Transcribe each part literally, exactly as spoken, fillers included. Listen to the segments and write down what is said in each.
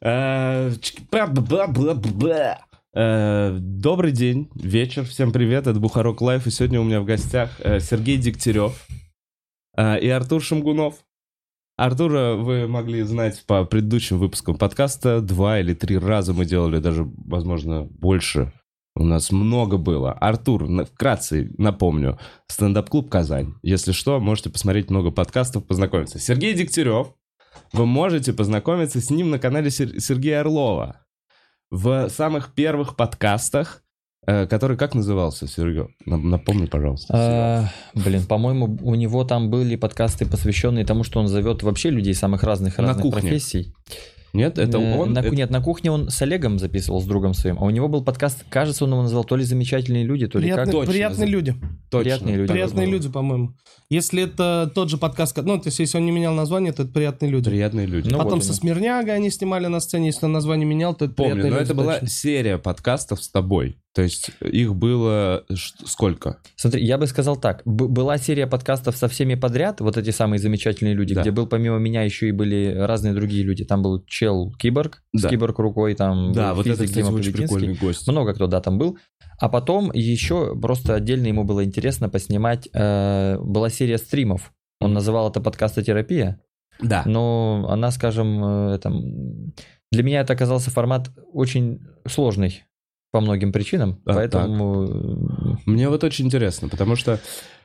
Добрый день, вечер, всем привет, это Бухарок Лайф, и сегодня у меня в гостях Сергей Дегтярев и Артур Шамгунов. Артура вы могли знать по предыдущим выпускам подкаста, два или три раза мы делали, даже, возможно, больше. У нас много было. Артур, вкратце напомню, стендап-клуб «Казань». Если что, можете посмотреть много подкастов, познакомиться. Сергей Дегтярев, вы можете познакомиться с ним на канале Сергея Орлова. В самых первых подкастах, который как назывался, Сергей? Напомни, пожалуйста. А, блин, по-моему, у него там были подкасты, посвященные тому, что он зовет вообще людей самых разных разных профессий. Нет, это он? На, это... Нет, на кухне он с Олегом записывал, с другом своим. А у него был подкаст, кажется, он его назвал то ли «Замечательные люди», то ли Приятные, как. Точно, приятные люди. Точно. Приятные люди. Приятные люди, по-моему. Если это тот же подкаст, ну, то есть если он не менял название, то это «Приятные люди». Приятные люди. Ну, Потом вот со Смирнягой они снимали на сцене, если он название менял, то это Помню, «Приятные но люди». это была точно. серия подкастов с тобой. То есть их было сколько? Смотри, я бы сказал так. Б- была серия подкастов со всеми подряд, вот эти самые замечательные люди, да. Где был помимо меня еще и были разные другие люди. Там был чел Киборг, да. С Киборг рукой, там да, был вот физик, это, кстати, Дима очень прикольный гость. Много кто, да, там был. А потом еще просто отдельно ему было интересно поснимать. Э, была серия стримов. Он называл это подкастотерапия. Да. Но она, скажем, э, там, для меня это оказался формат очень сложный. По многим причинам, а, поэтому... Так. Мне вот очень интересно, потому что...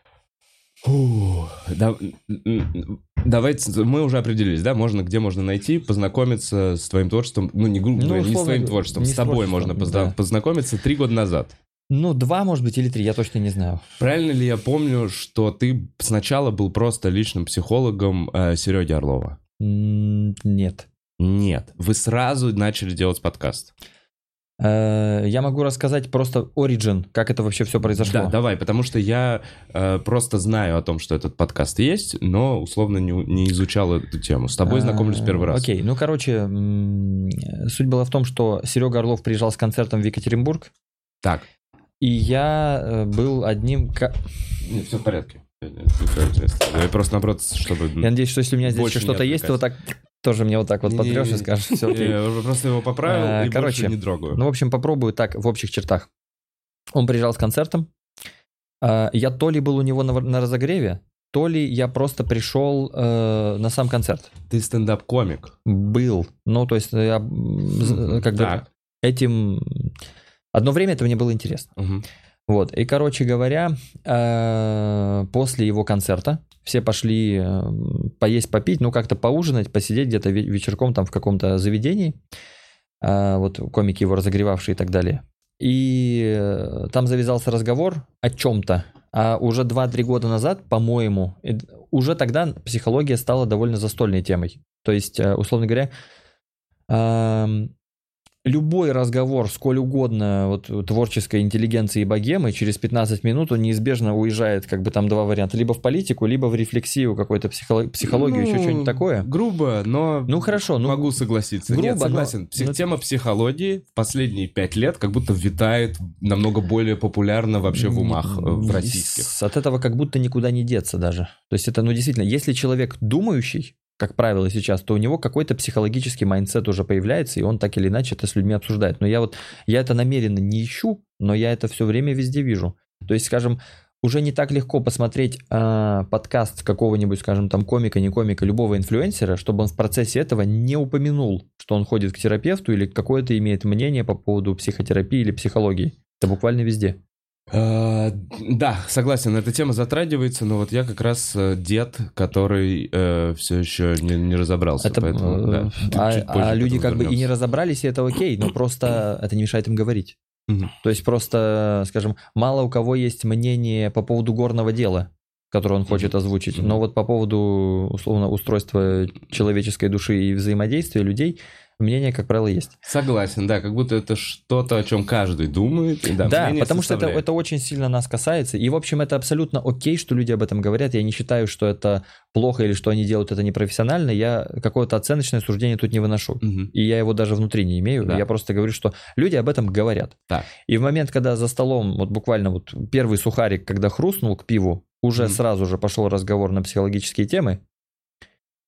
Фу, да, давайте, мы уже определились, да, можно, где можно найти, познакомиться с твоим творчеством, ну, не, грубо говоря, ну, не с твоим творчеством, с тобой можно позна- да. познакомиться три года назад. Ну, два, может быть, или три, я точно не знаю. Правильно ли я помню, что ты сначала был просто личным психологом э, Сереги Орлова? Нет. Нет, вы сразу начали делать подкаст. Я могу рассказать просто origin, как это вообще все произошло. Да, давай, потому что я э, просто знаю о том, что этот подкаст есть, но условно не, не изучал эту тему. С тобой знакомлюсь первый раз. Окей, ну, короче, суть была в том, что Серега Орлов приезжал с концертом в Екатеринбург. Так. И я был одним... Нет, все в порядке. Я просто, наоборот, чтобы... Я надеюсь, что если у меня здесь еще что-то есть, то вот так... Тоже мне вот так вот потрешь и скажешь, все окей. Я просто его поправил а, и короче, больше не трогаю. Ну, в общем, попробую так, в общих чертах. Он приезжал с концертом. Я то ли был у него на, на разогреве, то ли я просто пришел э, на сам концерт. Ты стендап-комик? Был. Ну, то есть я как бы так. этим... Одно время это мне было интересно. Угу. Вот. И, короче говоря, э, после его концерта все пошли э, поесть, попить, ну, как-то поужинать, посидеть где-то вечерком там в каком-то заведении. Э, вот комики его разогревавшие и так далее. И э, там завязался разговор о чем-то. А уже два-три года назад, по-моему, э, уже тогда психология стала довольно застольной темой. То есть, э, условно говоря, э, любой разговор, сколь угодно вот, творческой интеллигенции и богемы, через пятнадцать минут он неизбежно уезжает, как бы там два варианта, либо в политику, либо в рефлексию, какую-то психолог, психологию, ну, еще что-нибудь такое. Грубо, но ну, хорошо, ну, могу согласиться. Грубо, Нет, согласен. Но... Но... Тема психологии в последние пять лет как будто витает намного более популярно вообще в умах в российских. От этого как будто никуда не деться даже. То есть это, ну, действительно, если человек думающий, как правило, сейчас, то у него какой-то психологический майндсет уже появляется, и он так или иначе это с людьми обсуждает. Но я вот, я это намеренно не ищу, но я это все время везде вижу. То есть, скажем, уже не так легко посмотреть э, подкаст какого-нибудь, скажем, там комика, не комика, любого инфлюенсера, чтобы он в процессе этого не упомянул, что он ходит к терапевту или какое-то имеет мнение по поводу психотерапии или психологии. Это буквально везде. Uh, да, согласен, эта тема затрагивается, но вот я как раз uh, дед, который uh, все еще не, не разобрался. Это, поэтому, да, а а люди как вернемся. бы и не разобрались, и это окей, но просто это не мешает им говорить. Uh-huh. То есть просто, скажем, мало у кого есть мнение по поводу горного дела, которое он хочет озвучить, uh-huh. но вот по поводу, условно, устройства человеческой души и взаимодействия людей мнение, как правило, есть. Согласен, да, как будто это что-то, о чем каждый думает. И, да, да, потому что это, это очень сильно нас касается. И, в общем, это абсолютно окей, что люди об этом говорят. Я не считаю, что это плохо или что они делают это непрофессионально. Я какое-то оценочное суждение тут не выношу. Угу. И я его даже внутри не имею. Да. Я просто говорю, что люди об этом говорят. Да. И в момент, когда за столом, вот буквально вот первый сухарик, когда хрустнул к пиву, уже угу. сразу же пошел разговор на психологические темы.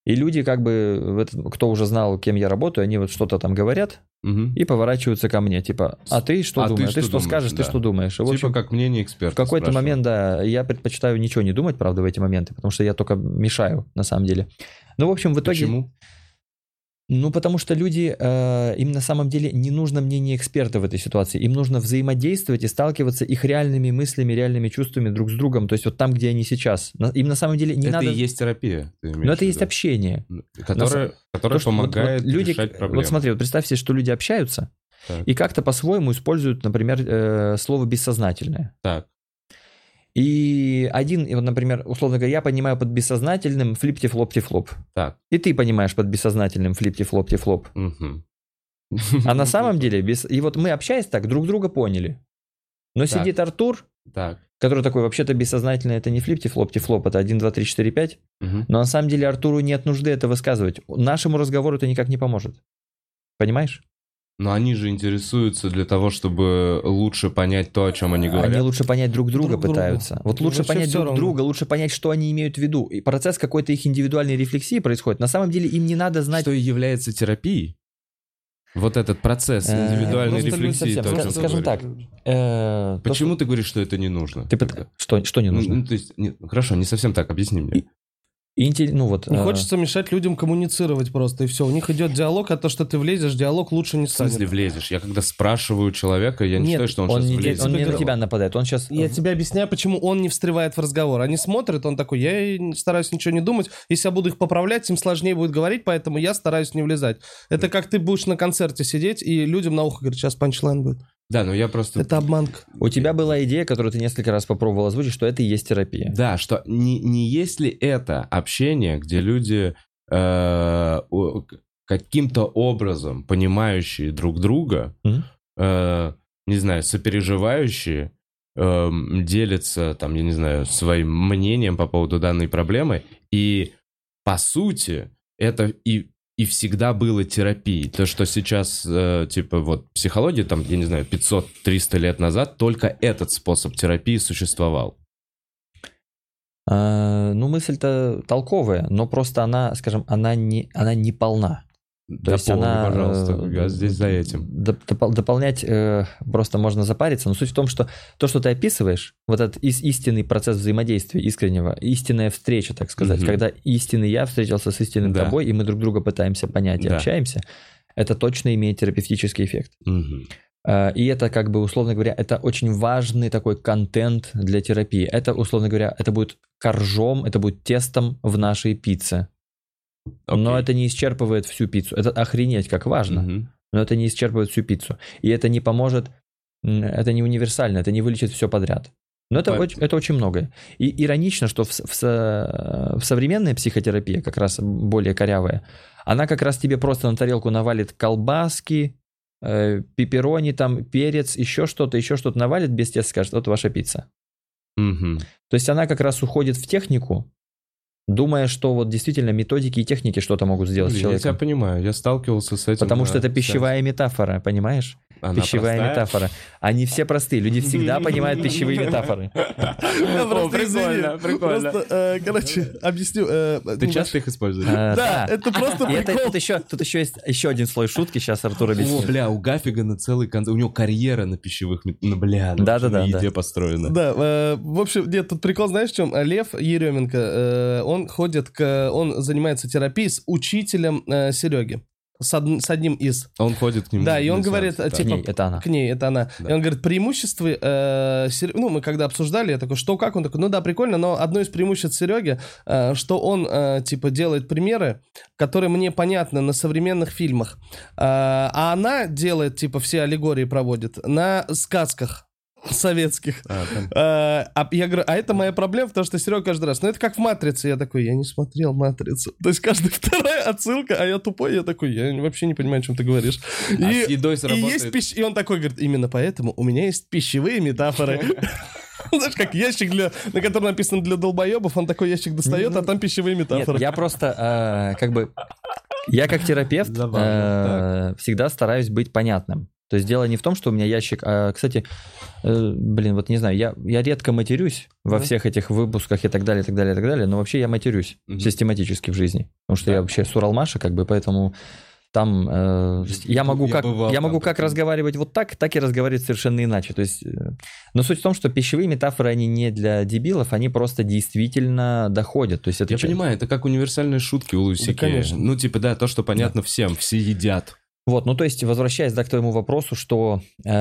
И люди как бы, в этом- кто уже знал, кем я работаю, они вот что-то там говорят Мгм. и поворачиваются ко мне. Типа, а ты что А ты думаешь? Ты что что думаешь, скажешь? Ты да. что думаешь? И, в Типа общем, как мнение эксперта. в какой-то спрашивают. момент, да, я предпочитаю ничего не думать, правда, в эти моменты, потому что я только мешаю, на самом деле. Ну, в общем, в итоге... Почему? Ну, потому что люди, э, им на самом деле не нужно мнение эксперта в этой ситуации. Им нужно взаимодействовать и сталкиваться их реальными мыслями, реальными чувствами друг с другом. То есть вот там, где они сейчас. На- Им на самом деле не это надо... и есть терапия. ты имеешь Но это в и есть виду? общение. Которая, которая То, что вот- помогает вот люди, решать проблемы. Вот смотри, вот представь себе, что люди общаются Так. и как-то по-своему используют, например, э, слово «бессознательное». Так. И один, и вот, например, условно говоря, я понимаю под бессознательным флипти-флопти-флоп. Так. И ты понимаешь под бессознательным флипти-флопти-флоп. Мгм. А на самом деле, без... и вот мы, общаясь так, друг друга поняли. Но Так. сидит Артур, Так. который такой, вообще-то бессознательно, это не флипти-флопти-флоп, это один, два, три, четыре, пять. Мгм. Но на самом деле Артуру нет нужды это высказывать. Нашему разговору это никак не поможет. Понимаешь? Но они же интересуются для того, чтобы лучше понять то, о чем они говорят. Они лучше понять друг друга Друг друга. пытаются. Вот Ну, лучше вообще понять всё друг равно. друга, лучше понять, что они имеют в виду. И процесс какой-то их индивидуальной рефлексии происходит. На самом деле им не надо знать... Что и является терапией. Вот этот процесс Э, индивидуальной просто люди рефлексии. совсем, то, о ска- чем ты скажем говоришь. так, э, то, Почему что- ты говоришь, что это не нужно? Ты пыт- что, что не Ну, нужно? ну, то есть, нет, хорошо, не совсем так, объясни мне. Интелли- Ну вот... Не э, хочется мешать людям коммуницировать просто, и все. У них идет диалог, а то, что ты влезешь, диалог лучше не В смысле станет. влезешь? Я когда спрашиваю человека, я не Нет, считаю, что он, он сейчас не, влезет. он не на Диалог. тебя нападает. Он сейчас... Я тебе объясняю, почему он не встревает в разговор. Они смотрят, он такой, я и стараюсь ничего не думать. Если я буду их поправлять, им сложнее будет говорить, поэтому я стараюсь не влезать. Это как ты будешь на концерте сидеть, и людям на ухо говорить, сейчас панчлайн будет. Да, но я просто... Это обманка. У тебя была идея, которую ты несколько раз попробовал озвучить, что это и есть терапия. Да, что не, не есть ли это общение, где люди э, о- к- каким-то образом понимающие друг друга, Мгм. э, не знаю, сопереживающие, эм, делятся, там, я не знаю, своим мнением по поводу данной проблемы, и по сути это и и всегда было терапией. То, что сейчас, э, типа, вот психология, там, я не знаю, пятьсот-триста лет назад, только этот способ терапии существовал. А, ну, мысль-то толковая, но просто она, скажем, она не, она не полна. То есть Дополни, она... пожалуйста, э, я здесь за этим. доп- допол- дополнять э, просто можно запариться. Но суть в том, что то, что ты описываешь, вот этот ис- истинный процесс взаимодействия, искреннего, истинная встреча, так сказать, Мгм. когда истинный я встретился с истинным Да. тобой, и мы друг друга пытаемся понять и Да. общаемся, это точно имеет терапевтический эффект. Мгм. Э, И это, как бы, условно говоря, это очень важный такой контент для терапии. Это, условно говоря, это будет коржом, это будет тестом в нашей пицце. Но Окей. это не исчерпывает всю пиццу. Это охренеть как важно, Мгм. но это не исчерпывает всю пиццу. И это не поможет, м, это не универсально, это не вылечит все подряд. Но это, Пон- очень, это очень многое. И иронично, что в, с- в, со- в современной психотерапии, как раз более корявая, она как раз тебе просто на тарелку навалит колбаски, э, пепперони, там, перец, еще что-то, еще что-то навалит без теста, скажет, вот ваша пицца. Мгм. То есть она как раз уходит в технику, думая, что вот действительно методики и техники что-то могут сделать Блин, с я тебя человеком. понимаю, я сталкивался с этим. Потому на что это сеансе. пищевая метафора, понимаешь? Она пищевая простая? метафора. Они все простые, люди всегда понимают пищевые метафоры. Я просто, прикольно, извини, прикольно. Просто, э, короче, объясню. э, Ты ну, часто их используешь? А, Да, это просто И это, прикол. тут, еще, тут еще есть еще один слой шутки, сейчас Артур О, объяснит. бля, у Гаффигана целый концерт, у него карьера на пищевых, мет- ну, бля, ну, Да-да-да, на да. еде построена. Да, э, в общем, нет, тут прикол, знаешь, в чем? Лев Еременко, э, он ходит к, он занимается терапией с учителем э, Сереги, с, од- с одним из. Он ходит к нему. Да, и он на говорит, сеансы, э, да. К типа, ней, это она. К ней, это она. Да. И он говорит, преимущества, э, Сер- ну, мы когда обсуждали, я такой, что, как? Он такой, ну да, прикольно, но одно из преимуществ Сереги, э, что он, э, типа, делает примеры, которые мне понятны на современных фильмах, Э, а она делает, типа, все аллегории проводит на сказках советских. А, там- А, а я говорю, а это моя проблема, потому что Серега каждый раз, ну это как в «Матрице», я такой, я не смотрел «Матрицу». То есть каждая вторая отсылка, а я тупой, я такой, я вообще не понимаю, о чем ты говоришь. А И, с едой и, сработает. есть пищ... и он такой говорит, именно поэтому у меня есть пищевые метафоры. Знаешь, как ящик, для, на котором написано «для долбоебов», он такой ящик достает, а там пищевые Нет, метафоры. я просто э, как бы... Я как терапевт Забавно, э, всегда стараюсь быть понятным. То есть дело не в том, что у меня ящик... А, кстати, э, блин, вот не знаю, я, я редко матерюсь во Да. всех этих выпусках и так далее, и так далее, и так далее, но вообще я матерюсь Мгм. систематически в жизни. Потому что Да. я вообще с Уралмаша, как бы, поэтому там э, я могу, Я как, бывал я там, могу как прикинь. разговаривать вот так, так и разговаривать совершенно иначе. То есть, э, но суть в том, что пищевые метафоры, они не для дебилов, они просто действительно доходят. То есть это Я чё- понимаю, это как универсальные шутки у Луиси Да, Кея. конечно. Ну, типа, да, то, что понятно всем, все едят. Вот, ну то есть, возвращаясь да, к твоему вопросу, что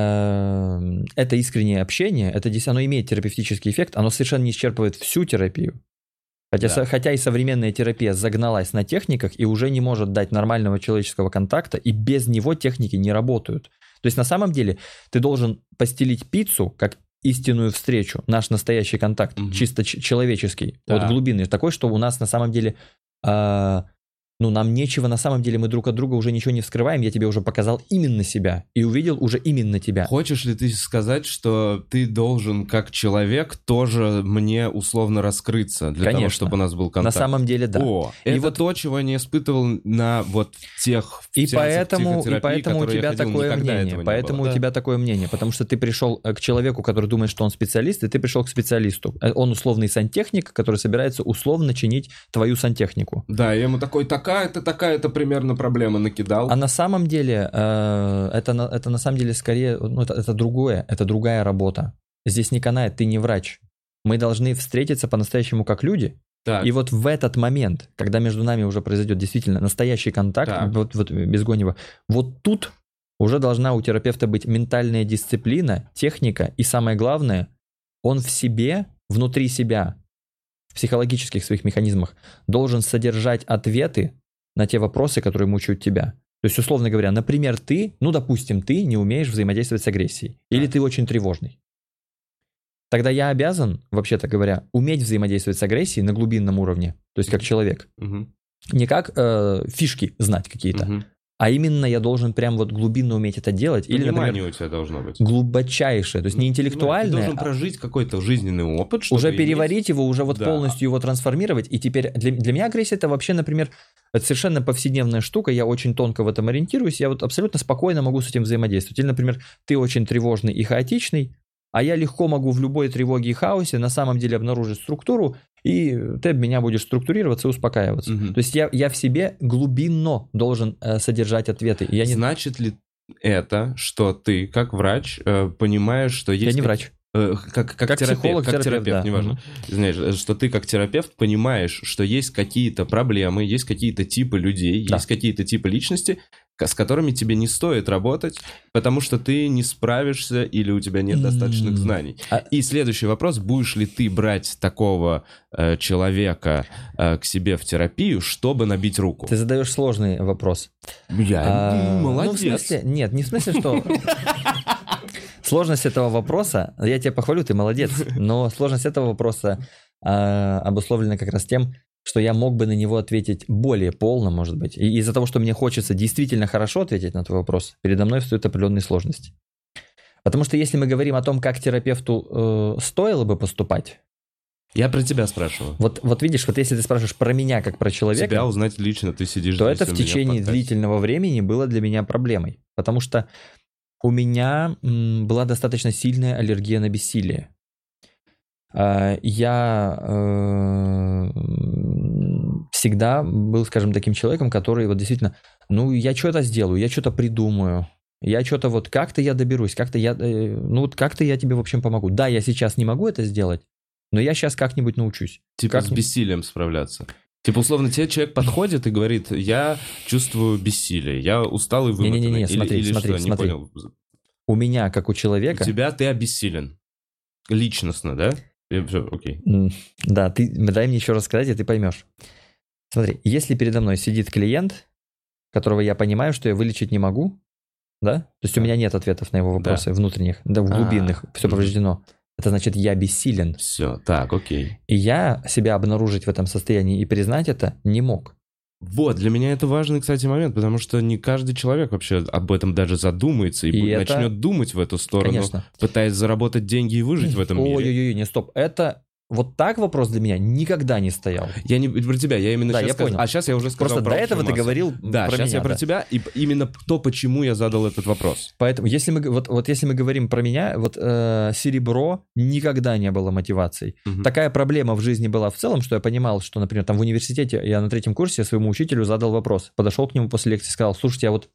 э, это искреннее общение, это действительно, оно имеет терапевтический эффект, оно совершенно не исчерпывает всю терапию. Хотя, Да. со- хотя и современная терапия загналась на техниках и уже не может дать нормального человеческого контакта, и без него техники не работают. То есть на самом деле ты должен постелить пиццу как истинную встречу, наш настоящий контакт, Мгм. чисто ч- человеческий, Да. вот глубинный, такой, что у нас на самом деле... а, ну, нам нечего, на самом деле, мы друг от друга уже ничего не вскрываем, я тебе уже показал именно себя и увидел уже именно тебя. Хочешь ли ты сказать, что ты должен, как человек, тоже мне условно раскрыться для того, Конечно. чтобы у нас был На контакт? самом деле, да. О, И это вот- то, чего я не испытывал на вот тех в И сеансах поэтому, и психотерапии, поэтому у которые я тебя ходил, такое никогда мнение. этого не Поэтому было. у Да. тебя такое мнение. Потому что ты пришел э, к человеку, который думает, что он специалист, и ты пришел к специалисту. Э, Он условный сантехник, который собирается условно чинить твою сантехнику. Да, я ему такой, такая-то, такая-то примерно проблема накидал. А на самом деле, э, это, на- это на самом деле скорее, ну, это, это другое, это другая работа. Здесь не канает, ты не врач. Мы должны встретиться по-настоящему как люди. Так, И вот в этот момент, когда между нами уже произойдет действительно настоящий контакт, Так. вот, вот без Гонева, вот тут уже должна у терапевта быть ментальная дисциплина, техника, и самое главное, он в себе, внутри себя, в психологических своих механизмах, должен содержать ответы на те вопросы, которые мучают тебя. То есть, условно говоря, например, ты, ну, допустим, ты не умеешь взаимодействовать с агрессией, или ты очень тревожный. Тогда я обязан, вообще-то говоря, уметь взаимодействовать с агрессией на глубинном уровне, то есть как человек. мгм, Не как э, фишки знать какие-то, мгм. а именно я должен прям вот глубинно уметь это делать. Или, Понимание например, у тебя должно быть. глубочайшее, то есть не Ты интеллектуальное, должен а прожить какой-то жизненный опыт, чтобы уже иметь- переварить его, уже вот Да. полностью его трансформировать. И теперь для, для меня агрессия это вообще, например, это совершенно повседневная штука, я очень тонко в этом ориентируюсь, я вот абсолютно спокойно могу с этим взаимодействовать. Или, например, ты очень тревожный и хаотичный, а я легко могу в любой тревоге и хаосе на самом деле обнаружить структуру, и ты об меня будешь структурироваться и успокаиваться. Мгм. То есть я, я в себе глубинно должен э, содержать ответы. Я не, Значит ли это, что ты, как врач, э, понимаешь, что есть... я не как- врач. э, как, как, Как терапевт, психолог, как терапевт, терапевт, да. неважно. Мгм. Знаешь, э, что ты как терапевт понимаешь, что есть какие-то проблемы, есть какие-то типы людей, Да. есть какие-то типы личности, ка- с которыми тебе не стоит работать, потому что ты не справишься или у тебя нет достаточных М. знаний. А- И следующий вопрос: будешь ли ты брать такого э, человека э, к себе в терапию, чтобы набить руку? Ты задаешь сложный вопрос. Я А, м, Ну, в молодец. смысле, нет, не в смысле, что... Сложность этого вопроса, я тебя похвалю, ты молодец, но сложность этого вопроса а, обусловлена как раз тем, что я мог бы на него ответить более полно, может быть. И из-за того, что мне хочется действительно хорошо ответить на твой вопрос, передо мной встают определенные сложности. Потому что если мы говорим о том, как терапевту э, стоило бы поступать, Я про тебя спрашиваю. вот, вот видишь, вот если ты спрашиваешь про меня как про человека, Тебя узнать лично, ты сидишь то здесь это у в меня течение подкасте. длительного времени было для меня проблемой. Потому что у меня м, была достаточно сильная аллергия на бессилие. А, Я э, м, всегда был, скажем, таким человеком, который вот действительно, ну, я что-то сделаю, я что-то придумаю, я что-то вот как-то я доберусь, как-то я, э, ну, вот как-то я тебе, в общем, помогу. Да, я сейчас не могу это сделать, но я сейчас как-нибудь научусь. Типа Как с не- бессилием справляться. Типа, условно, тебе человек подходит и говорит: я чувствую бессилие, я устал и вымотанный. Не-не-не, Или- смотри, или смотри, что, не смотри. понял. У меня, как у У человека... тебя ты обессилен. Личностно, да? Все, окей. М, Да, ты дай мне еще раз сказать, и ты поймешь. Смотри, если передо мной сидит клиент, которого я понимаю, что я вылечить не могу, да? То есть у Да. меня нет ответов на его вопросы внутренних, да, глубинных, А, все мгм. повреждено. Это значит, я бессилен. Все, так, окей. И я себя обнаружить в этом состоянии и признать это не мог. Вот, для меня это важный, кстати, момент, потому что не каждый человек вообще об этом даже задумается и, И будет- это- начнет думать в эту сторону, Конечно. пытаясь заработать деньги и выжить в этом мире. Ой-ой-ой, не, стоп. Это вот так вопрос для меня никогда не стоял. Я не про тебя, я именно Да, сейчас я сказал. понял. А сейчас я уже сказал Просто про до этого общую ты массу. говорил Да, про сейчас меня, я про да. тебя, и именно то, почему я задал этот вопрос. Поэтому, если мы, вот, вот если мы говорим про меня, вот э, серебро никогда не было мотивацией. Мгм. Такая проблема в жизни была в целом, что я понимал, что, например, там в университете я на третьем курсе своему учителю задал вопрос, подошел к нему после лекции и сказал: слушайте, а вот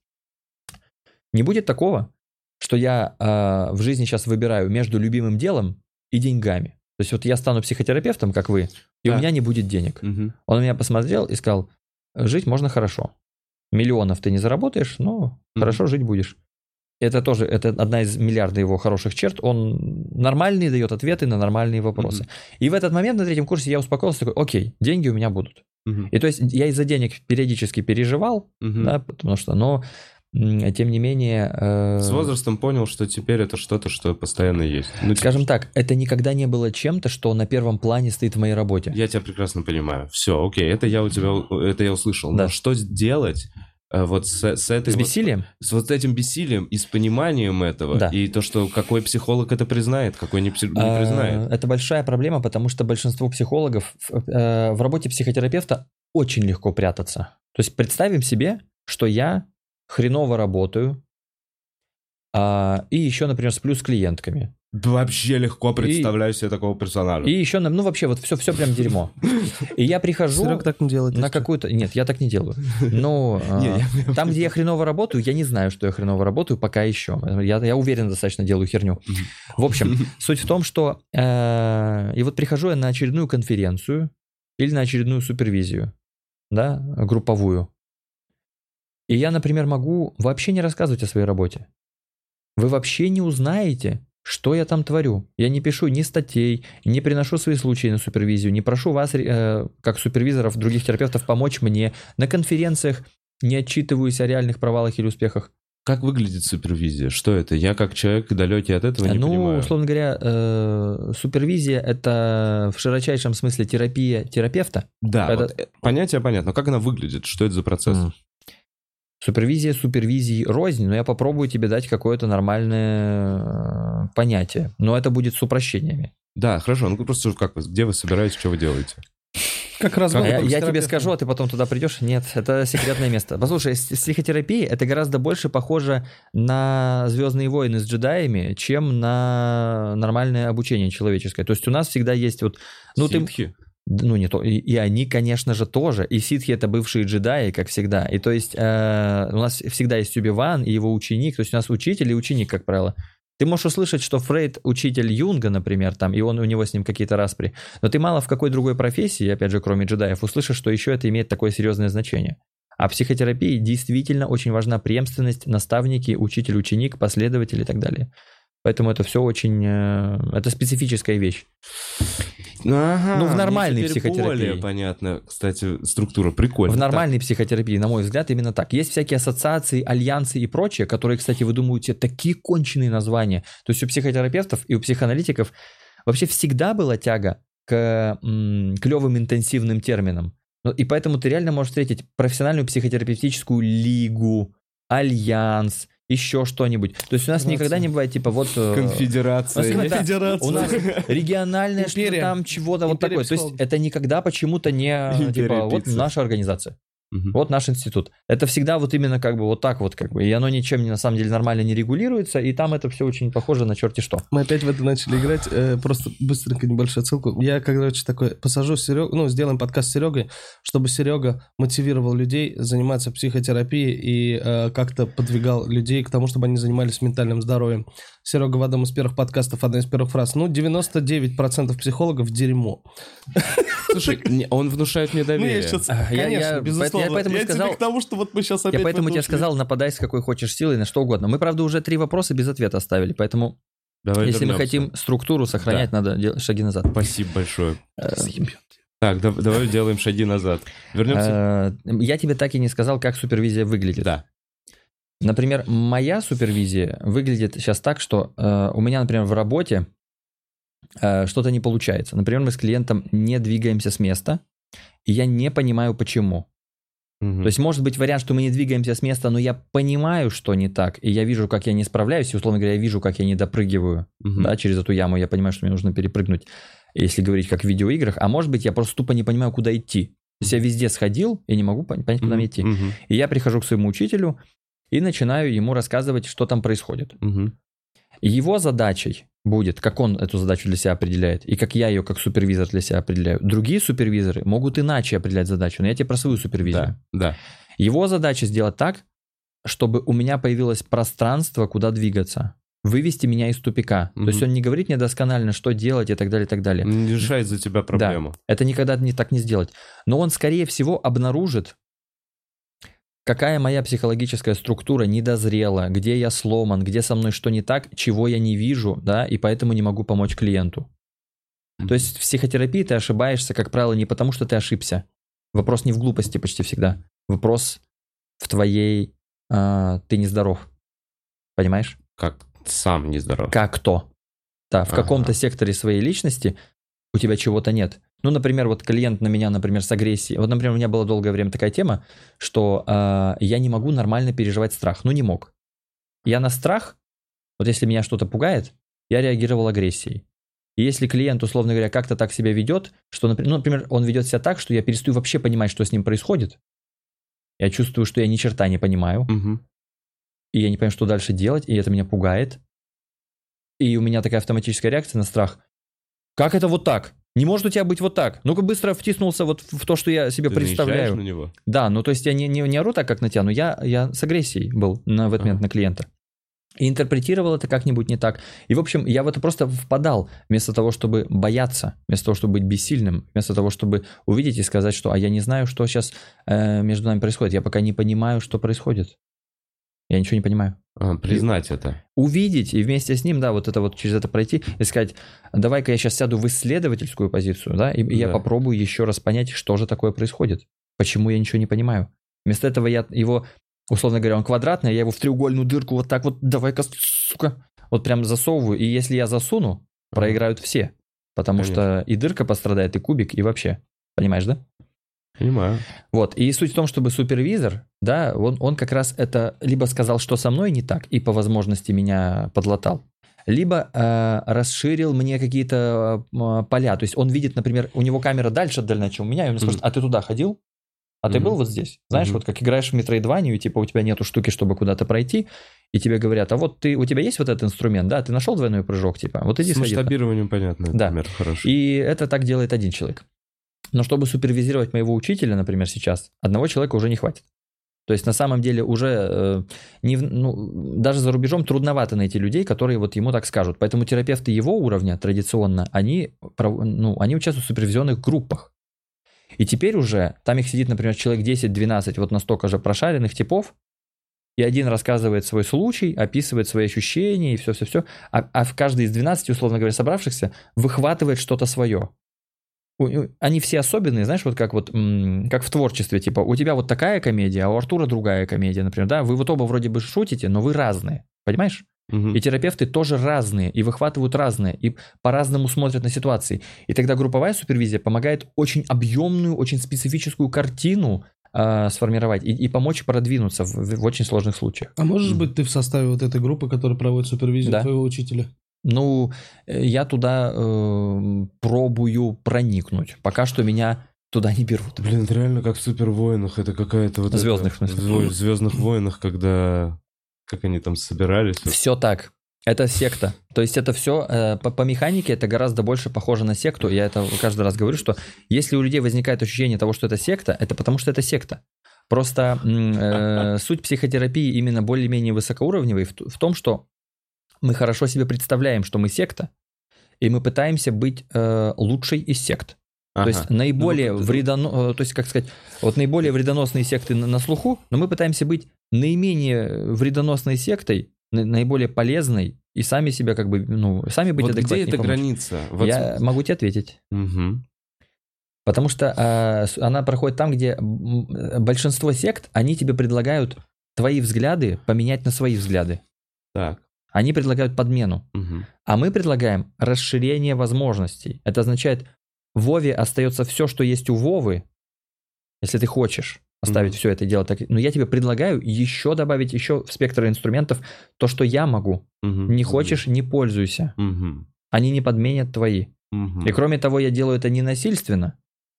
не будет такого, что я э, в жизни сейчас выбираю между любимым делом и деньгами. То есть вот я стану психотерапевтом, как вы, и Да. у меня не будет денег. Мгм. Он на меня посмотрел и сказал: жить можно хорошо. Миллионов ты не заработаешь, но Мгм. хорошо жить будешь. Это тоже, это одна из миллиарда его хороших черт. Он нормальный, дает ответы на нормальные вопросы. Мгм. И в этот момент на третьем курсе я успокоился, такой: окей, деньги у меня будут. Мгм. И то есть я из-за денег периодически переживал, Мгм. да, потому что, но м, тем не менее... э, С возрастом понял, что теперь это что-то, что постоянно есть. Ну, типа, Скажем так, это никогда не было чем-то, что на первом плане стоит в моей работе. я тебя прекрасно понимаю. Все, окей, это я у тебя, это я услышал. Да. Но что делать э, вот с, с этой С вот- бессилием? с вот этим бессилием и с пониманием этого, Да. и то, что какой психолог это признает, какой не, пси- не А, признает. Это большая проблема, потому что большинству психологов э, в работе психотерапевта очень легко прятаться. То есть представим себе, что я хреново работаю, а, и еще, например, сплю с клиентками. Вообще легко представляю себе такого персонажа. И еще, ну вообще, вот все, все прям дерьмо. И я прихожу Серега так не делает. на если что. какую-то... Нет, я так не делаю. Но а, Не, я- там, где я хреново работаю, я не знаю, что я хреново работаю пока еще. Я, я уверен, достаточно делаю херню. В общем, суть в том, что... э, и вот прихожу я на очередную конференцию или на очередную супервизию, да, групповую. И я, например, могу вообще не рассказывать о своей работе. Вы вообще не узнаете, что я там творю. Я не пишу ни статей, не приношу свои случаи на супервизию, не прошу вас, э, как супервизоров, других терапевтов, помочь мне. На конференциях не отчитываюсь о реальных провалах или успехах. Как выглядит супервизия? Что это? Я как человек далекий от этого не ну, понимаю. условно говоря, э, супервизия – это в широчайшем смысле терапия терапевта. Да, это- вот, э, понятие понятно. Но как она выглядит? Что это за процесс? М. Супервизия супервизии рознь, но я попробую тебе дать какое-то нормальное э, понятие. Но это будет с упрощениями. Да, хорошо. Ну просто как вы, где вы собираетесь, что вы делаете? Как раз А был я, только с я тебе терапевтом. скажу, а ты потом туда придешь? Нет, это секретное место. Послушай, с- психотерапия это гораздо больше похоже на «Звездные войны» с джедаями, чем на нормальное обучение человеческое. То есть у нас всегда есть вот... Ну, ты, Ситхи? ну не то, и, и они, конечно же, тоже. И ситхи это бывшие джедаи, как всегда. И то есть э, у нас всегда есть Оби-Ван и его ученик. То есть у нас учитель и ученик, как правило. Ты можешь услышать, что Фрейд учитель Юнга, например, там, и он, у него с ним какие-то распри. Но ты мало в какой другой профессии, опять же, кроме джедаев, услышишь, что еще это имеет такое серьезное значение. А в психотерапии действительно очень важна преемственность, наставники, учитель-ученик, последователь и так далее. Поэтому это все очень... э, это специфическая вещь. Ага, Ну, в мне нормальной теперь психотерапии. более понятно, кстати, структура. Прикольно. В нормальной психотерапии, на мой взгляд, именно так. Есть всякие ассоциации, альянсы и прочее, которые, кстати, выдумывают себе такие конченые названия. То есть у психотерапевтов и у психоаналитиков вообще всегда была тяга к м, клевым интенсивным терминам. Ну, и поэтому ты реально можешь встретить профессиональную психотерапевтическую лигу, альянс, еще что-нибудь. То есть у нас Конфедерация. никогда не бывает типа вот... э, Конфедерация. у нас, да, Федерация. у нас региональное что-то Империя. там, чего-то вот Империя такое. То есть психологов. это никогда почему-то не Империя типа вот пиццы. наша организация. Мгм. Вот наш институт. Это всегда вот именно как бы вот так вот как бы. И оно ничем на самом деле нормально не регулируется, и там это все очень похоже на черти что. Мы опять в это начали играть. Э, просто быстренько небольшую отсылку. Я, короче, такой посажу Серегу, ну, сделаем подкаст с Серегой, чтобы Серега мотивировал людей заниматься психотерапией и э, как-то подвигал людей к тому, чтобы они занимались ментальным здоровьем. Серега в одном из первых подкастов, одна из первых фраз. Ну, девяносто девять процентов психологов дерьмо. Слушай, не- он внушает мне Ну, я доверие. сейчас, А, я- конечно, я- безусловно. я поэтому и тебе сказал- к тому, что вот мы сейчас опять Я в поэтому это тебе ушли. сказал, нападай с какой хочешь силой, на что угодно. Мы, правда, уже три вопроса без ответа оставили, поэтому Давай если мы вернемся. хотим структуру сохранять, надо делать шаги назад. Спасибо большое. Э, Так, да- давай сделаем шаги назад. Вернемся. э, Я тебе так и не сказал, как супервизия выглядит. Да. Например, моя супервизия выглядит сейчас так, что э, у меня, например, в работе э, что-то не получается. Например, мы с клиентом не двигаемся с места, и я не понимаю, почему. То есть может быть вариант, что мы не двигаемся с места, но я понимаю, что не так, и я вижу, как я не справляюсь, и, условно говоря, я вижу, как я не допрыгиваю, угу. да, через эту яму, я понимаю, что мне нужно перепрыгнуть, если говорить как в видеоиграх, а может быть я просто тупо не понимаю, куда идти. То есть я везде сходил и не могу понять, куда мне идти. Угу. И я прихожу к своему учителю и начинаю ему рассказывать, что там происходит. Угу. Его задачей будет, как он эту задачу для себя определяет, и как я ее как супервизор для себя определяю. Другие супервизоры могут иначе определять задачу, но я тебе про свою супервизию. Да, да. Его задача сделать так, чтобы у меня появилось пространство, куда двигаться. Вывести меня из тупика. Mm-hmm. То есть он не говорит мне досконально, что делать и так далее, и так далее. Не решает за тебя проблему. Да, это никогда не так не сделать. Но он, скорее всего, обнаружит, какая моя психологическая структура недозрела, где я сломан, где со мной что не так, чего я не вижу, да, и поэтому не могу помочь клиенту. Mm-hmm. То есть в психотерапии ты ошибаешься, как правило, не потому, что ты ошибся. Вопрос не в глупости почти всегда. Вопрос в твоей... Э, ты нездоров. Понимаешь? Как сам нездоров. Как кто. Да, в ага. каком-то секторе своей личности у тебя чего-то нет. Ну, например, вот клиент на меня, например, с агрессией. Вот, например, у меня была долгое время такая тема, что э, я не могу нормально переживать страх. Ну, не мог. Я на страх, вот если меня что-то пугает, я реагировал агрессией. И если клиент, условно говоря, как-то так себя ведет, что, например, ну, например, он ведет себя так, что я перестаю вообще понимать, что с ним происходит. Я чувствую, что я ни черта не понимаю. Угу. И я не понимаю, что дальше делать, и это меня пугает. И у меня такая автоматическая реакция на страх. Как это вот так? Не может у тебя быть вот так. Ну-ка быстро втиснулся вот в то, что я себе Ты представляю. на него? Да, ну то есть я не, не, не ору так, как на тебя, но я, я с агрессией был на, в этот момент ага. на клиента. И интерпретировал это как-нибудь не так. И, в общем, я в это просто впадал, вместо того, чтобы бояться, вместо того, чтобы быть бессильным, вместо того, чтобы увидеть и сказать, что «а я не знаю, что сейчас э, между нами происходит, я пока не понимаю, что происходит». Я ничего не понимаю. А, признать и, это. Увидеть и вместе с ним, да, вот это вот через это пройти и сказать, давай-ка я сейчас сяду в исследовательскую позицию, да, и, и да. я попробую еще раз понять, что же такое происходит, почему я ничего не понимаю. Вместо этого я его, условно говоря, он квадратный, я его в треугольную дырку вот так вот, давай-ка, сука, вот прям засовываю, и если я засуну, проиграют все, потому Конечно. Что и дырка пострадает, и кубик, и вообще, понимаешь, да? Понимаю. Вот, и суть в том, чтобы супервизор, да, он, он как раз это либо сказал, что со мной не так, и по возможности меня подлатал, либо э, расширил мне какие-то э, поля. То есть он видит, например, у него камера дальше отдалена, чем у меня, и он мне скажет, а ты туда ходил? А ты mm-hmm. был вот здесь? Знаешь, mm-hmm. вот как играешь в Metroidvania, и типа у тебя нету штуки, чтобы куда-то пройти, и тебе говорят, а вот ты, у тебя есть вот этот инструмент, да, ты нашел двойной прыжок, типа, вот иди сходи. С масштабированием понятно, да. например, хорошо. И это так делает один человек. Но чтобы супервизировать моего учителя, например, сейчас, одного человека уже не хватит. То есть на самом деле уже э, не, ну, даже за рубежом трудновато найти людей, которые вот ему так скажут. Поэтому терапевты его уровня традиционно, они, ну, они участвуют в супервизионных группах. И теперь уже там их сидит, например, человек десять-двенадцать вот настолько же прошаренных типов, и один рассказывает свой случай, описывает свои ощущения и все-все-все, а, а в каждый из двенадцати, условно говоря, собравшихся выхватывает что-то свое. Они все особенные, знаешь, вот как вот как в творчестве, типа у тебя вот такая комедия, а у Артура другая комедия, например, да, вы вот оба вроде бы шутите, но вы разные, понимаешь? Угу. И терапевты тоже разные, и выхватывают разные, и по-разному смотрят на ситуации. И тогда групповая супервизия помогает очень объемную, очень специфическую картину э, сформировать и, и помочь продвинуться в, в очень сложных случаях. А можешь быть ты в составе вот этой группы, которая проводит супервизию да. твоего учителя? Ну, я туда э, пробую проникнуть. Пока что меня туда не берут. Блин, это реально как в Супервойнах. Это какая-то вот... Звездных, это, в смысле. В Звездных войнах, когда... Как они там собирались? Все так. Это секта. То есть это все э, по, по механике это гораздо больше похоже на секту. Я это каждый раз говорю, что если у людей возникает ощущение того, что это секта, это потому что это секта. Просто э, суть психотерапии именно более-менее высокоуровневой в, в том, что мы хорошо себе представляем, что мы секта, и мы пытаемся быть э, лучшей из сект. Ага. То есть наиболее ну, вредоно... то есть, как сказать, вот наиболее вредоносные секты на, на слуху, но мы пытаемся быть наименее вредоносной сектой, на, наиболее полезной, и сами себя как бы, ну, сами быть вот адекватнее. Где эта помочь. Граница? Вот Я с... могу тебе ответить. Угу. Потому что э, она проходит там, где большинство сект, они тебе предлагают твои взгляды поменять на свои взгляды. Так. Они предлагают подмену. Угу. А мы предлагаем расширение возможностей. Это означает, в Вове остается все, что есть у Вовы, если ты хочешь. оставить Мгм. все это и делать так. Но я тебе предлагаю еще добавить еще в спектр инструментов то, что я могу. Мгм. Не хочешь, не пользуйся. Мгм. Они не подменят твои. Мгм. И кроме того, я делаю это не насильственно.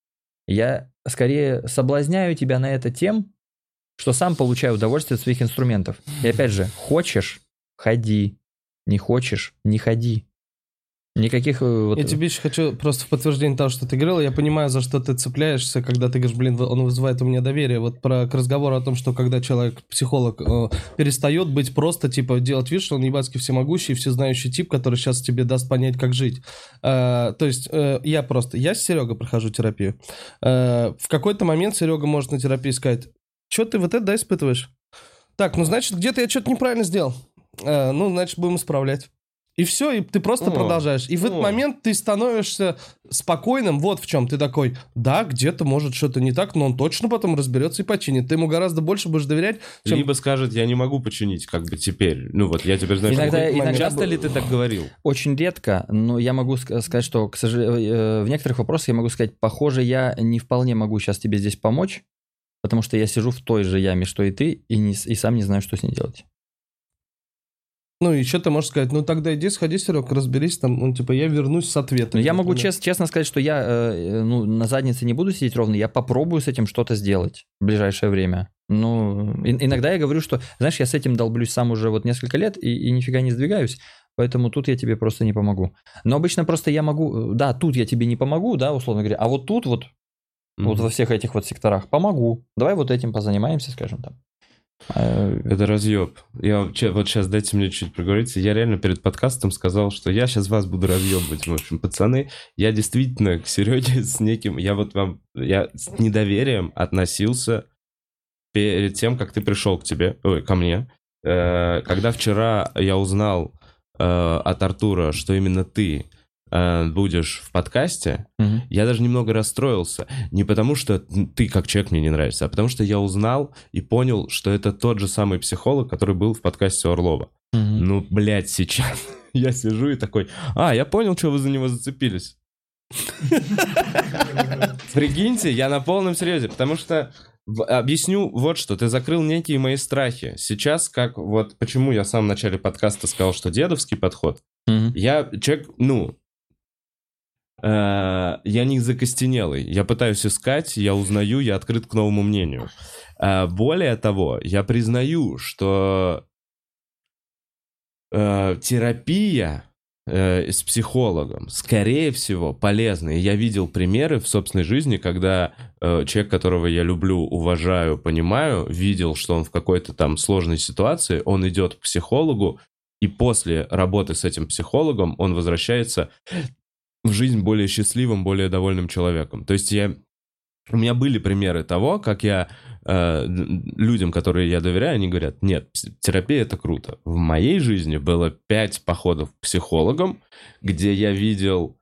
Я скорее соблазняю тебя на это тем, что сам получаю удовольствие от своих инструментов. И опять же, хочешь – ходи. Не хочешь – не ходи. Никаких... э, Вот... Я тебе еще хочу просто в подтверждение того, что ты говорил, я понимаю, за что ты цепляешься, когда ты говоришь, блин, он вызывает у меня доверие. Вот про к разговору о том, что когда человек, психолог, э, перестает быть просто, типа, делать вид, что он ебацкий всемогущий, всезнающий тип, который сейчас тебе даст понять, как жить. Э, то есть э, я просто, я с Серегой прохожу терапию. Э, в какой-то момент Серега может на терапии сказать, что ты вот это, да, испытываешь? Так, ну, значит, где-то я что-то неправильно сделал. Э, ну, значит, будем исправлять. И все, и ты просто О, продолжаешь. И в этот о. момент ты становишься спокойным. Вот в чем ты такой, да, где-то может что-то не так, но он точно потом разберется и починит. Ты ему гораздо больше будешь доверять, чем... Либо скажет, я не могу починить, как бы теперь. Ну вот, я теперь знаю, Иногда- что- иногда- Часто ли ты так говорил? Очень редко, но я могу ск- сказать, что, к сожалению, в некоторых вопросах я могу сказать, похоже, я не вполне могу сейчас тебе здесь помочь, потому что я сижу в той же яме, что и ты, и, не, с- и сам не знаю, что с ней делать. Ну, еще ты можешь сказать, ну, тогда иди, сходи, Серег, разберись там, ну, типа, я вернусь с ответом. Но я могу например. чес- честно сказать, что я э, ну, на заднице не буду сидеть ровно, я попробую с этим что-то сделать в ближайшее время. Ну, и- иногда я говорю, что, знаешь, я с этим долблюсь сам уже вот несколько лет и, и нифига не сдвигаюсь, поэтому тут я тебе просто не помогу. Но обычно просто я могу, да, тут я тебе не помогу, да, условно говоря, а вот тут вот, вот Мгм. во всех этих вот секторах помогу. Давай вот этим позанимаемся, скажем там. Э, Это разъеб. Я че- вот сейчас дайте мне чуть проговориться. Я реально перед подкастом сказал, что я сейчас вас буду разъебывать. В общем, пацаны, я действительно к Сереге с неким... Я вот вам... Я с недоверием относился перед тем, как ты пришел к тебе, ой, ко мне. Э, Когда вчера я узнал э, от Артура, что именно ты э, будешь в подкасте, мгм. я даже немного расстроился. Не потому, что ты как человек мне не нравишься, а потому что я узнал и понял, что это тот же самый психолог, который был в подкасте у Орлова. Мгм. Ну, блядь, сейчас я сижу и такой, а, я понял, что вы за него зацепились. Прикиньте, я на полном серьезе, потому что в- объясню вот что, ты закрыл некие мои страхи. Сейчас, как вот, почему я в самом начале подкаста сказал, что дедовский подход, Мгм. я человек, ну, э, я не закостенелый. Я пытаюсь искать, я узнаю, я открыт к новому мнению. Э, более того, я признаю, что э, терапия э, с психологом, скорее всего, полезна. И я видел примеры в собственной жизни, когда э, человек, которого я люблю, уважаю, понимаю, видел, что он в какой-то там сложной ситуации, он идет к психологу, и после работы с этим психологом он возвращается в жизнь более счастливым, более довольным человеком. То есть я... У меня были примеры того, как я э, людям, которые я доверяю, они говорят, нет, пс- терапия это круто. В моей жизни было пять походов к психологам, где я видел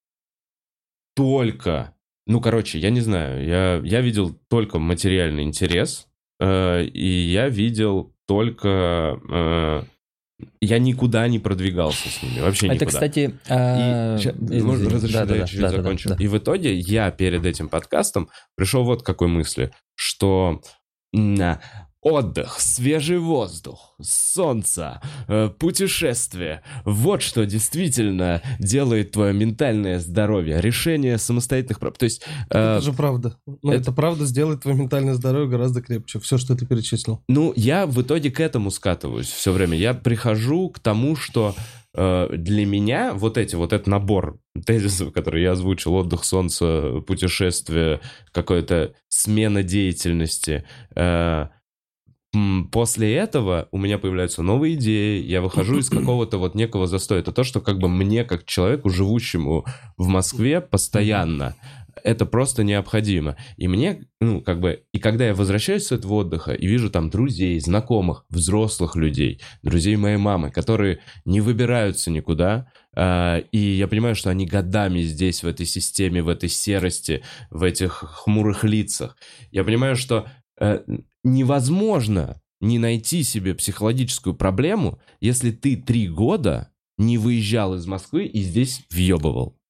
только, ну, короче, я не знаю, я, я видел только материальный интерес, э, и я видел только... э, я никуда не продвигался с ними, вообще никуда. Это, кстати... И а, ща- извини, можно извини. разрешить, Да, да, да, я да, чуть-чуть да, да, закончу. да. И в итоге я перед этим подкастом пришел вот к какой мысли, что м, отдых, свежий воздух, солнце, э, путешествие, вот что действительно делает твое ментальное здоровье, решение самостоятельных проблем. То есть, э, Это же правда. Но это- это... правда сделает твое ментальное здоровье гораздо крепче. Все, что ты перечислил. ну, я в итоге к этому скатываюсь все время. Я прихожу к тому, что э, для меня вот эти, вот этот набор тезисов, которые я озвучил, отдых, солнце, путешествие, какая-то смена деятельности, э, м, после этого у меня появляются новые идеи, я выхожу из какого-то вот некого застоя. Это то, что как бы мне, как человеку, живущему в Москве постоянно, это просто необходимо. И мне, ну, как бы, и когда я возвращаюсь с этого отдыха и вижу там друзей, знакомых, взрослых людей, друзей моей мамы, которые не выбираются никуда, а, и я понимаю, что они годами здесь, в этой системе, в этой серости, в этих хмурых лицах. Я понимаю, что э, невозможно не найти себе психологическую проблему, если ты три года не выезжал из Москвы и здесь въебывал.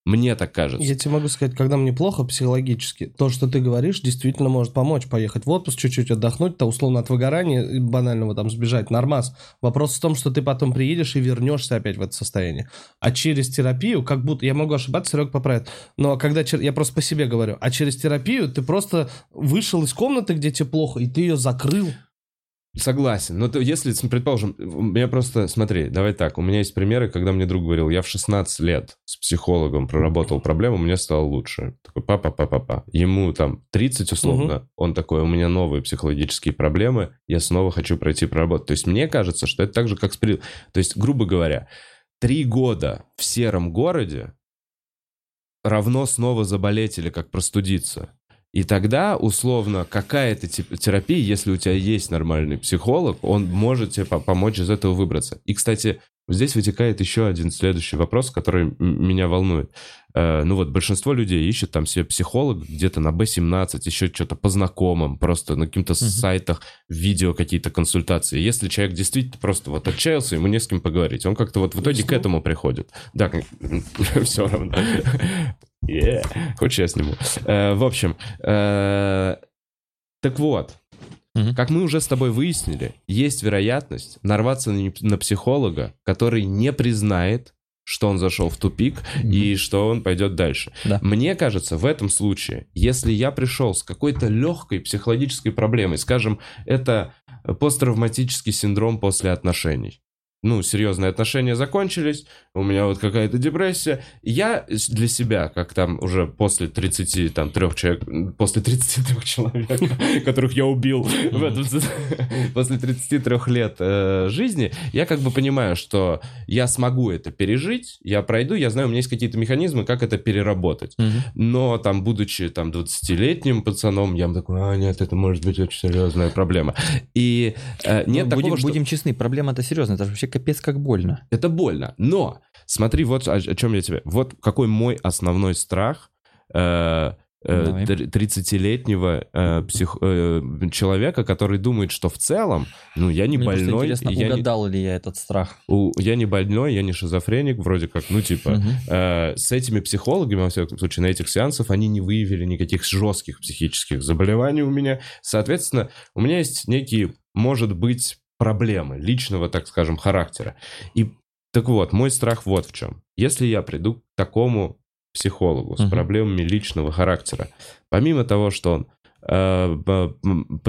Мне так кажется. Я тебе могу сказать, когда мне плохо психологически, то, что ты говоришь, действительно может помочь. Поехать в отпуск, чуть-чуть отдохнуть, то условно от выгорания банального там сбежать, нормас. Вопрос в том, что ты потом приедешь и вернешься опять в это состояние. А через терапию, как будто, я могу ошибаться, Серега поправит, но когда, я просто по себе говорю, а через терапию ты просто вышел из комнаты, где тебе плохо, и ты ее закрыл. Согласен. Но то, если, предположим, у меня просто, смотри, давай так, у меня есть примеры, когда мне друг говорил, я в шестнадцать лет с психологом проработал проблему, мне стало лучше. Такой, папа, папа, папа. Ему там тридцать условно, угу. Он такой, у меня новые психологические проблемы, я снова хочу пройти проработать. То есть мне кажется, что это так же, как с... То есть, грубо говоря, три года в сером городе равно снова заболеть или как простудиться. И тогда, условно, какая-то терапия, если у тебя есть нормальный психолог, он может тебе помочь из этого выбраться. И, кстати, здесь вытекает еще один следующий вопрос, который меня волнует. Ну вот, большинство людей ищет там себе психолога где-то на бэ семнадцать, еще что-то по знакомым, просто на каких-то uh-huh. сайтах, видео какие-то консультации. Если человек действительно просто вот отчаялся, ему не с кем поговорить, он как-то вот в итоге к этому приходит. Да, все равно. Yeah. Хочешь, я сниму? Uh, в общем, uh, так вот, uh-huh. как мы уже с тобой выяснили, есть вероятность нарваться на, на психолога, который не признает, что он зашел в тупик uh-huh. и что он пойдет дальше. Да. Мне кажется, в этом случае, если я пришел с какой-то легкой психологической проблемой, скажем, это посттравматический синдром после отношений, ну, серьезные отношения закончились, у меня вот какая-то депрессия. Я для себя, как там уже после тридцати трёх человек, после тридцати трёх человек, которых я убил в этом, после тридцати трёх лет э, жизни, я как бы понимаю, что я смогу это пережить, я пройду, я знаю, у меня есть какие-то механизмы, как это переработать. Но там, будучи там двадцатилетним пацаном, я такой, а нет, это может быть очень серьезная проблема. И э, нет ну, такого, будем, что... будем честны, проблема-то серьезная, это же вообще капец как больно. Это больно, но смотри, вот о, о чем я тебе... Вот какой мой основной страх э, э, тридцатилетнего э, псих, э, человека, который думает, что в целом, ну, я не Мне больной... Интересно, я угадал не, ли я этот страх? У, я не больной, я не шизофреник, вроде как, ну, типа, угу. э, с этими психологами, во всяком случае, на этих сеансах, они не выявили никаких жестких психических заболеваний у меня. Соответственно, у меня есть некие, может быть, проблемы личного, так скажем, характера. И так вот, мой страх вот в чем. Если я приду к такому психологу с uh-huh. проблемами личного характера, помимо того, что он, э, по, по,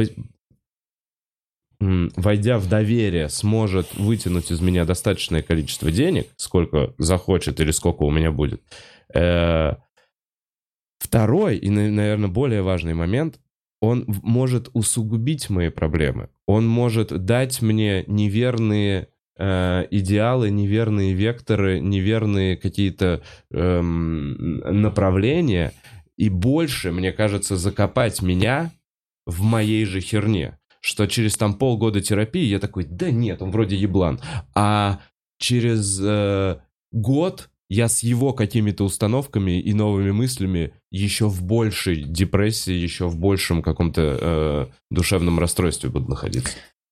войдя в доверие, сможет вытянуть из меня достаточное количество денег, сколько захочет или сколько у меня будет, э, второй и, наверное, более важный момент, он может усугубить мои проблемы. Он может дать мне неверные э, идеалы, неверные векторы, неверные какие-то э, направления, и больше, мне кажется, закопать меня в моей же херне. Что через там полгода терапии я такой, да нет, он вроде еблан. А через э, год я с его какими-то установками и новыми мыслями еще в большей депрессии, еще в большем каком-то э, душевном расстройстве буду находиться.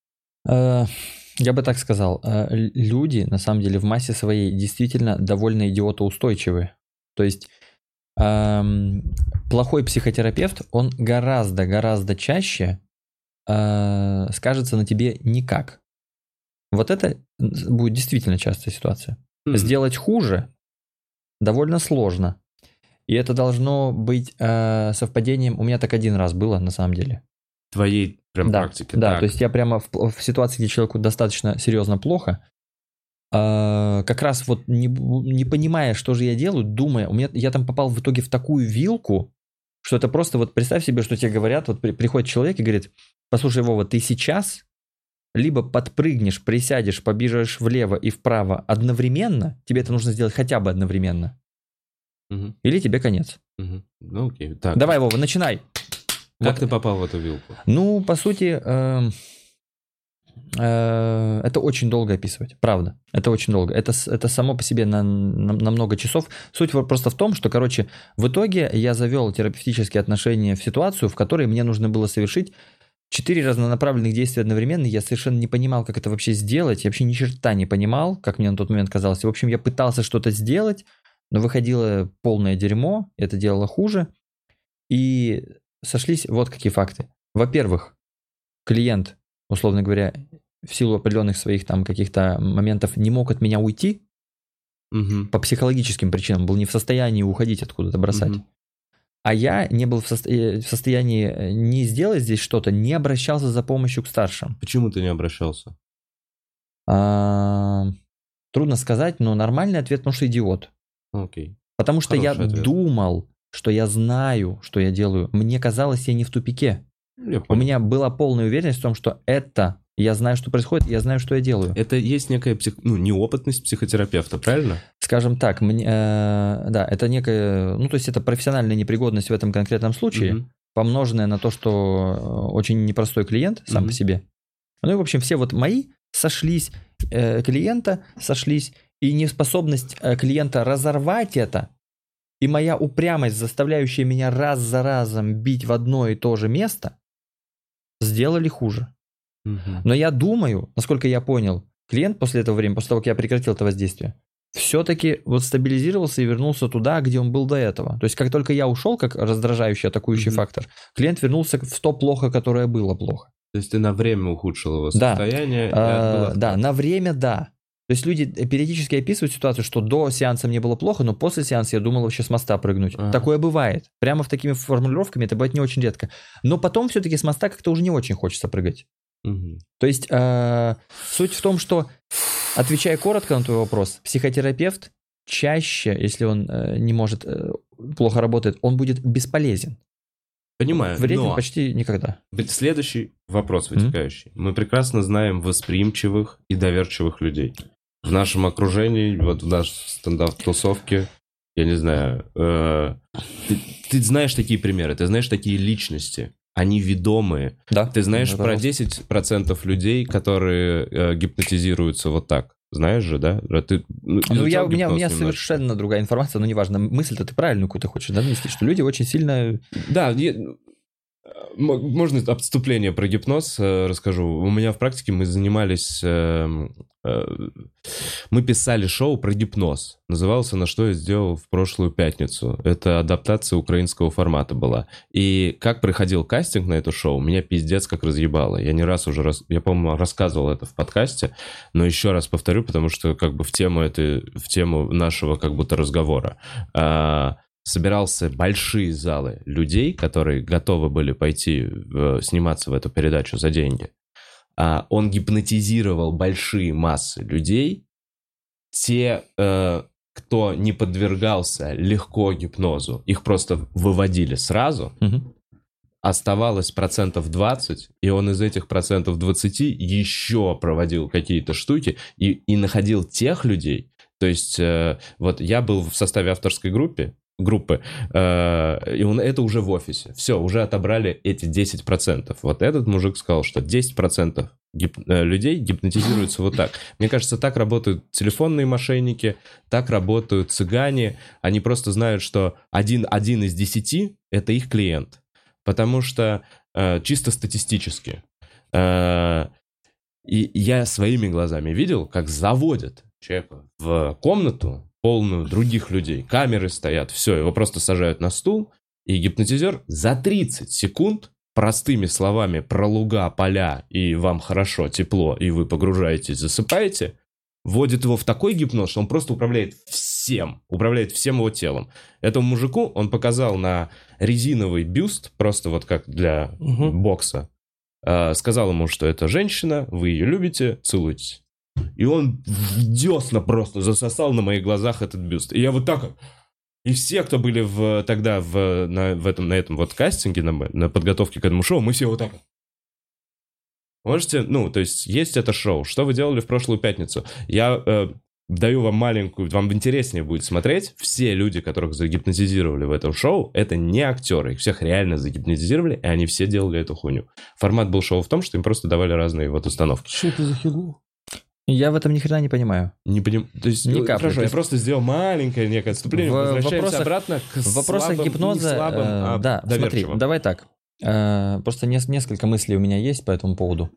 Я бы так сказал. Люди, на самом деле, в массе своей действительно довольно идиотоустойчивые. То есть эм, плохой психотерапевт, он гораздо-гораздо чаще э, скажется на тебе никак. Вот это будет действительно частая ситуация. Mm. Сделать хуже довольно сложно. И это должно быть э, совпадением. У меня так один раз было, на самом деле. Твоей прям да, практики. Да, так. то есть я прямо в, в ситуации, где человеку достаточно серьезно плохо, э, как раз вот не, не понимая, что же я делаю, думая, у меня, я там попал в итоге в такую вилку, что это просто вот представь себе, что тебе говорят, вот при, приходит человек и говорит, послушай, Вова, ты сейчас либо подпрыгнешь, присядешь, побежишь влево и вправо одновременно, тебе это нужно сделать хотя бы одновременно, угу. или тебе конец. Угу. Ну окей, так. Давай, Вова, начинай. Как вот. ты попал в эту вилку? Ну, по сути, э, э, это очень долго описывать, правда. Это очень долго. Это, это само по себе на, на, на много часов. Суть просто в том, что, короче, в итоге я завел терапевтические отношения в ситуацию, в которой мне нужно было совершить четыре разнонаправленных действия одновременно. Я совершенно не понимал, как это вообще сделать. Я вообще ни черта не понимал, как мне на тот момент казалось. В общем, я пытался что-то сделать, но выходило полное дерьмо, это делало хуже. И сошлись вот какие факты. Во-первых, клиент, условно говоря, в силу определенных своих там каких-то моментов не мог от меня уйти. Угу. По психологическим причинам, был не в состоянии уходить откуда-то, бросать. Угу. А я не был в, состо... в состоянии не сделать здесь что-то, не обращался за помощью к старшим. Почему ты не обращался? А... Трудно сказать, но нормальный ответ, потому что идиот. Окей. Потому что Хороший я ответ. думал, что я знаю, что я делаю. Мне казалось, я не в тупике. Я У меня была полная уверенность в том, что это... Я знаю, что происходит, я знаю, что я делаю. Это есть некая псих... ну, неопытность психотерапевта, правильно? Скажем так, мне, э, да, это некая, ну, то есть это профессиональная непригодность в этом конкретном случае, угу. помноженная на то, что очень непростой клиент сам угу. по себе. Ну и, в общем, все вот мои сошлись, э, клиента сошлись, и неспособность э, клиента разорвать это, и моя упрямость, заставляющая меня раз за разом бить в одно и то же место, сделали хуже. Но я думаю, насколько я понял, клиент после этого времени, после того, как я прекратил это воздействие, все-таки вот стабилизировался и вернулся туда, где он был до этого. То есть, как только я ушел, как раздражающий, атакующий mm-hmm. фактор, клиент вернулся в то плохо, которое было плохо. То есть, ты на время ухудшил его состояние? Да, а, да, на время да. То есть, люди периодически описывают ситуацию, что до сеанса мне было плохо, но после сеанса я думал вообще с моста прыгнуть. А-а-а. Такое бывает. Прямо в такими формулировками это бывает не очень редко. Но потом все-таки с моста как-то уже не очень хочется прыгать. Угу. То есть э, суть в том, что, отвечая коротко на твой вопрос, психотерапевт чаще, если он э, не может, э, плохо работает, он будет бесполезен. Понимаю, вреден но почти никогда. Следующий вопрос вытекающий. Mm-hmm. Мы прекрасно знаем восприимчивых и доверчивых людей. В нашем окружении, вот в нашей стендап-тусовке, я не знаю, э, ты, ты знаешь такие примеры, ты знаешь такие личности. Они ведомые. Да. Ты знаешь да, про десять процентов людей, которые э, гипнотизируются вот так. Знаешь же, да? Ты, ну, ну я, у меня, у меня совершенно другая информация, но неважно. Мысль-то ты правильную какую-то хочешь донести, что люди очень сильно... Да, я... можно отступление про гипноз э, расскажу. У меня в практике мы занимались... Э, э, мы писали шоу про гипноз. Называлось оно «Что я сделал в прошлую пятницу». Это адаптация украинского формата была. И как проходил кастинг на это шоу, меня пиздец как разъебало. Я не раз уже, рас... я, по-моему, рассказывал это в подкасте, но еще раз повторю, потому что как бы в тему, это... в тему нашего как будто разговора. А... Собирался большие залы людей, которые готовы были пойти в, сниматься в эту передачу за деньги. А он гипнотизировал большие массы людей. Те, э, кто не подвергался легко гипнозу, их просто выводили сразу. Угу. Оставалось процентов двадцать, и он из этих процентов двадцати еще проводил какие-то штуки и, и находил тех людей. То есть э, вот я был в составе авторской группы, группы, э, и он, это уже в офисе. Все, уже отобрали эти десять процентов. Вот этот мужик сказал, что десять процентов гип, э, людей гипнотизируются вот так. Мне кажется, так работают телефонные мошенники, так работают цыгане. Они просто знают, что один, один из десяти – это их клиент. Потому что э, чисто статистически. Э, и я своими глазами видел, как заводят человека в комнату, полную других людей. Камеры стоят, все, его просто сажают на стул, и гипнотизер за тридцать секунд простыми словами про луга, поля, и вам хорошо, тепло, и вы погружаетесь, засыпаете, вводит его в такой гипноз, что он просто управляет всем, управляет всем его телом. Этому мужику он показал на резиновый бюст, просто вот как для угу. бокса, сказал ему, что это женщина, вы ее любите, целуйтесь. И он в десна просто засосал на моих глазах этот бюст. И я вот так вот... И все, кто были в, тогда в, на, в этом, на этом вот кастинге, на, на подготовке к этому шоу, мы все вот так вот. Можете... Ну, то есть, есть это шоу. Что вы делали в прошлую пятницу? Я э, даю вам маленькую... Вам интереснее будет смотреть. Все люди, которых загипнотизировали в этом шоу, это не актеры. Их всех реально загипнотизировали, и они все делали эту хуйню. Формат был шоу в том, что им просто давали разные вот установки. Что это за херня? Я в этом ни хрена не понимаю. Не поним... То есть, Ни ну, капли. Хорошо, я просто сделал маленькое некое отступление. В Возвращаемся вопросах, обратно к в вопросах слабым гипноза, и слабым, а э, да, доверчивым. Смотри, давай так. Э, просто не, несколько мыслей у меня есть по этому поводу.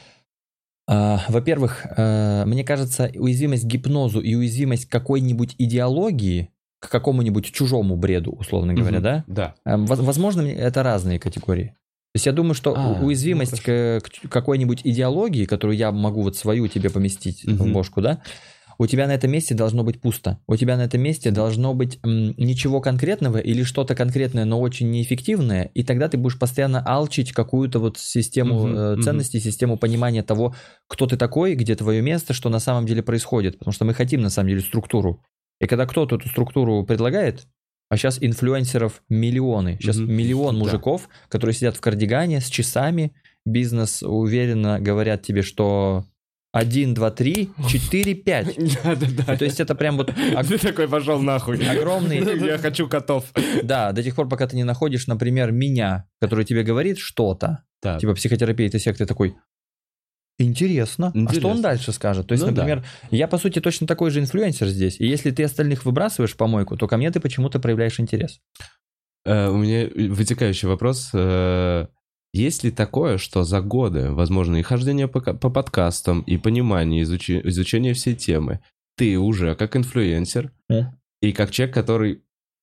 Э, во-первых, э, мне кажется, уязвимость к гипнозу и уязвимость к какой-нибудь идеологии, к какому-нибудь чужому бреду, условно говоря, Мгм. да? Да. Э, воз- Возможно, это разные категории. То есть я думаю, что А, у- уязвимость ну, к, к какой-нибудь идеологии, которую я могу вот свою тебе поместить в Мгм. бошку, да, у тебя на этом месте должно быть пусто. У тебя на этом месте должно быть м, ничего конкретного или что-то конкретное, но очень неэффективное, и тогда ты будешь постоянно алчить какую-то вот систему Мгм, э, мгм. ценностей, систему понимания того, кто ты такой, где твое место, что на самом деле происходит. Потому что мы хотим на самом деле структуру. И когда кто-то эту структуру предлагает, а сейчас инфлюенсеров миллионы, сейчас Мгм. миллион Да. мужиков, которые сидят в кардигане с часами, бизнес уверенно говорят тебе, что один, два, три, четыре, пять. Да-да-да. То есть это прям вот ог- Ты такой пошел нахуй. огромный... Я хочу котов. Да, до тех пор, пока ты не находишь, например, меня, который тебе говорит что-то, Так. типа психотерапия, ты секты такой... Интересно. А что Интересно. он дальше скажет? То есть, Ну да. например, я, по сути, точно такой же инфлюенсер здесь. И если ты остальных выбрасываешь в помойку, то ко мне ты почему-то проявляешь интерес. Э, У меня вытекающий вопрос. Э, Есть ли такое, что за годы, возможно, и хождение по, ка- по подкастам, и понимание, изучи- изучение всей темы, ты уже как инфлюенсер и как человек, который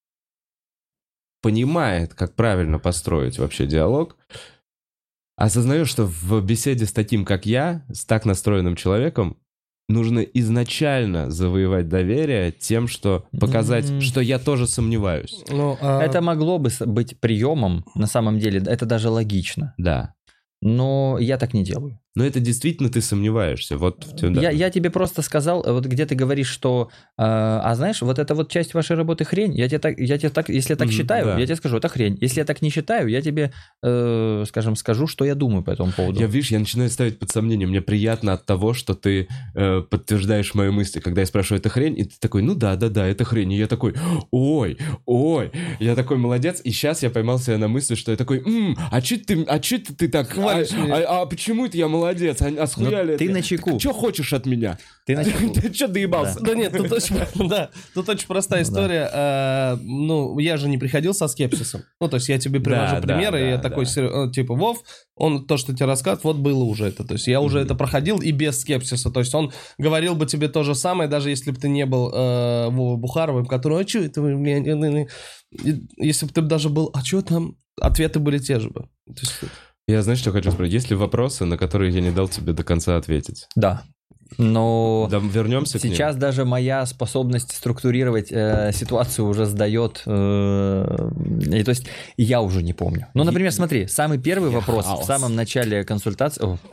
понимает, как правильно построить вообще диалог, осознаешь, что в беседе с таким, как я, с так настроенным человеком, нужно изначально завоевать доверие тем, что показать, М. что я тоже сомневаюсь. Ну, а, Это могло бы с- быть приемом, на самом деле, это даже логично. Да. Но я так не делаю. Но это действительно ты сомневаешься. Вот в тем, да. Я, я тебе просто сказал, вот где ты говоришь, что, э, а знаешь, вот это вот часть вашей работы хрень, я тебе так, я тебе так, если я так Мгм, считаю, да. я тебе скажу, это хрень. Если я так не считаю, я тебе, э, скажем, скажу, что я думаю по этому поводу. Я, видишь, я начинаю ставить под сомнение. Мне приятно от того, что ты э, подтверждаешь мои мысли, когда я спрашиваю, это хрень, и ты такой, ну да, да, да, это хрень. И я такой, ой, ой, я такой молодец. И сейчас я поймал себя на мысли, что я такой, «М, а че ты, а че ты, ты так, а, Хвалишь меня. а- а почему это я молодец? А, а схуя Но ли ты это? начеку. Что хочешь от меня? Ты начеку. Ты что доебался? Да нет, тут очень, да, тут очень простая Ну, история. А, Ну, я же не приходил со скепсисом. Ну, то есть я тебе привожу Да, да, примеры, и я да, такой, да. сер- э, типа, Вов, он то, что тебе рассказывает, вот было уже это. То есть я уже Мгм. это проходил и без скепсиса. То есть он говорил бы тебе то же самое, даже если бы ты не был э, Вовой Бухаровым, который, а что это вы, бля, не- не- не?» И если бы ты даже был, а что там? Ответы были те же бы. То есть, Я, знаешь, что хочу спросить? Есть ли вопросы, на которые я не дал тебе до конца ответить? Да. Но Да, вернемся к ним. сейчас даже моя способность структурировать э, ситуацию уже сдает. э, и то есть я уже не помню. Ну, например, смотри, самый первый Я вопрос хаос. в самом начале консультации. о,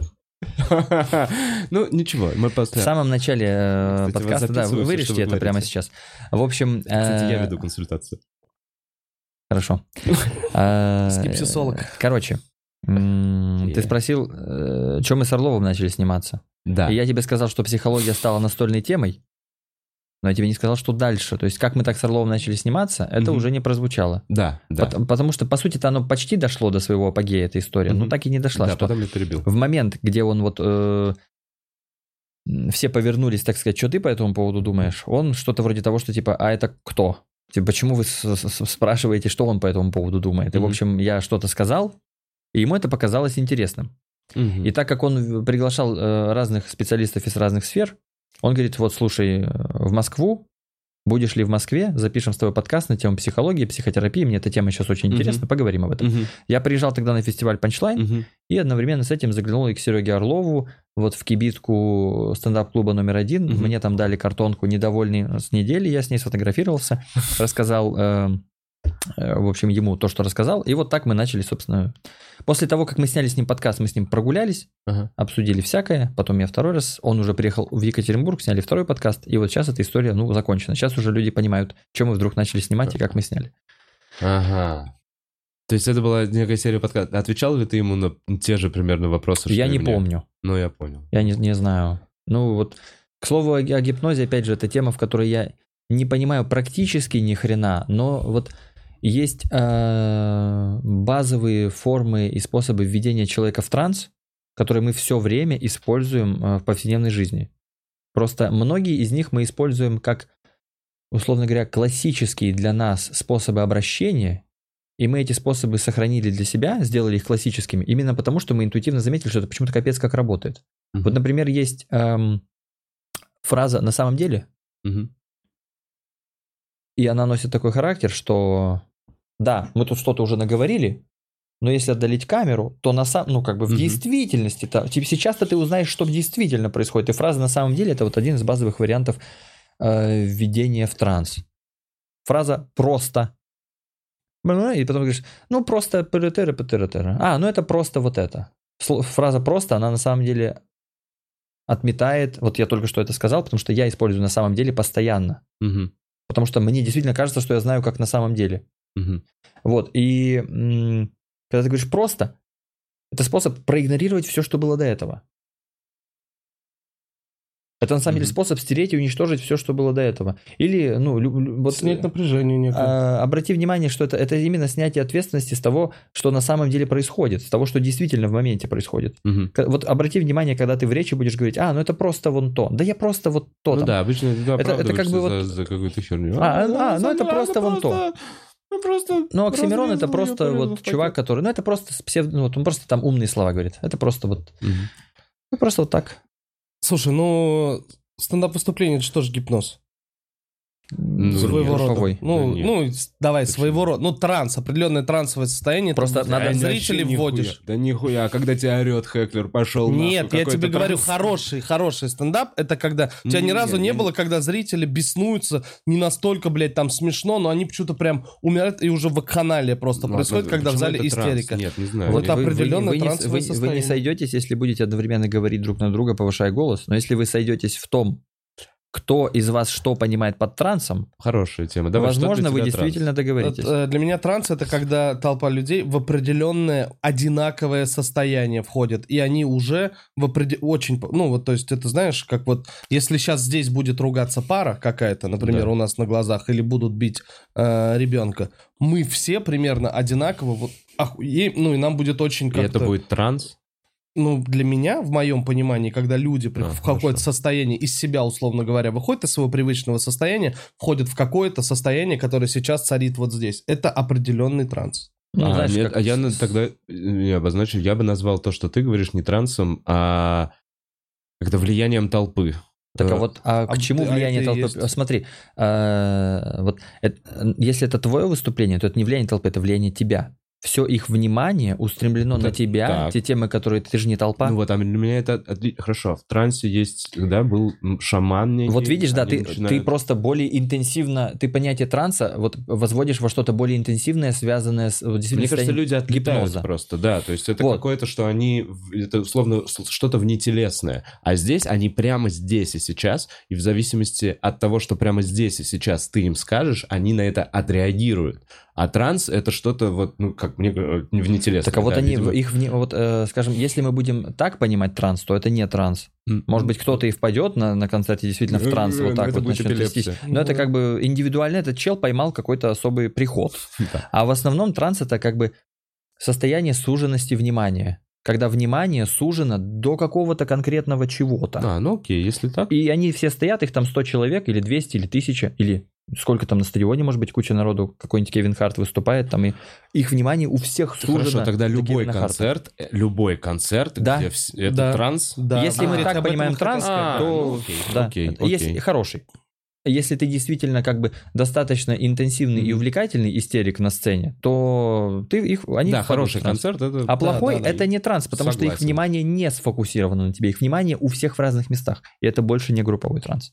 Ну, ничего, мы В просто... самом начале э, Кстати, вас подкаста, да, записываю, вы всё, вырежьте что вы это прямо говорите. сейчас. В общем, Кстати, я э, веду консультацию. хорошо. Э, Скепсисолог. Короче, м, ты Yeah. спросил, что мы с Орловым начали сниматься. Да. И я тебе сказал, что психология стала настольной темой, но я тебе не сказал, что дальше. То есть, как мы так с Орловым начали сниматься, это Мгм. уже не прозвучало. Да, да. Пот- Потому что, по сути-то, оно почти дошло до своего апогея, эта история, но Мгм. так и не дошла. Да, что потом я перебил. в момент, где он вот... э, м, все повернулись, так сказать, что ты по этому поводу думаешь, он что-то вроде того, что типа, а это кто? Типа, почему вы с- с- спрашиваете, что он по этому поводу думает? И, в Мгм. общем, я что-то сказал, и ему это показалось интересным. Мгм. И так как он приглашал э, разных специалистов из разных сфер, он говорит, вот, слушай, э, в Москву, будешь ли в Москве, запишем с тобой подкаст на тему психологии, психотерапии, мне эта тема сейчас очень Мгм. интересна, поговорим об этом. Мгм. Я приезжал тогда на фестиваль Punchline, Мгм. и одновременно с этим заглянул и к Сереге Орлову, вот в кибитку стендап-клуба номер один, Мгм. мне там дали картонку «Недовольный с недели», я с ней сфотографировался, рассказал, э, э, в общем, ему то, что рассказал, и вот так мы начали, собственно. После того, как мы сняли с ним подкаст, мы с ним прогулялись, Ага. обсудили всякое, потом я второй раз, он уже приехал в Екатеринбург, сняли второй подкаст, и вот сейчас эта история, ну, закончена. Сейчас уже люди понимают, что мы вдруг начали снимать и как мы сняли. Ага. То есть это была некая серия подкастов. Отвечал ли ты ему на те же примерно вопросы, что Я и не мне? помню, Ну, я понял. я не, не знаю. Ну, вот, к слову о, о гипнозе, опять же, это тема, в которой я не понимаю практически ни хрена, но вот есть э, базовые формы и способы введения человека в транс, которые мы все время используем э, в повседневной жизни. Просто многие из них мы используем как, условно говоря, классические для нас способы обращения, и мы эти способы сохранили для себя, сделали их классическими, именно потому, что мы интуитивно заметили, что это почему-то капец как работает. Мгм. Вот, например, есть эм, фраза «на самом деле», Мгм. И она носит такой характер, что да, мы тут что-то уже наговорили, но если отдалить камеру, то на самом, ну как бы в Мгм. действительности, то, типа, сейчас-то ты узнаешь, что действительно происходит. И фраза на самом деле это вот один из базовых вариантов э, введения в транс. Фраза просто. И потом говоришь, ну просто пыры-тыры, пытыры-тыры. А, ну это просто вот это. Сло- Фраза просто, она на самом деле отметает, вот я только что это сказал, потому что я использую на самом деле постоянно. Мгм. Потому что мне действительно кажется, что я знаю, как на самом деле. Мгм. Вот, и м, когда ты говоришь просто, это способ проигнорировать все, что было до этого. Это на самом деле Мгм. способ стереть и уничтожить все, что было до этого. Или, ну, лю- лю- вот, Снять напряжение некое. а, обрати внимание, что это, это именно снятие ответственности с того, что на самом деле происходит, с того, что действительно в моменте происходит. Мгм. К- Вот обрати внимание, когда ты в речи будешь говорить, а, ну это просто вон то. Да я просто вот то Ну там. да, обычно ты это как оправдываешься бы за, вот- за какую-то херню. А, а, ну это Саня, просто вон то. просто- ну, просто Ну, Оксимирон это разрезал, просто я порезал вот в чувак, пакет. который, ну это просто с псев- ну, вот он просто там умные слова говорит. Это просто вот, Мгм. ну просто вот так. Слушай, ну, стендап-выступление, это же тоже гипноз. Ну, Своего нет. рода. Групповой. Ну, Да нет. ну, с- давай, Почему? своего рода. Ну, транс, определенное трансовое состояние. Просто ты надо- для Да зрителей вообще вводишь. нихуя. Да нихуя, когда тебя орет Хеклер, пошел Нет, нахуй, я какой-то тебе говорю, транс. хороший, хороший стендап, это когда... У тебя ни Нет, разу не я было, не- когда зрители беснуются, не настолько, блядь, там смешно, но они почему-то прям умирают, и уже вакханалия просто Ну, происходит, а когда в почему зале это транс? истерика. Нет, не знаю. Вот Нет. это определенное вы, не, трансовое вы- вы не состояние. сойдетесь, если будете одновременно говорить друг на друга, повышая голос, но если вы сойдетесь в том, кто из вас что понимает под трансом, Хорошая тема. Давай, что возможно, для вы тебя действительно договоритесь. Это, э, Для меня транс это когда толпа людей в определенное одинаковое состояние входит, и они уже в опред... очень, по- ну вот, то есть это знаешь, как вот, если сейчас здесь будет ругаться пара какая-то, например, Да. у нас на глазах, или будут бить э, ребенка, мы все примерно одинаково, вот, охуеем, ну и нам будет очень И как-то... это будет транс? Ну, для меня, в моем понимании, когда люди при- А, в какое-то хорошо. состояние из себя, условно говоря, выходят из своего привычного состояния, входят в какое-то состояние, которое сейчас царит вот здесь. Это определенный транс. Ну, а, знаешь, нет, как а я с- на- тогда э, не обозначу, я бы назвал то, что ты говоришь, не трансом, а как-то влиянием толпы. Так а Э, вот а а к чему это- а влияние это и толпы? есть. Смотри, а, вот это- если это твое выступление, то это не влияние толпы, это влияние тебя. Все их внимание устремлено Да, на тебя, так. те темы, которые ты же не толпа. Ну вот, а для меня это отли- хорошо. В трансе есть, да, был м, шаман некий. Вот видишь, да, они ты, начинают- ты просто более интенсивно, ты понятие транса вот возводишь во что-то более интенсивное, связанное с вот, действительно Мне кажется, состоянием люди отлетают гипноза. просто, да, то есть это Вот. какое-то, что они, в- это условно с- что-то внетелесное, а здесь они прямо здесь и сейчас, и в зависимости от того, что прямо здесь и сейчас ты им скажешь, они на это отреагируют. А транс это что-то вот, ну, как мне говорят, внетелесное. Так а вот да, они, видимо. их, вне- вот, э, скажем, если мы будем так понимать транс, то это не транс. М, Может быть, кто-то и впадет на, на концерте действительно в транс, Ну, вот так это вот будет начнет эпилепсия. трястись. Но это как бы индивидуально, этот чел поймал какой-то особый приход. Да. А в основном транс это как бы состояние суженности внимания. Когда внимание сужено до какого-то конкретного чего-то. А, ну окей, если так. И они все стоят, их там сто человек, или двести, или тысяча, или сколько там на стадионе, может быть, куча народу, какой-нибудь Кевин Харт выступает, там и их внимание у всех сужено. Хорошо, тогда до любой Кевина Харта. концерт, э, любой концерт, Да. где вс- это Да. транс. Да. Если А, мы я так об этом понимаем хотел транс, сказать. то ну, окей, да, окей, это есть окей. хороший. Если ты действительно как бы достаточно интенсивный и Мгм. увлекательный истерик на сцене, то ты их, они Да, впадут в хороший транс. концерт. Это... А плохой да, да. это не транс, потому что их Согласен. внимание не сфокусировано на тебе, их внимание у всех в разных местах, и это больше не групповой транс.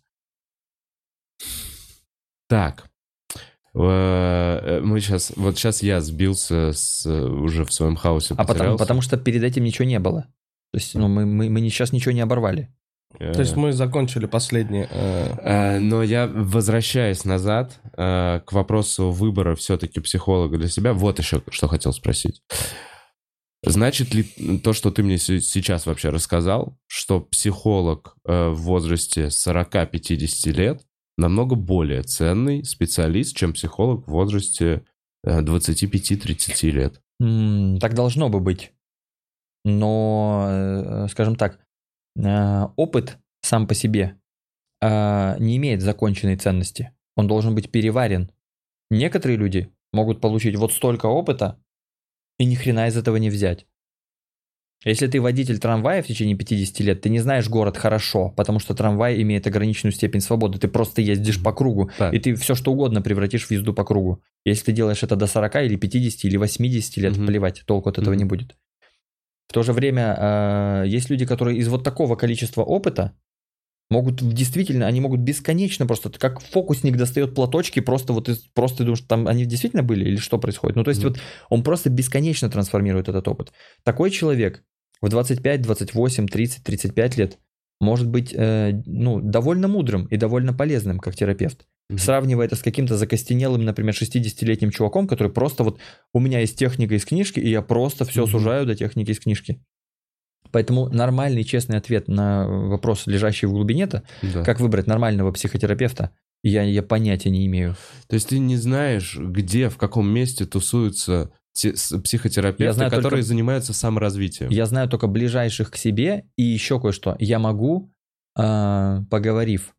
Так. Э, Мы сейчас, вот сейчас я сбился с, э, уже в своем хаосе. А потому, потерялся. потому что перед этим ничего не было. То есть, ну, мы, мы, мы сейчас ничего не оборвали. Э, То есть мы закончили последнее. э, э, Но я, возвращаясь назад э, к вопросу выбора все-таки психолога для себя, вот еще что хотел спросить. Значит ли то, что ты мне се- сейчас вообще рассказал, что психолог э, в возрасте сорок-пятьдесят лет намного более ценный специалист, чем психолог в возрасте э, двадцать пять-тридцать лет? М, Так должно бы быть. Но, э, скажем так, э, опыт сам по себе э, не имеет законченной ценности. Он должен быть переварен. Некоторые люди могут получить вот столько опыта и ни хрена из этого не взять. Если ты водитель трамвая в течение пятьдесят лет, ты не знаешь город хорошо, потому что трамвай имеет ограниченную степень свободы. Ты просто ездишь по кругу, Так. и ты все что угодно превратишь в езду по кругу. Если ты делаешь это до сорока или пятидесяти или восьмидесяти лет, Мгм. плевать, толку от этого Мгм. не будет. В то же время э, есть люди, которые из вот такого количества опыта могут действительно, они могут бесконечно просто, как фокусник достает платочки, просто вот из, просто думаешь, там они действительно были или что происходит? Ну, то есть Мгм. вот он просто бесконечно трансформирует этот опыт. Такой человек в двадцать пять, двадцать восемь, тридцать, тридцать пять лет может быть э, ну, довольно мудрым и довольно полезным как терапевт. Мгм. Сравнивая это с каким-то закостенелым, например, шестидесятилетним чуваком, который просто вот у меня есть техника из книжки, и я просто все Мгм. сужаю до техники из книжки. Поэтому нормальный, честный ответ на вопрос, лежащий в глубине-то, Да. как выбрать нормального психотерапевта, я, я понятия не имею. То есть ты не знаешь, где, в каком месте тусуются те- с- психотерапевты, Я знаю которые только- занимаются саморазвитием. Я знаю только ближайших к себе и еще кое-что. Я могу, э, поговорив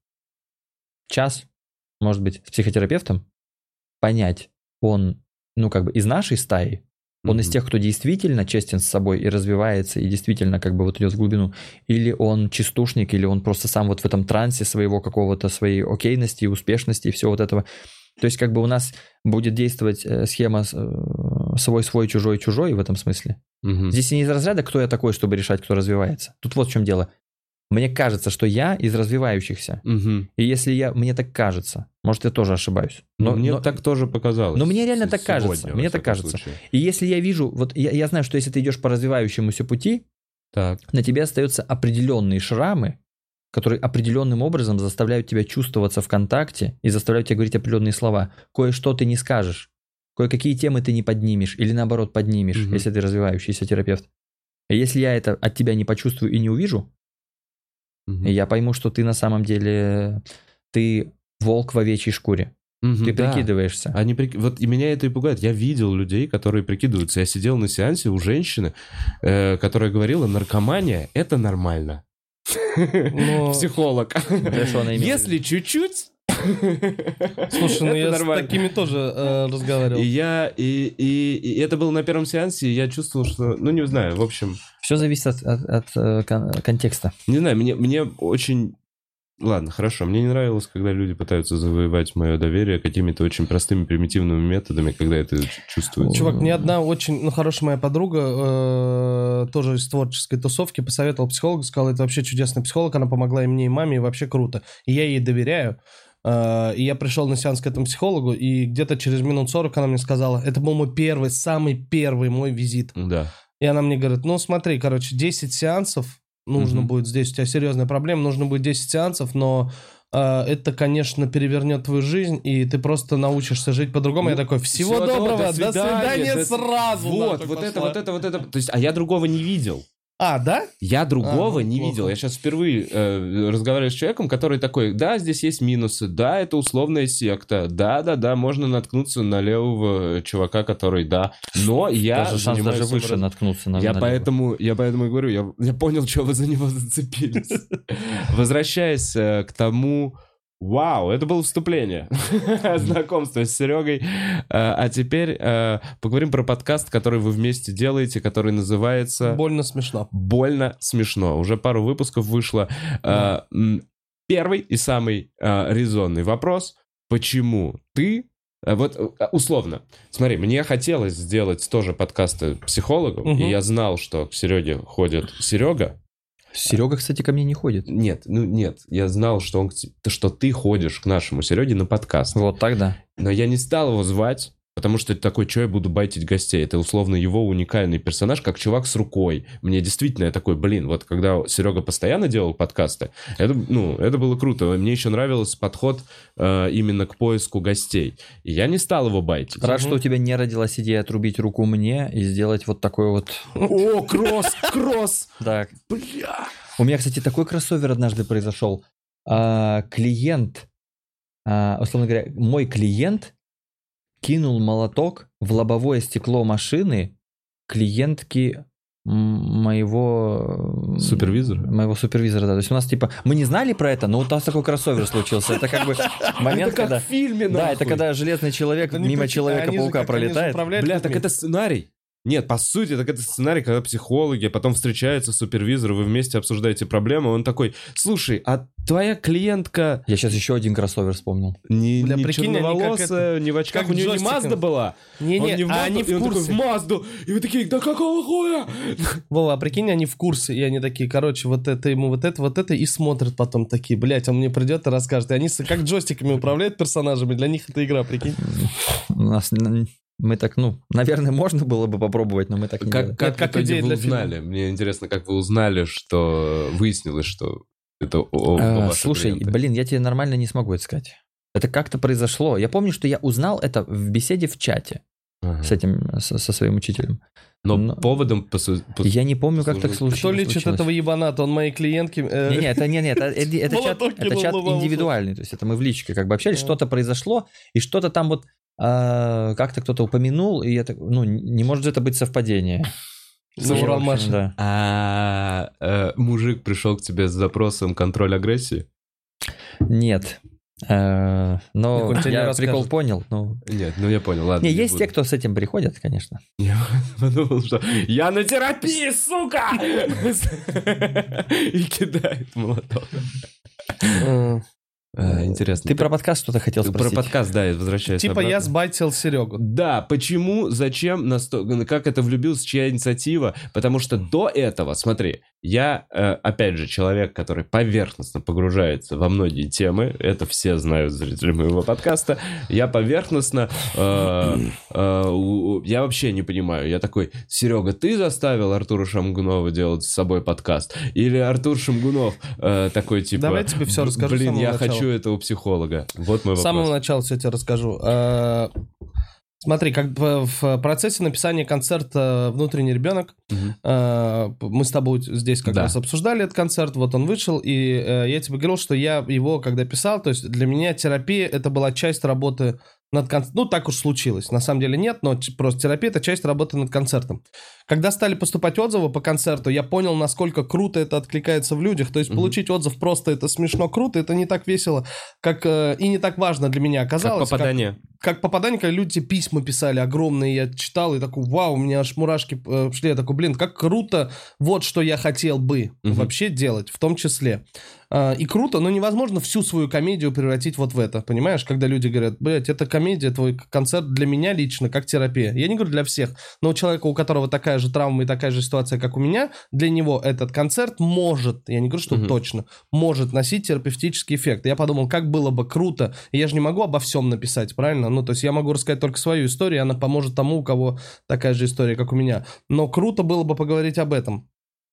час, может быть, с психотерапевтом, понять, он, ну, как бы из нашей стаи, он Мгм. из тех, кто действительно честен с собой и развивается, и действительно как бы вот идет в глубину, или он частушник, или он просто сам вот в этом трансе своего какого-то, своей окейности, успешности и всего вот этого. То есть как бы у нас будет действовать э, схема э, свой-свой, чужой-чужой в этом смысле. Мгм. Здесь не из разряда, кто я такой, чтобы решать, кто развивается. Тут вот в чем дело. Мне кажется, что я из развивающихся. Мгм. И если я, мне так кажется, может, я тоже ошибаюсь. Но, Но, мне но- так тоже показалось. но мне реально С- так сегодня, кажется, во мне так всяком кажется. случае. И если я вижу, вот я, я знаю, что если ты идешь по развивающемуся пути, Так. на тебе остаются определенные шрамы, которые определенным образом заставляют тебя чувствоваться в контакте и заставляют тебя говорить определенные слова. Кое-что ты не скажешь, кое-какие темы ты не поднимешь или наоборот поднимешь, Мгм. если ты развивающийся терапевт. И если я это от тебя не почувствую и не увижу, Мгм. я пойму, что ты на самом деле, ты волк в овечьей шкуре. Мгм, Ты да. прикидываешься. Они прик- Вот и меня это и пугает. Я видел людей, которые прикидываются. Я сидел на сеансе у женщины, э, которая говорила, наркомания – это нормально. Но- Психолог. Да, что она имела в Если чуть-чуть, Слушай, ну это я нормально. с такими тоже э, разговаривал. И я, и, и, и это было на первом сеансе, и я чувствовал, что, ну, не знаю, в общем, Все зависит от, от- от, э, кон- контекста. не знаю, мне, мне очень... Ладно, хорошо, мне не нравилось, когда люди пытаются завоевать мое доверие какими-то очень простыми, примитивными методами, когда это ч- чувствуется. Чувак, мне одна очень, ну, хорошая моя подруга, э, тоже из творческой тусовки, посоветовала психолога, сказала, это вообще чудесный психолог, она помогла и мне, и маме, и вообще круто. И я ей доверяю. Э, и я пришел на сеанс к этому психологу, и где-то через минут сорок она мне сказала, это был мой первый, самый первый мой визит. Да. И она мне говорит, ну смотри, короче, десять сеансов нужно Мгм. будет здесь, у тебя серьезная проблема, нужно будет десять сеансов, но э, это, конечно, перевернет твою жизнь, и ты просто научишься жить по-другому. Ну, Я такой, всего Всё, доброго, до до свидания, до- сразу. Вот, нахуй вот это, пошла. вот это, вот это. То есть, а я другого не видел. А, да? Я другого А, ну, не плохо. видел. Я сейчас впервые э, разговариваю с человеком, который такой, да, здесь есть минусы, да, это условная секта, да, да, да, можно наткнуться на левого чувака, который, да, но я даже шанс занимаюсь даже выше самораз- наткнуться на Я налево. поэтому, я поэтому и говорю, я, я понял, что вы за него зацепились. Возвращаясь э, к тому, вау, это было вступление, знакомство с Серегой. Э, А теперь э, поговорим про подкаст, который вы вместе делаете, который называется Больно смешно. «Больно смешно». Уже пару выпусков вышло. Э, м, Первый и самый э, резонный вопрос. Почему ты... э, Вот э, условно, смотри, мне хотелось сделать тоже подкасты психологу, Мгм. и я знал, что к Сереге ходит Серега. Серега, кстати, ко мне не ходит. Нет, ну нет, я знал, что, он, к те- что ты ходишь к нашему Сереге на подкаст. Вот тогда. Но я не стал его звать, потому что это такой, что я буду байтить гостей. Это условно его уникальный персонаж, как чувак с рукой. Мне действительно я такой, блин, вот когда Серега постоянно делал подкасты, это, ну, это было круто. Мне еще нравился подход э, именно к поиску гостей. И я не стал его байтить. Рад, что у тебя не родилась идея отрубить руку мне и сделать вот такой вот... О, кросс, кросс! Так. Бля! У меня, кстати, такой кроссовер однажды произошел. А, клиент, а, условно говоря, мой клиент кинул молоток в лобовое стекло машины клиентки м, моего... м, Супервизора? Моего супервизора, да. То есть у нас, типа, мы не знали про это, но вот у нас такой кроссовер случился. Это как бы момент, Это как когда... в фильме, Да, нахуй. это когда железный человек Это не мимо точно, они же Человека-паука как- они же пролетает. управляют Бля, людьми. так это сценарий. Нет, по сути, так это сценарий, когда психологи, потом встречаются супервизор, вы вместе обсуждаете проблему, он такой, слушай, а твоя клиентка... Я сейчас еще один кроссовер вспомнил. Не, Бля, не прикинь, они как черноволосая, это- не в очках, как у нее не джойстиком. Мазда была. Не-не, Он не в а Мазду, они и в он такой, курсе. в Мазду. И вы такие, да какого хуя? Вова, а прикинь, они в курсе, и они такие, короче, вот это ему, вот это, вот это, и смотрят потом такие, блядь, он мне придет и расскажет. И они с- как джойстиками управляют персонажами, для них это игра, прикинь. У нас... н- Мы так, ну, наверное, можно было бы попробовать, но мы так не Как, делаем. как, Это как в итоге идея вы для фильма. узнали? Мне интересно, как вы узнали, что выяснилось, что это оба А, ваши Слушай, клиенты? блин, я тебе нормально не смогу это сказать. Это как-то произошло. Я помню, что я узнал это в беседе в чате Ага. с этим, со, со своим учителем. Но, но- поводом... по су- по- Я не помню, как так Слушай, случилось. Кто лечит случилось. этого ебаната? Он моей клиентке... э, Не-не, это, не, не, это, это, это чат, Молоток это кинул чат на волосы. индивидуальный, то есть это мы в личке как бы общались, Да. что-то произошло, и что-то там вот а, как-то кто-то упомянул, и это, ну, не может же это быть совпадение. На И, в Уралмаше. общем, да. А э, мужик пришел к тебе с запросом контроль агрессии? Нет. Э, Но Так он тебе не я расскажет. прикол понял. Ну, Нет, ну я понял, ладно. не, не есть буду. те, кто с этим приходят, конечно. Я подумал, что я на терапии, сука! И кидает молоток. э, А, Интересно. Ты про подкаст что-то хотел Про спросить? подкаст, да, я возвращаюсь Типа я обратно. сбайтил Серегу. Да, почему, зачем, насто- как это влюбился, чья инициатива? Потому что до этого, смотри, я, э, опять же, человек, который поверхностно погружается во многие темы, это все знают зрители моего подкаста, я поверхностно, э, э, у- у- я вообще не понимаю, я такой, Серега, ты заставил Артура Шамгунова делать с собой подкаст? Или Артур Шамгунов э, такой, типа, Давай я тебе всё расскажу с блин, самого я начала. хочу этого психолога. Вот мой С вопрос. самого начала все тебе расскажу. Э, Смотри, как бы в процессе написания концерта «Внутренний ребенок» Мгм. э, мы с тобой здесь как Да. раз обсуждали этот концерт, вот он вышел, и э, я тебе говорил, что я его, когда писал, то есть для меня терапия — это была часть работы над концертом. Ну, так уж случилось. На самом деле нет, но т- просто терапия — это часть работы над концертом. Когда стали поступать отзывы по концерту, я понял, насколько круто это откликается в людях. То есть Мгм. получить отзыв просто это смешно, круто, это не так весело, как э, и не так важно для меня Как оказалось. попадание. Как попадание, когда люди тебе письма писали огромные, я читал и такой, вау, у меня аж мурашки э, шли. Я такой, блин, как круто, вот что я хотел бы Мгм. вообще делать, в том числе. А, и круто, но невозможно всю свою комедию превратить вот в это, понимаешь? Когда люди говорят, блядь, это комедия, твой концерт для меня лично, как терапия. Я не говорю для всех, но у человека, у которого такая же травма и такая же ситуация, как у меня, для него этот концерт может, я не говорю, что Мгм. точно, может носить терапевтический эффект. Я подумал, как было бы круто, и я же не могу обо всем написать, правильно? Ну, то есть я могу рассказать только свою историю, и она поможет тому, у кого такая же история, как у меня. Но круто было бы поговорить об этом.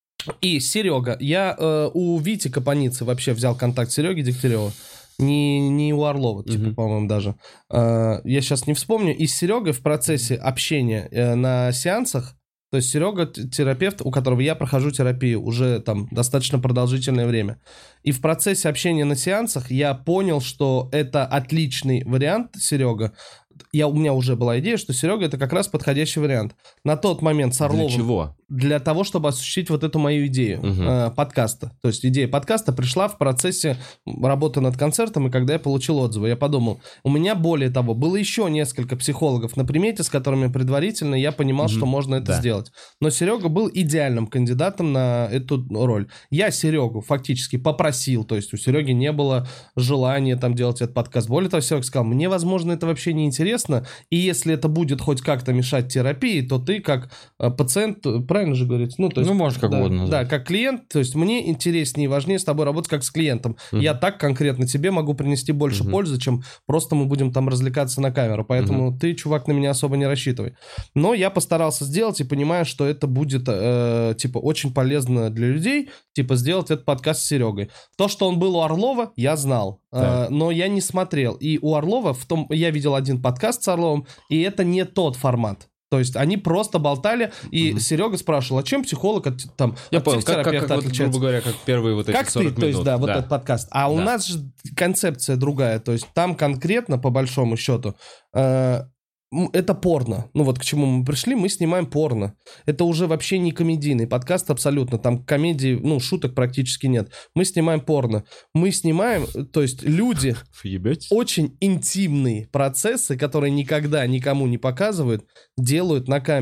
И Серега, я э, у Вити Капаницы вообще взял контакт Сереги Дегтярева, не, не у Орлова, типа, Мгм. по-моему, даже. Э, я сейчас не вспомню. И с Серегой в процессе общения э, на сеансах, то есть Серега т- терапевт, у которого я прохожу терапию уже там достаточно продолжительное время. И в процессе общения на сеансах я понял, что это отличный вариант, Серега. Я, у меня уже была идея, что Серега это как раз подходящий вариант. На тот момент с Орловым... Для чего? Для того, чтобы осуществить вот эту мою идею Мгм. э, подкаста. То есть идея подкаста пришла в процессе работы над концертом, и когда я получил отзывы, я подумал, у меня более того, было еще несколько психологов на примете, с которыми предварительно я понимал, Мгм. что можно это Да. сделать. Но Серега был идеальным кандидатом на эту роль. Я Серегу фактически попросил, то есть у Сереги не было желания там делать этот подкаст. Более того, Серега сказал, мне, возможно, это вообще не интересно, и если это будет хоть как-то мешать терапии, то ты как э, пациент, э, правильно же говорится? Ну, то есть, Ну, можно как да, угодно назвать. Да, как клиент, то есть мне интереснее и важнее с тобой работать как с клиентом. Мгм. Я так конкретно тебе могу принести больше Мгм. пользы, чем просто мы будем там развлекаться на камеру. Поэтому ты, чувак, на меня особо не рассчитывай. Но я постарался сделать и понимаю, что это будет, э, типа, очень полезно для людей, типа, сделать этот подкаст с Серегой. То, что он был у Орлова, я знал, э, Так. но я не смотрел. И у Орлова, в том, я видел один подкаст с Орловым, и это не тот формат. То есть они просто болтали, и Мгм. Серега спрашивал, а чем психолог от, там, Я от понял, как, как, психотерапевта как вот, отличается? грубо говоря, как первые вот эти Как ты, сорок то есть, минут. да, вот этот подкаст. А у Да. нас же концепция другая. То есть там конкретно, по большому счету, э, м, это порно. Ну вот к чему мы пришли, мы снимаем порно. Это уже вообще не комедийный подкаст абсолютно. Там комедии, ну, шуток практически нет. Мы снимаем порно. Мы снимаем, то есть люди... Вы ебетесь? Очень интимные процессы, которые никогда никому не показывают, делают на камеру.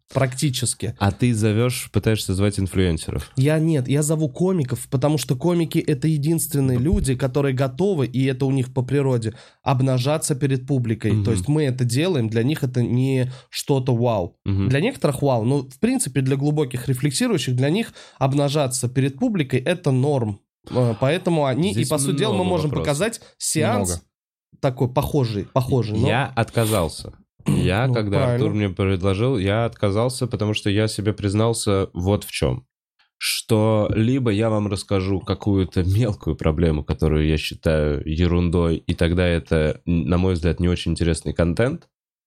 Практически. А ты зовешь, пытаешься звать инфлюенсеров? Я нет, я зову комиков, потому что комики — это единственные люди, которые готовы, и это у них по природе, обнажаться перед публикой. Мгм. То есть мы это делаем, для них это не что-то вау. Мгм. Для некоторых вау, но в принципе для глубоких рефлексирующих, для них обнажаться перед публикой — это норм. Э, Поэтому они, Здесь и по сути дела мы много можем вопросов. показать сеанс Много. такой похожий, похожий. но- Я отказался. Я, Ну, когда правильно. Артур мне предложил, я отказался, потому что я себе признался вот в чем. Что либо я вам расскажу какую-то мелкую проблему, которую я считаю ерундой, и тогда это, на мой взгляд, не очень интересный контент,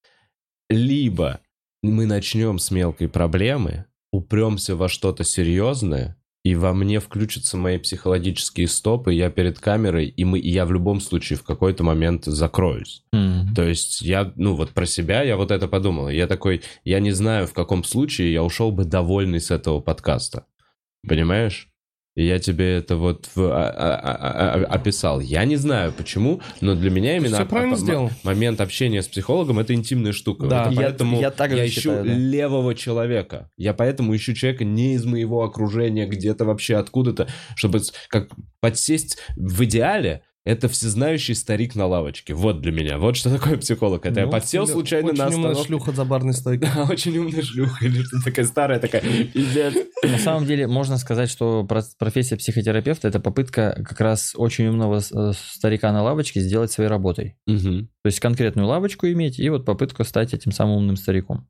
либо мы начнем с мелкой проблемы, упремся во что-то серьезное, и во мне включатся мои психологические стопы, я перед камерой, и, мы, и я в любом случае в какой-то момент закроюсь. М. То есть я, ну вот про себя, я вот это подумал. Я такой, я не знаю, в каком случае я ушел бы довольный с этого подкаста. Понимаешь? И я тебе это вот в- а- а- а- а- описал. Я не знаю почему, но для меня именно всё правильно м- сделал. момент общения с психологом — это интимная штука. Да. Это Я- поэтому я так же ищу считаю, да. левого человека. Я поэтому ищу человека не из моего окружения, где-то вообще откуда-то, чтобы с- как подсесть в идеале. Это всезнающий старик на лавочке. Вот для меня. Вот что такое психолог. Это я Ну, подсел хули- случайно очень на умная остановке. шлюха за барной стойкой. Да, очень умная шлюха. Или что такая старая такая. Пиздец. На самом деле можно сказать, что про- профессия психотерапевта — это попытка как раз очень умного э, старика на лавочке сделать своей работой. Мгм. То есть конкретную лавочку иметь и вот попытку стать этим самым умным стариком.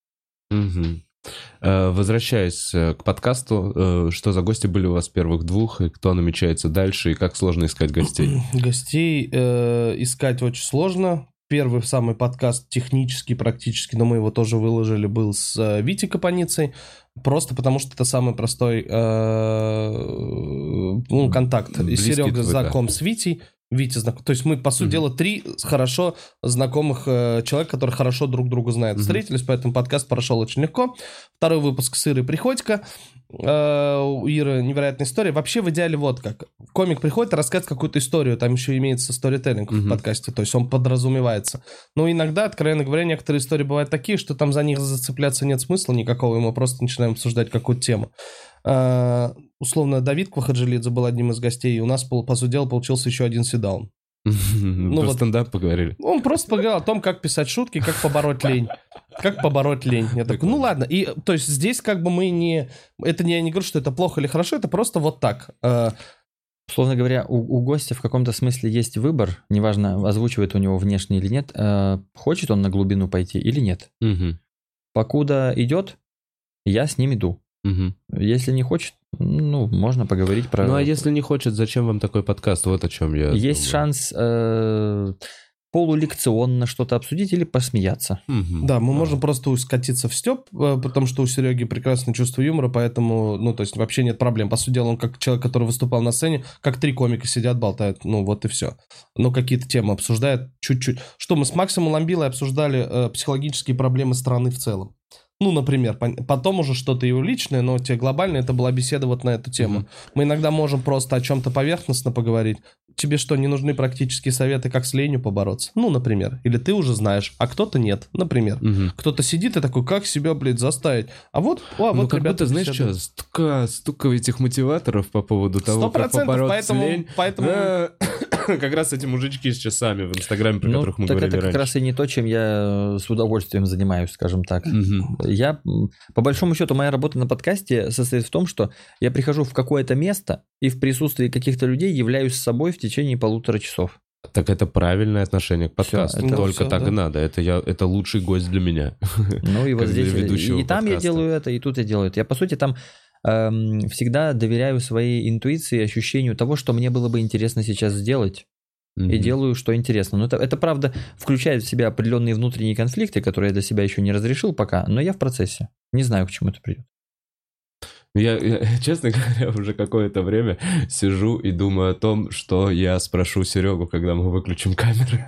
Мгм. Э, Возвращаясь э, к подкасту, э, что за гости были у вас первых двух, и кто намечается дальше, и как сложно искать гостей? Гостей э, искать очень сложно. Первый самый подкаст технический практически, но мы его тоже выложили, был с э, Витей Капаницей. Просто потому, что это самый простой э, ну, контакт. И Близкий Серега твой, знаком с Витей. Витя знаком. То есть мы, по сути Мгм. дела, три хорошо знакомых э, человека, которые хорошо друг друга знают. Мгм. Встретились, поэтому подкаст прошел очень легко. Второй выпуск с Ирой Приходько. Э, у Иры невероятная история. Вообще, в идеале, вот как. Комик приходит и рассказывает какую-то историю. Там еще имеется сторителлинг Мгм. в подкасте. То есть он подразумевается. Но иногда, откровенно говоря, некоторые истории бывают такие, что там за них зацепляться нет смысла никакого. И мы просто начинаем обсуждать какую-то тему. Э, условно, Давид Квахаджилидзе был одним из гостей. И у нас, по, по сути дела, получился еще один седаун. Про вот- стендап поговорили. Он просто поговорил о том, как писать шутки, как побороть лень. Как побороть лень. Я такой, ну ладно. И, то есть, здесь как бы мы не... Это не, я не говорю, что это плохо или хорошо, это просто вот так. Э, Условно говоря, у, у гостя в каком-то смысле есть выбор, неважно, озвучивает у него внешне или нет, э, хочет он на глубину пойти или нет. Мгм. Покуда идет, я с ним иду. Мгм. Если не хочет, ну, можно поговорить про... Ну а если не хочет, зачем вам такой подкаст? Вот о чем я Есть думаю. шанс э, полулекционно что-то обсудить или посмеяться. Мгм. да, мы А. можем просто скатиться в стёб, э, потому что у Сереги прекрасное чувство юмора, поэтому, ну, то есть, вообще нет проблем. По сути дела, он как человек, который выступал на сцене, как три комика сидят, болтают, ну, вот и все. Но какие-то темы обсуждают чуть-чуть. Что мы с Максом Ламбилой обсуждали э, психологические проблемы страны в целом. Ну, например, пон- потом уже что-то его личное, но те глобальное, это была беседа вот на эту тему. Мгм. Мы иногда можем просто о чем-то поверхностно поговорить. Тебе что, не нужны практические советы, как с ленью побороться? Ну, например. Или ты уже знаешь, а кто-то нет, например. Мгм. Кто-то сидит и такой, как себя, блядь, заставить? А вот, а, Ну, вот, как ребята, будто, знаешь беседуют. что, столько, столько этих мотиваторов по поводу того, Сто как процентов, побороться поэтому, лень. поэтому Да. Как раз эти мужички с часами в Инстаграме, про Ну, которых мы так говорили это как раньше. раз и не то, чем я с удовольствием занимаюсь, скажем так. Мгм. Я, м, по большому счету, моя работа на подкасте состоит в том, что я прихожу в какое-то место и в присутствии каких-то людей являюсь собой в течение полутора часов. Так это правильное отношение к Всё, подкасту. это- Только всё, так да. и надо. Это, я, это лучший гость для меня. Ну и вот Как для здесь ведущего и, и там я подкаста. делаю это, и тут я делаю это. Я, по сути, там эм, всегда доверяю своей интуиции, ощущению того, что мне было бы интересно сейчас сделать. И Мгм. делаю, что интересно. Но это, это, правда, включает в себя определенные внутренние конфликты, которые я для себя еще не разрешил пока, но я в процессе. Не знаю, к чему это придет. Я, я, честно говоря, уже какое-то время сижу и думаю о том, что я спрошу Серегу, когда мы выключим камеры.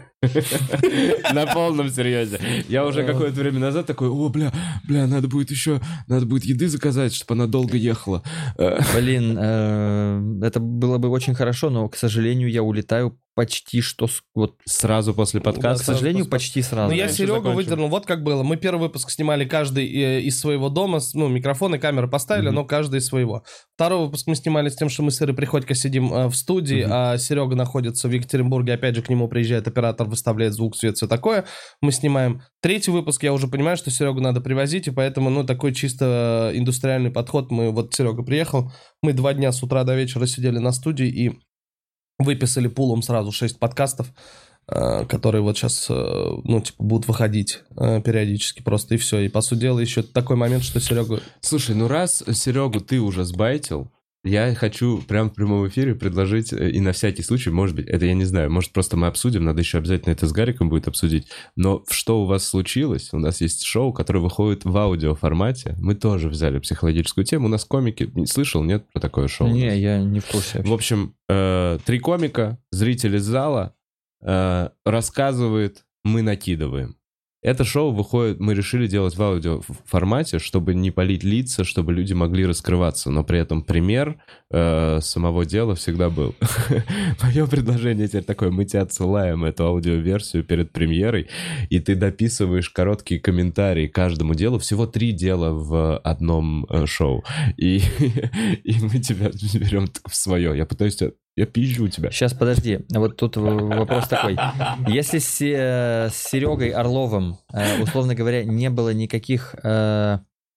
На полном серьезе. Я уже какое-то время назад такой, о, бля, бля, надо будет еще, надо будет еды заказать, чтобы она долго ехала. Э, Блин, э, это было бы очень хорошо, но, к сожалению, я улетаю почти что... с- Вот, Сразу после к подкаста. сожалению, после- почти сразу. Ну, я раньше Серегу закончим. выдернул, вот как было. Мы первый выпуск снимали каждый э, из своего дома, с- ну, микрофон и камеры поставили, Мгм. но каждый из своего. Второй выпуск мы снимали с тем, что мы с Ирой Приходько сидим э, в студии, Мгм. а Серега находится в Екатеринбурге, опять же, к нему приезжает оператор, выставляет звук, свет, все такое. Мы снимаем. Третий выпуск, я уже понимаю, что Серегу надо привозить, и поэтому, ну, такой чисто индустриальный подход. Мы, вот Серега приехал, мы два дня с утра до вечера сидели на студии и выписали пулом сразу шесть подкастов, э, которые вот сейчас, э, ну, типа, будут выходить э, периодически просто, и все. И, по сути дела, еще такой момент, что Серега... Слушай, ну раз Серегу ты уже сбайтил, я хочу прямо в прямом эфире предложить, э, и на всякий случай, может быть, это я не знаю, может просто мы обсудим, надо еще обязательно это с Гариком будет обсудить, но что у вас случилось? У нас есть шоу, которое выходит в аудиоформате, мы тоже взяли психологическую тему, у нас комики, не слышал, нет, про такое шоу? Не, я не в курсе вообще. В общем, э, три комика, зрители зала, э, рассказывает, мы накидываем. Это шоу выходит, мы решили делать в аудиоформате, чтобы не палить лица, чтобы люди могли раскрываться, но при этом пример э, самого дела всегда был. Мое предложение теперь такое, мы тебе отсылаем эту аудиоверсию перед премьерой, и ты дописываешь короткие комментарии каждому делу, всего три дела в одном э, шоу, и, и мы тебя берем в свое. Я пытаюсь тебя... Я пизжу тебя. Сейчас, подожди, вот тут в- вопрос такой. Если с, э, с Серегой Орловым, э, условно говоря, не было никаких э,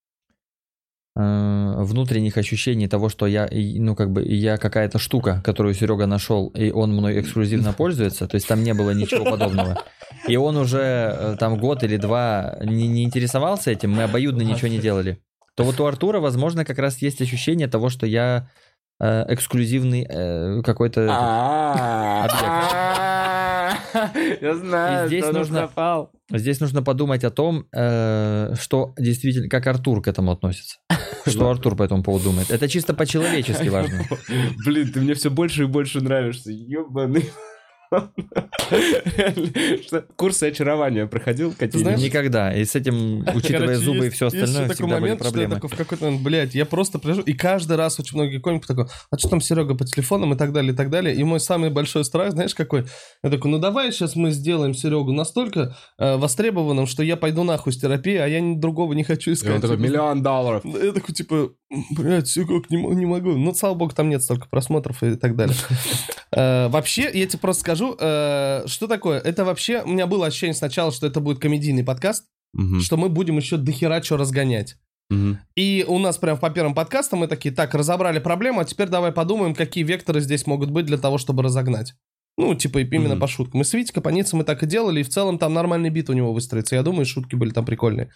э, внутренних ощущений того, что я, и, ну, как бы, я какая-то штука, которую Серега нашел, и он мной эксклюзивно пользуется, то есть там не было ничего подобного, и он уже э, там год или два не, не интересовался этим, мы обоюдно ничего не делали, то вот у Артура, возможно, как раз есть ощущение того, что я э, эксклюзивный э, какой-то... Я знаю, И здесь что он нужно- попал. Здесь нужно подумать о том, э, что действительно, как Артур к этому относится. Что Артур по этому поводу думает. Это чисто по-человечески важно. Блин, ты мне все больше и больше нравишься. Ёбаный. Реально, что, курсы очарования проходил какие-нибудь? знаешь- Никогда. И с этим, учитывая Короче, зубы и есть- все есть остальное, еще такой всегда были момент, что я проблемы. такой в какой-то момент, блядь, я просто прихожу, и каждый раз очень многие комики такой, а что там Серега по телефонам и так далее, и так далее. И мой самый большой страх, знаешь, какой? Я такой, ну давай сейчас мы сделаем Серегу настолько э, востребованным, что я пойду нахуй с терапии, а я ни- другого не хочу И искать. он такой, Типа, миллион долларов. Я такой, типа, блядь, Серег, не, мо- не могу. Ну, слава богу, там нет столько просмотров и так далее. Э, Вообще, я тебе просто скажу, э, что такое? Это вообще, у меня было ощущение сначала, что это будет комедийный подкаст, Мгм, что мы будем еще дохера что разгонять. мгм. И у нас прям по первым подкастам мы такие, так, разобрали проблему, а теперь давай подумаем, какие векторы здесь могут быть для того, чтобы разогнать. Ну, типа, именно Мгм. по шуткам. Мы с Витей Капаницей мы так и делали, и в целом там нормальный бит у него выстроится. Я думаю, шутки были там прикольные.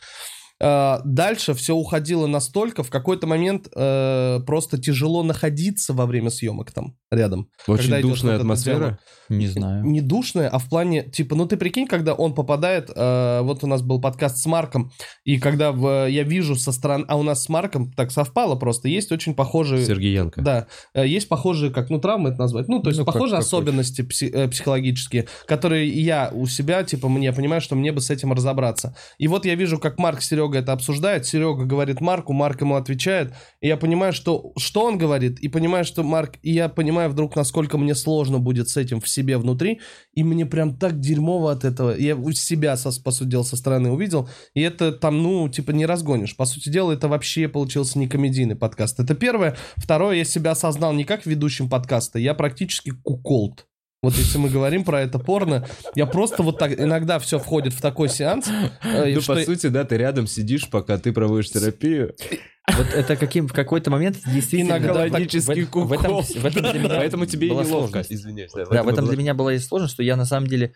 А, Дальше все уходило настолько, в какой-то момент э, просто тяжело находиться во время съемок там рядом. Очень Когда идет душная вот это атмосфера. диалог. Не знаю. Не душная, а в плане, типа, ну ты прикинь, когда он попадает, э, вот у нас был подкаст с Марком, и когда в, я вижу со стороны, а у нас с Марком так совпало просто, есть очень похожие... Сергеенко. Да, э, есть похожие, как, ну, травмы это назвать, ну, то есть Ну, как- похожие как особенности пси- э, психологические, которые я у себя, типа, мне понимаю, что мне бы с этим разобраться. И вот я вижу, как Марк с Серегой это обсуждает, Серега говорит Марку, Марк ему отвечает, и я понимаю, что, что он говорит, и понимаю, что Марк, и я понимаю вдруг, насколько мне сложно будет с этим в себе внутри, и мне прям так дерьмово от этого, я у себя, со, по сути дела, со стороны увидел, и это там, ну, типа, не разгонишь. По сути дела, это вообще получился не комедийный подкаст. Это первое. Второе, я себя осознал не как ведущим подкаста, я практически куколд. Вот если мы говорим про это порно, я просто вот так, иногда все входит в такой сеанс, э, Ну, что по сути, да, ты рядом сидишь, пока ты проводишь терапию. Вот это каким, в какой-то момент действительно... Иногда так- Психологический в, в этом, кукол. в этом для меня Поэтому тебе и была неловко. сложность. Извиняюсь. Да, Да, в этом и для была- меня была и сложность, что я на самом деле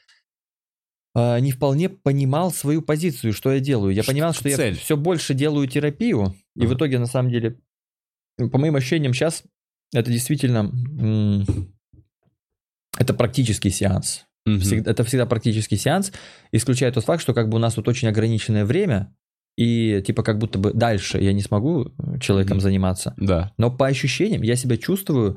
э, не вполне понимал свою позицию, что я делаю. Я Что понимал, что цель? я все больше делаю терапию, и в Ага. итоге, на самом деле, по моим ощущениям сейчас, это действительно... м, это практический сеанс. Мгм. Всегда- это всегда практический сеанс, исключая тот факт, что как бы у нас тут очень ограниченное время, и типа как будто бы дальше я не смогу человеком Мгм. заниматься. Да. Но по ощущениям я себя чувствую,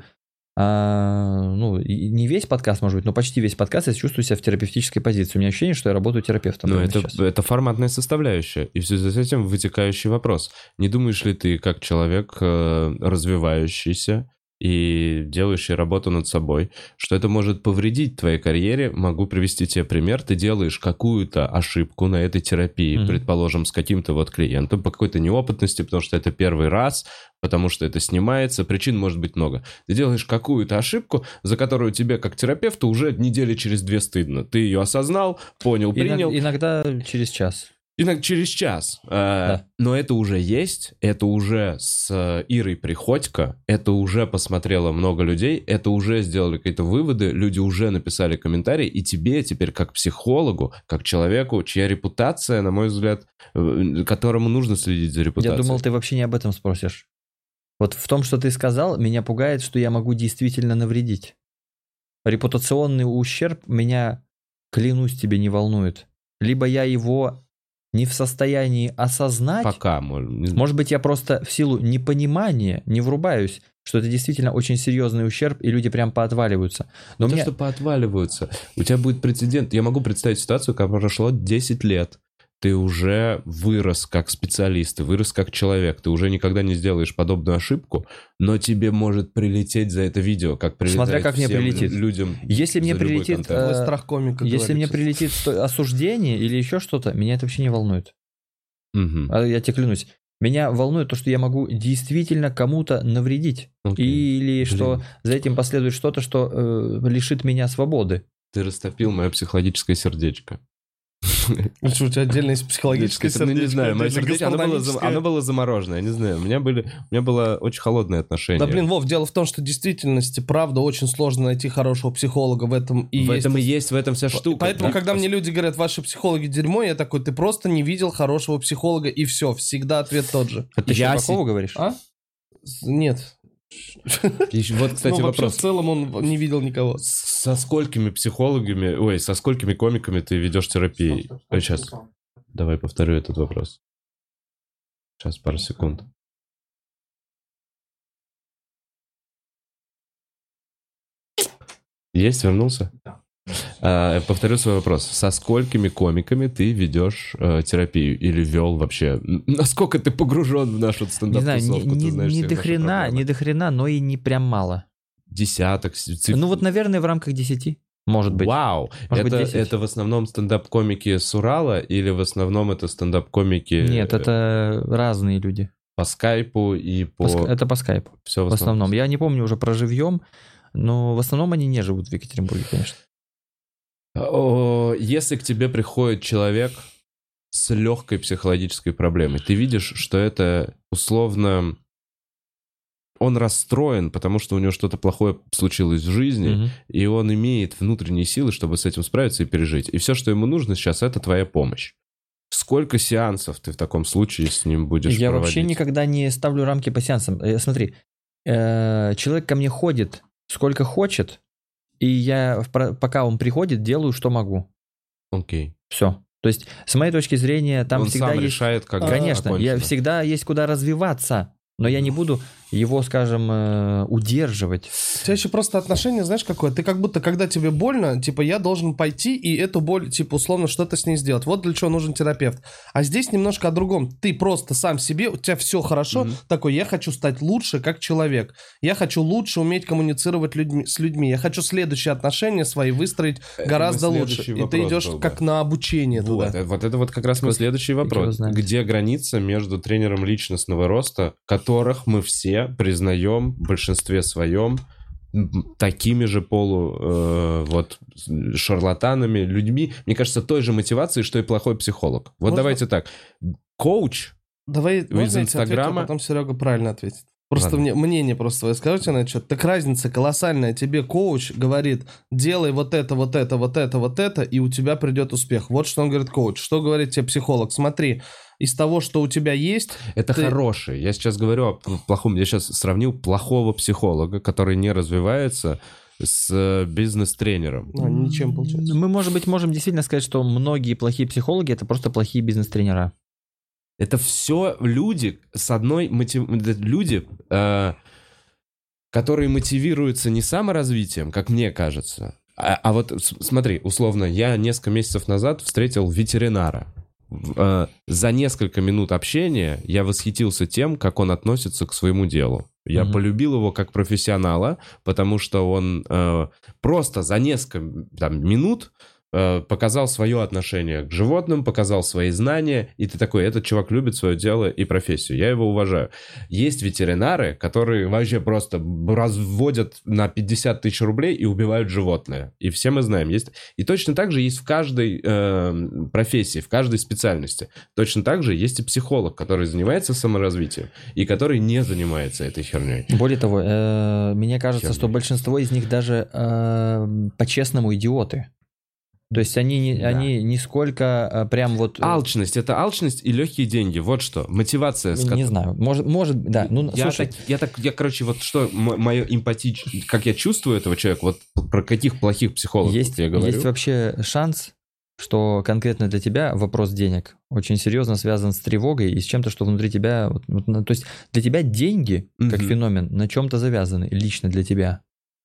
а, ну, и не весь подкаст, может быть, но почти весь подкаст я чувствую себя в терапевтической позиции. У меня ощущение, что я работаю терапевтом. Ну, прямо это, сейчас. это форматная составляющая. И в связи с этим вытекающий вопрос. Не думаешь ли ты, как человек э, развивающийся, и делающий работу над собой, что это может повредить твоей карьере. Могу привести тебе пример. Ты делаешь какую-то ошибку на этой терапии, mm-hmm. предположим, с каким-то вот клиентом, по какой-то неопытности, потому что это первый раз, потому что это снимается, причин может быть много. Ты делаешь какую-то ошибку, за которую тебе, как терапевту, уже недели через две стыдно. Ты ее осознал, понял, принял. Иногда через час. Иногда через час. Да. Но это уже есть, это уже с Ирой Приходько, это уже посмотрело много людей, это уже сделали какие-то выводы, люди уже написали комментарии, и тебе теперь как психологу, как человеку, чья репутация, на мой взгляд, которому нужно следить за репутацией. Я думал, ты вообще не об этом спросишь. Вот в том, что ты сказал, меня пугает, что я могу действительно навредить. Репутационный ущерб меня, клянусь тебе, не волнует. Либо я его не в состоянии осознать. Пока, может. Может быть, я просто в силу непонимания не врубаюсь, что это действительно очень серьезный ущерб, и люди прям поотваливаются. Но не мне... то, что поотваливаются. У тебя будет прецедент. Я могу представить ситуацию, когда прошло десять лет. Ты уже вырос как специалист, ты вырос как человек, ты уже никогда не сделаешь подобную ошибку, но тебе может прилететь за это видео, как прилетает Смотря как мне прилетит. людям. Если мне прилетит, э, страх комика, если мне прилетит осуждение или еще что-то, меня это вообще не волнует. Угу. Я тебе клянусь. Меня волнует то, что я могу действительно кому-то навредить. Okay. Или Блин. что за этим последует что-то, что э, лишит меня свободы. Ты растопил мое психологическое сердечко. Ну что, у тебя отдельно есть психологическое сердечко? Ну, не знаю, мое сердечко, оно было, оно было замороженное, я не знаю. У меня, были, у меня было очень холодное отношение. Да, блин, Вов, дело в том, что в действительности, правда, очень сложно найти хорошего психолога. В этом и в есть... этом и есть, в этом вся штука. Поэтому, да? когда мне люди говорят, ваши психологи дерьмо, я такой, ты просто не видел хорошего психолога, и все, всегда ответ тот же. А ты я Щербакова си... говоришь? А? Нет. Вот, кстати, ну, вопрос. В целом он не видел никого. Со сколькими психологами, ой, со сколькими комиками ты ведешь терапию? Сейчас, давай повторю этот вопрос. Сейчас, пару секунд. Есть, вернулся? Да. А, повторю свой вопрос. Со сколькими комиками ты ведешь э, терапию? Или вел вообще? Насколько ты погружен в нашу стендап-тусовку? Не, не, не до хрена, не до хрена, но и не прям мало. Десяток? Цифр... Ну вот, наверное, в рамках десяти. Может быть. Вау! Может это, быть это в основном стендап-комики с Урала или в основном это стендап-комики... Нет, это разные люди. По скайпу и по... по это по скайпу. Все в основном. В основном. Я не помню уже про живьем, но в основном они не живут в Екатеринбурге, конечно. Если к тебе приходит человек с легкой психологической проблемой, ты видишь, что это условно... Он расстроен, потому что у него что-то плохое случилось в жизни, mm-hmm. и он имеет внутренние силы, чтобы с этим справиться и пережить. И все, что ему нужно сейчас, это твоя помощь. Сколько сеансов ты в таком случае с ним будешь Я проводить? вообще никогда не ставлю рамки по сеансам. Смотри, человек ко мне ходит сколько хочет, и я, пока он приходит, делаю, что могу. Окей. Okay. Все. То есть, с моей точки зрения, там он всегда сам есть... решает, когда Конечно, окончено. я, всегда есть куда развиваться. Но я не буду его, скажем, удерживать. У тебя еще просто отношение, знаешь, какое? Ты как будто, когда тебе больно, типа, я должен пойти и эту боль, типа, условно, что-то с ней сделать. Вот для чего нужен терапевт. А здесь немножко о другом. Ты просто сам себе, у тебя все хорошо, mm-hmm. такой, я хочу стать лучше как человек. Я хочу лучше уметь коммуницировать людьми, с людьми. Я хочу следующие отношения свои выстроить это гораздо лучше. И ты идешь был, как да. на обучение вот, туда. Вот это вот как раз мой следующий вопрос. Где граница между тренером личностного роста, которых мы все признаем в большинстве своем такими же полу э, вот шарлатанами, людьми, мне кажется, той же мотивации, что и плохой психолог. Вот можно? Давайте так. Коуч Давай, из Инстаграма... А потом Серега правильно ответит. Просто мне, мнение просто свое скажите на это. Так разница колоссальная. Тебе коуч говорит, делай вот это, вот это, вот это, вот это, и у тебя придет успех. Вот что он говорит коуч. Что говорит тебе психолог? Смотри, из того, что у тебя есть... Это ты... хороший. Я сейчас говорю о плохом. Я сейчас сравнил плохого психолога, который не развивается, с бизнес-тренером. А, ничем получается. Мы, может быть, можем действительно сказать, что многие плохие психологи — это просто плохие бизнес-тренера. Это все люди с одной мотив... люди, э, которые мотивируются не саморазвитием, как мне кажется, а, а вот смотри, условно, я несколько месяцев назад встретил ветеринара. э, за несколько минут общения я восхитился тем, как он относится к своему делу. Я mm-hmm. полюбил его как профессионала, потому что он э, просто за несколько там, минут э, показал свое отношение к животным, показал свои знания, и ты такой, этот чувак любит свое дело и профессию, я его уважаю. Есть ветеринары, которые вообще просто разводят на пятьдесят тысяч рублей и убивают животное. И все мы знаем, есть. И точно так же есть в каждой э, профессии, в каждой специальности. Точно так же есть и психолог, который занимается саморазвитием, и который не занимается этой херней. Более того, э, мне кажется, Херней. что большинство из них даже э, по-честному идиоты. То есть они, не, Да. они нисколько э, прям вот... Алчность. Это алчность и легкие деньги. Вот что. Мотивация. С Не ко- знаю. Может, может да. Ну, я, слушай, так, я так, я, короче, вот что мое эмпатич... Как я чувствую этого человека, вот про каких плохих психологов есть, я говорю. есть вообще шанс, что конкретно для тебя вопрос денег очень серьезно связан с тревогой и с чем-то, что внутри тебя... Вот, вот, ну, то есть для тебя деньги, как Мгм. феномен, на чем-то завязаны лично для тебя.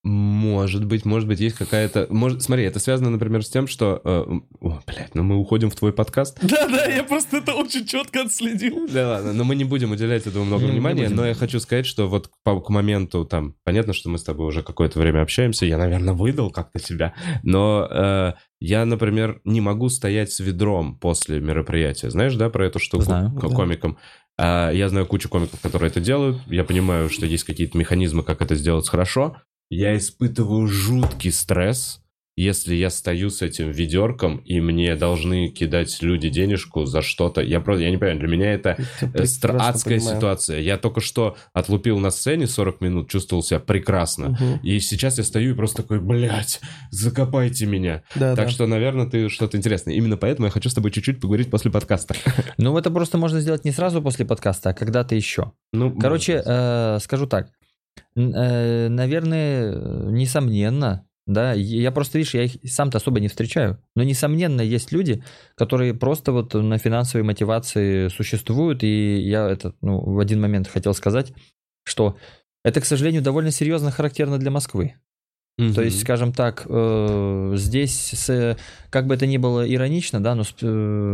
Может быть, может быть, есть какая-то... Может... Смотри, это связано, например, с тем, что... Э... О, блядь, ну мы уходим в твой подкаст. Да-да, я просто это очень четко отследил. Да ладно, но мы не будем уделять этому много Не- не внимания, будем. но я хочу сказать, что вот по, к моменту там... Понятно, что мы с тобой уже какое-то время общаемся, я, наверное, выдал как-то себя, но э, я, например, не могу стоять с ведром после мероприятия. Знаешь, да, про эту штуку? Знаю. К Да. комикам. А, я знаю кучу комиков, которые это делают, я понимаю, что есть какие-то механизмы, как это сделать хорошо. Я испытываю жуткий стресс, если я стою с этим ведерком, и мне должны кидать люди денежку за что-то. Я просто, я не понимаю, для меня это э, стра- адская ситуация. Я только что отлупил на сцене сорок минут, чувствовал себя прекрасно. Мгм. И сейчас я стою и просто такой, блядь, закопайте меня. Да, так да. что, наверное, ты что-то интересное. Именно поэтому я хочу с тобой чуть-чуть поговорить после подкаста. Ну, это просто можно сделать не сразу после подкаста, а когда-то еще. Ну, Короче, э, скажу так. Н- э, наверное, несомненно, да, я просто, видишь, я их сам-то особо не встречаю, но, несомненно, есть люди, которые просто вот на финансовой мотивации существуют, и я это, ну, в один момент хотел сказать, что это, к сожалению, довольно серьезно характерно для Москвы. Мгм. То есть, скажем так, э, здесь, с, как бы это ни было иронично, да, но с,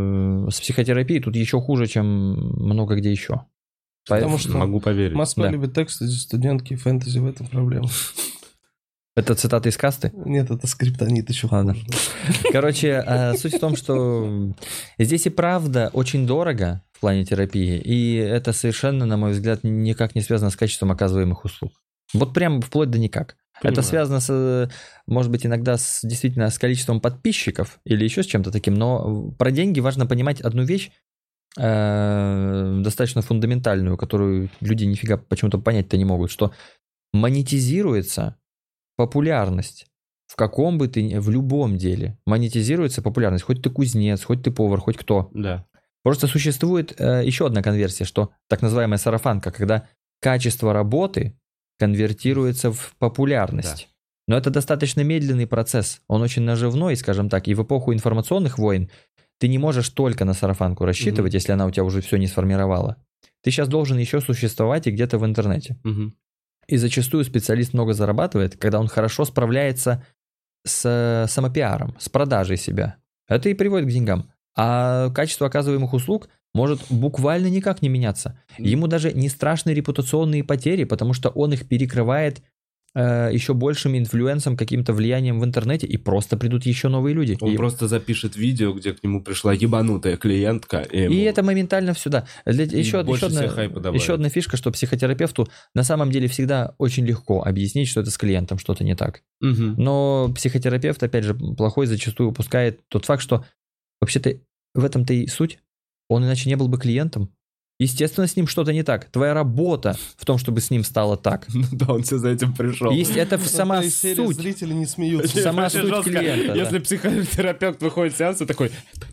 э, с психотерапией тут еще хуже, чем много где еще. Потому что Могу поверить. Москва Да. любит тексты, студентки, фэнтези, в этом проблема. Это цитата из касты? Нет, это скриптонит еще Ладно. хуже. Короче, э, суть в том, что здесь и правда очень дорого в плане терапии, и это совершенно, на мой взгляд, никак не связано с качеством оказываемых услуг. Вот прям вплоть до никак. Понимаю. Это связано, с, может быть, иногда с, действительно с количеством подписчиков или еще с чем-то таким, но про деньги важно понимать одну вещь, э, достаточно фундаментальную, которую люди нифига почему-то понять-то не могут, что монетизируется популярность. В каком бы ты, ни- в любом деле монетизируется популярность. Хоть ты кузнец, хоть ты повар, хоть кто. Да. Просто существует э, еще одна конверсия, что так называемая сарафанка, когда качество работы конвертируется в популярность. Но это достаточно медленный процесс. Он очень наживной, скажем так. И в эпоху информационных войн ты не можешь только на сарафанку рассчитывать, если она у тебя уже все не сформировала. Ты сейчас должен еще существовать и где-то в интернете. Мгм. И зачастую специалист много зарабатывает, когда он хорошо справляется с самопиаром, с продажей себя. Это и приводит к деньгам. А качество оказываемых услуг может буквально никак не меняться. Ему даже не страшны репутационные потери, потому что он их перекрывает э, еще большим инфлюенсом, каким-то влиянием в интернете, и просто придут еще новые люди. Он и, просто запишет видео, где к нему пришла ебанутая клиентка. И, ему- и это моментально все, да. Для- И еще, больше еще, себе одна, хайпа добавит. еще одна фишка, что психотерапевту на самом деле всегда очень легко объяснить, что это с клиентом что-то не так. Мгм. Но психотерапевт, опять же, плохой зачастую упускает тот факт, что вообще-то в этом-то и суть. Он иначе не был бы клиентом. Естественно, с ним что-то не так. Твоя работа в том, чтобы с ним стало так. Ну да, он все за этим пришел. Есть это в сама Эта серия суть. Зрители не смеются. Сама Вообще суть жестко. клиента, да. Если психотерапевт выходит с сеанса такой...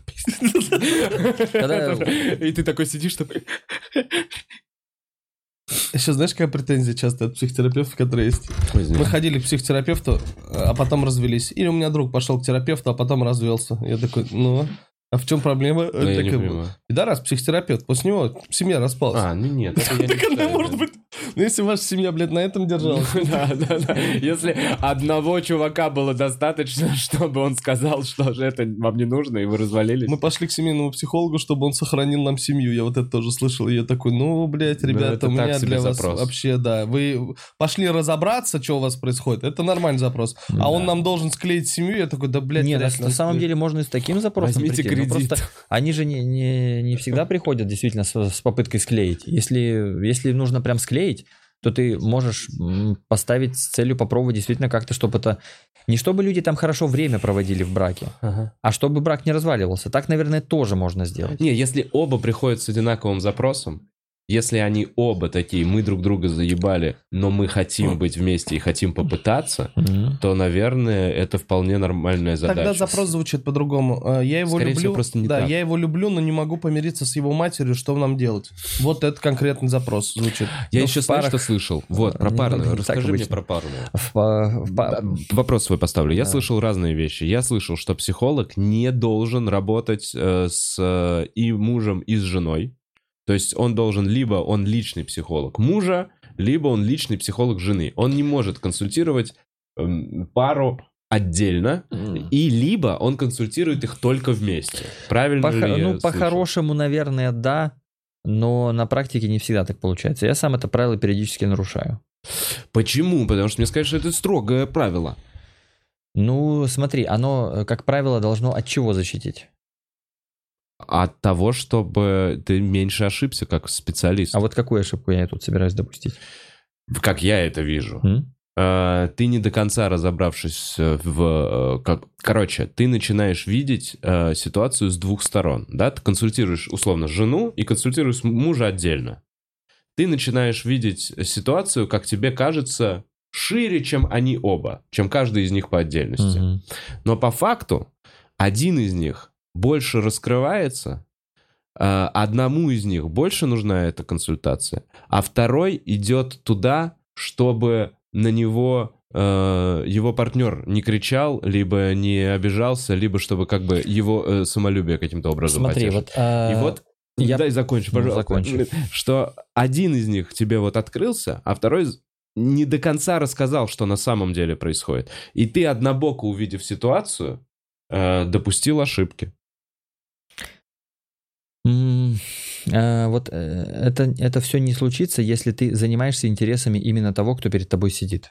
Когда- И ты такой сидишь, такой... Еще знаешь, какая претензия часто от психотерапевтов, которые есть? Мы ходили к психотерапевту, а потом развелись. Или у меня друг пошел к терапевту, а потом развелся. Я такой, ну, А в чем проблема? Ну, я не понимаю. Пидорас, психотерапевт, после него семья распалась. А, ну нет, это я не Так она считаю, может да. быть... Ну, если ваша семья, блядь, на этом держалась. Да, да, да. Если одного чувака было достаточно, чтобы он сказал, что же это вам не нужно, и вы развалились. Мы пошли к семейному психологу, чтобы он сохранил нам семью. Я вот это тоже слышал. И я такой, ну, блядь, Ну, ребята, это у так меня себе для вас запрос. вообще, да. Вы пошли разобраться, что у вас происходит. Это нормальный запрос. А Да. он нам должен склеить семью. Я такой, да, блядь, Нет, вряд ли на он самом склеит. деле можно и с таким запросом Возьмите прийти. Ну, кредит. просто они же не, не, не всегда приходят действительно с, с попыткой склеить. Если, если нужно прям склеить, то ты можешь м, поставить с целью попробовать действительно как-то, чтобы это... Не чтобы люди там хорошо время проводили в браке, Ага. а чтобы брак не разваливался. Так, наверное, тоже можно сделать. Не, если оба приходят с одинаковым запросом, если они оба такие, мы друг друга заебали, но мы хотим быть вместе и хотим попытаться, Мгм. то, наверное, это вполне нормальная задача. Тогда запрос звучит по-другому. Э, Я его Скорее люблю. всего, просто не да, так. я его люблю, но не могу помириться с его матерью. Что нам делать? Вот это конкретный запрос звучит. Я Ну, еще, в знаешь, парах- что слышал? Вот, про не- парную. не так Расскажи мне обычно. про парную. В, а, в па- Да, Вопрос свой поставлю. Я Да. слышал разные вещи. Я слышал, что психолог не должен работать э, с э, и мужем, и с женой. То есть он должен, либо он личный психолог мужа, либо он личный психолог жены. Он не может консультировать эм, пару отдельно, М. и либо он консультирует их только вместе. Правильно По- ли я ну, слышал? по-хорошему, наверное, да, но на практике не всегда так получается. Я сам это правило периодически нарушаю. Почему? Потому что мне сказали, что это строгое правило. Ну, смотри, оно, как правило, должно от чего защитить? От того, чтобы ты меньше ошибся как специалист. А вот какую ошибку я тут собираюсь допустить? Как я это вижу. М? Э, ты не до конца разобравшись в... э, Как, короче, ты начинаешь видеть э, ситуацию с двух сторон. Да? Ты консультируешь, условно, жену и консультируешь мужа отдельно. Ты начинаешь видеть ситуацию, как тебе кажется, шире, чем они оба, чем каждый из них по отдельности. Мгм. Но по факту один из них больше раскрывается, э, одному из них больше нужна эта консультация, а второй идет туда, чтобы на него э, его партнер не кричал, либо не обижался, либо чтобы как бы его э, самолюбие каким-то образом Смотри, потешить. вот... а, И вот, я- дай закончу, Ну, пожалуйста. закончи. Блин, что один из них тебе вот открылся, а второй не до конца рассказал, что на самом деле происходит. И ты, однобоко увидев ситуацию, э, допустил ошибки. м, а, вот э, это, это все не случится, если ты занимаешься интересами именно того, кто перед тобой сидит.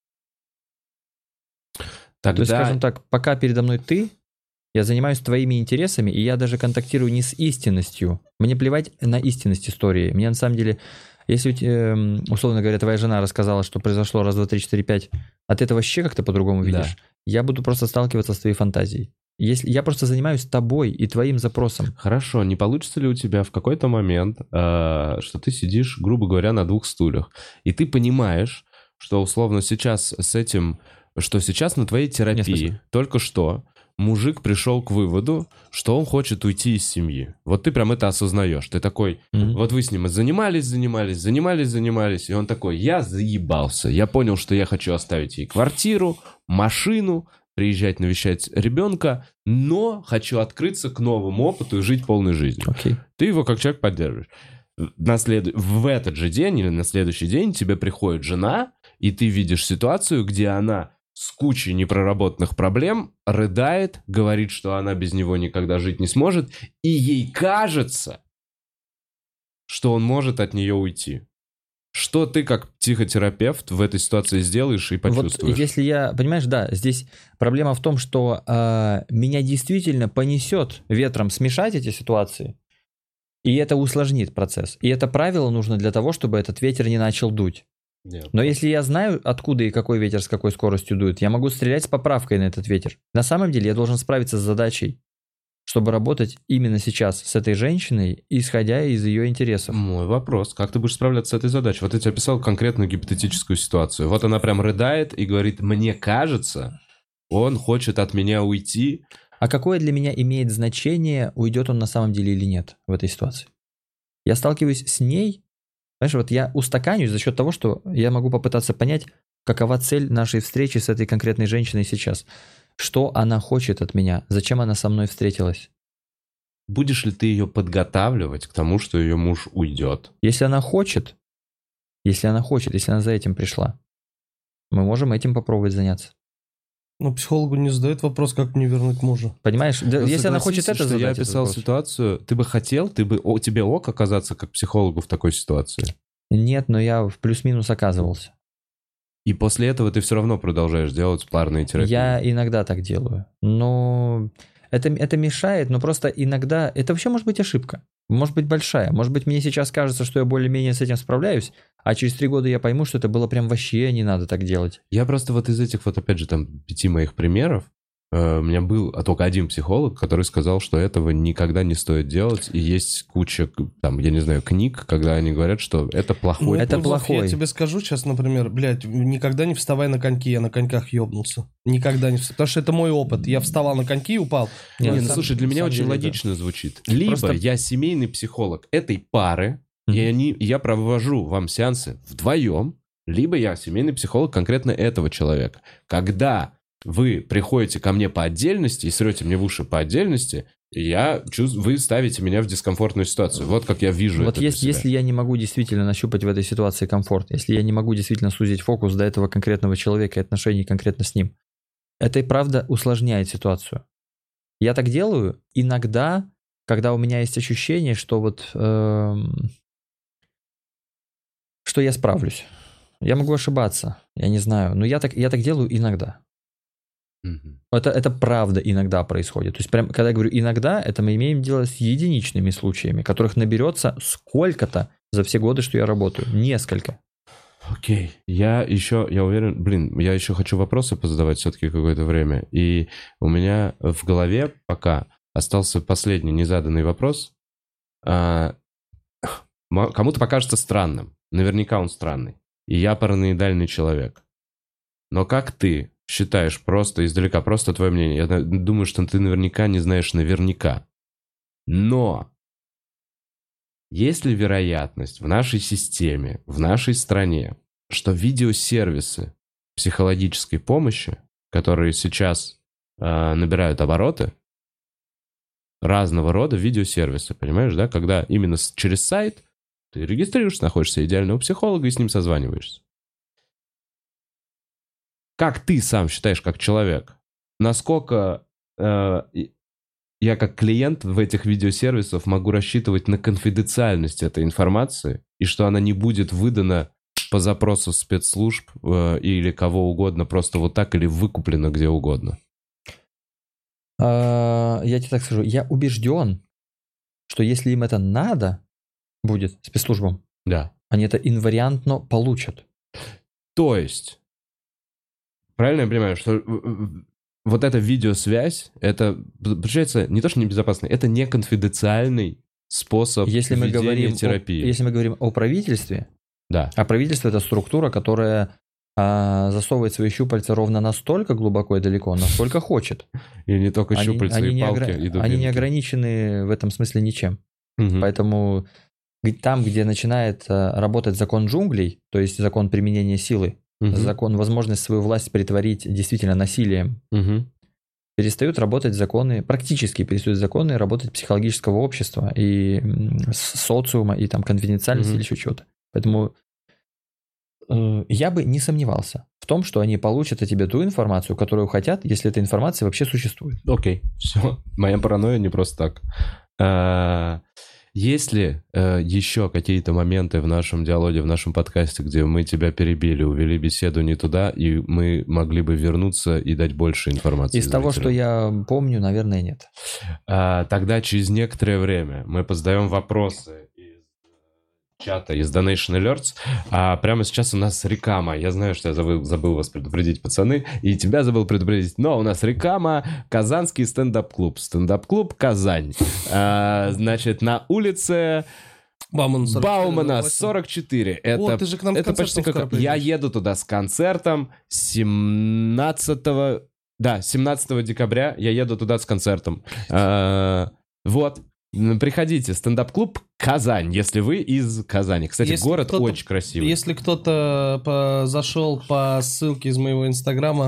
Тогда... То есть, скажем так, пока передо мной ты, я занимаюсь твоими интересами, и я даже контактирую не с истинностью. Мне плевать на истинность истории. Мне на самом деле, если, у те- эм, условно говоря, твоя жена рассказала, что произошло раз, два, три, четыре, пять, а ты это вообще как-то по-другому Да. видишь, я буду просто сталкиваться с твоей фантазией. Если я просто занимаюсь тобой и твоим запросом. Хорошо, не получится ли у тебя в какой-то момент, э, что ты сидишь, грубо говоря, на двух стульях, и ты понимаешь, что условно сейчас с этим, что сейчас на твоей Не терапии слышу. только что мужик пришел к выводу, что он хочет уйти из семьи. Вот ты прям это осознаешь. Ты такой, Мгм. вот вы с ним и занимались, занимались, занимались, занимались, и он такой, я заебался. Я понял, что я хочу оставить ей квартиру, машину, приезжать навещать ребенка, но хочу открыться к новому опыту и жить полной жизнью. Окей. Ты его как человек поддерживаешь. На след... В этот же день или на следующий день тебе приходит жена, и ты видишь ситуацию, где она с кучей непроработанных проблем рыдает, говорит, что она без него никогда жить не сможет, и ей кажется, что он может от нее уйти. Что ты как психотерапевт в этой ситуации сделаешь и почувствуешь? Вот если я, понимаешь, да, здесь проблема в том, что э, меня действительно понесет ветром смешать эти ситуации, и это усложнит процесс. И это правило нужно для того, чтобы этот ветер не начал дуть. Нет. Но если я знаю, откуда и какой ветер с какой скоростью дует, я могу стрелять с поправкой на этот ветер. На самом деле я должен справиться с задачей, чтобы работать именно сейчас с этой женщиной, исходя из ее интересов. Мой вопрос, как ты будешь справляться с этой задачей? Вот я тебе описал конкретную гипотетическую ситуацию. Вот она прям рыдает и говорит, мне кажется, он хочет от меня уйти. А какое для меня имеет значение, уйдет он на самом деле или нет в этой ситуации? Я сталкиваюсь с ней, понимаешь, вот я устаканюсь за счет того, что я могу попытаться понять, какова цель нашей встречи с этой конкретной женщиной сейчас. Что она хочет от меня? Зачем она со мной встретилась? будешь ли ты ее подготавливать к тому, что ее муж уйдет? Если она хочет, если она хочет, если она за этим пришла, мы можем этим попробовать заняться. Ну, психологу не задают вопрос, как мне вернуть мужа. Понимаешь, да, Но если она хочет это что задать, я этот описал вопрос. ситуацию, ты бы хотел, ты бы, о, тебе ок оказаться как психологу в такой ситуации? Нет, но я в плюс-минус оказывался. И после этого ты все равно продолжаешь делать парные терапии? Я иногда так делаю, но это, это мешает, но просто иногда... Это вообще может быть ошибка, может быть большая. Может быть, мне сейчас кажется, что я более-менее с этим справляюсь, а через три года я пойму, что это было прям вообще не надо так делать. Я просто вот из этих вот, опять же, там, пяти моих примеров, э, у меня был а только один психолог, который сказал, что этого никогда не стоит делать, и есть куча, там, я не знаю, книг, когда они говорят, что это плохой. Ну, это Вов, плохой. Я тебе скажу сейчас, например, блядь, никогда не вставай на коньки, я на коньках ёбнулся. Никогда не вставай, потому что это мой опыт. Я вставал на коньки и упал. Не, Нет, ну, сам- слушай, для на меня самом очень деле, логично звучит. Либо Просто- я семейный психолог этой пары, Мгм. и они, я провожу вам сеансы вдвоем, либо я семейный психолог конкретно этого человека. Когда вы приходите ко мне по отдельности и срете мне в уши по отдельности, я чувствую, вы ставите меня в дискомфортную ситуацию. Вот как я вижу Вот это для если, себя. если я не могу действительно нащупать в этой ситуации комфорт, если я не могу действительно сузить фокус до этого конкретного человека и отношений конкретно с ним, это и правда усложняет ситуацию. Я так делаю иногда, когда у меня есть ощущение, что вот эм, что я справлюсь. Я могу ошибаться, я не знаю, но я так, я так делаю иногда. Мгм. Это, это правда иногда происходит. То есть, прям, когда я говорю иногда, это мы имеем дело с единичными случаями, которых наберется сколько-то за все годы, что я работаю. Несколько. Окей, я еще, я уверен, блин, я еще хочу вопросы позадавать все-таки какое-то время. И у меня в голове пока остался последний незаданный вопрос. А, м- кому-то покажется странным. Наверняка он странный. И я параноидальный человек. Но как ты считаешь, просто издалека, просто твое мнение, я на- думаю, что ты наверняка не знаешь наверняка. Но есть ли вероятность в нашей системе, в нашей стране, что видеосервисы психологической помощи, которые сейчас э, набирают обороты, разного рода видеосервисы, понимаешь, да, когда именно с- через сайт ты регистрируешься, находишься идеального психолога и с ним созваниваешься. Как ты сам считаешь, как человек, насколько э, и- я как клиент в этих видеосервисах могу рассчитывать на конфиденциальность этой информации и что она не будет выдана по запросу спецслужб э, или кого угодно просто вот так или выкуплена где угодно? А, Я тебе так скажу, я убежден, что если им это надо будет спецслужбам, Да. они это инвариантно получат. То есть, правильно я понимаю, что э, э, вот эта видеосвязь, это, получается, не то, что небезопасный, это не конфиденциальный способ Если мы, ведения говорим терапии. о, если мы говорим о правительстве, Да. а правительство это структура, которая а, засовывает свои щупальца ровно настолько глубоко и далеко, насколько хочет. И не только Они, щупальца, они и не палки, огра- и дубинки. они не ограничены в этом смысле ничем. Мгм. Поэтому г- там, где начинает а, работать закон джунглей, то есть закон применения силы, Мгм. закон возможность свою власть притворить действительно насилием, Мгм. перестают работать законы, практически перестают законы работать психологического общества и м, с- социума, и там конфиденциальности Мгм. или еще чего-то. Поэтому э, я бы не сомневался в том, что они получат о тебе ту информацию, которую хотят, если эта информация вообще существует. Окей, все. Моя паранойя не просто так. А, Есть ли э, еще какие-то моменты в нашем диалоге, в нашем подкасте, где мы тебя перебили, увели беседу не туда, и мы могли бы вернуться и дать больше информации Из того, что зрителям? я помню, наверное, нет. А, Тогда через некоторое время мы позадаем вопросы из э, чата, из Donation Alerts. А прямо сейчас у нас рекама. Я знаю, что я забыл, забыл вас предупредить, пацаны, и тебя забыл предупредить. Но у нас рекама, Казанский стендап-клуб. Стендап-клуб Казань. А, Значит, на улице Баумана сорок четыре, Баумана да, сорок четыре. Это, Вот, ты же к нам с это почти концертом как... скоро Я придешь. еду туда с концертом семнадцатого... Да, семнадцатого декабря я еду туда с концертом. А, Вот. М, Приходите, стендап-клуб Казань, если вы из Казани. Кстати, Если город кто-то- очень красивый. Если кто-то по- зашел по ссылке из моего инстаграма,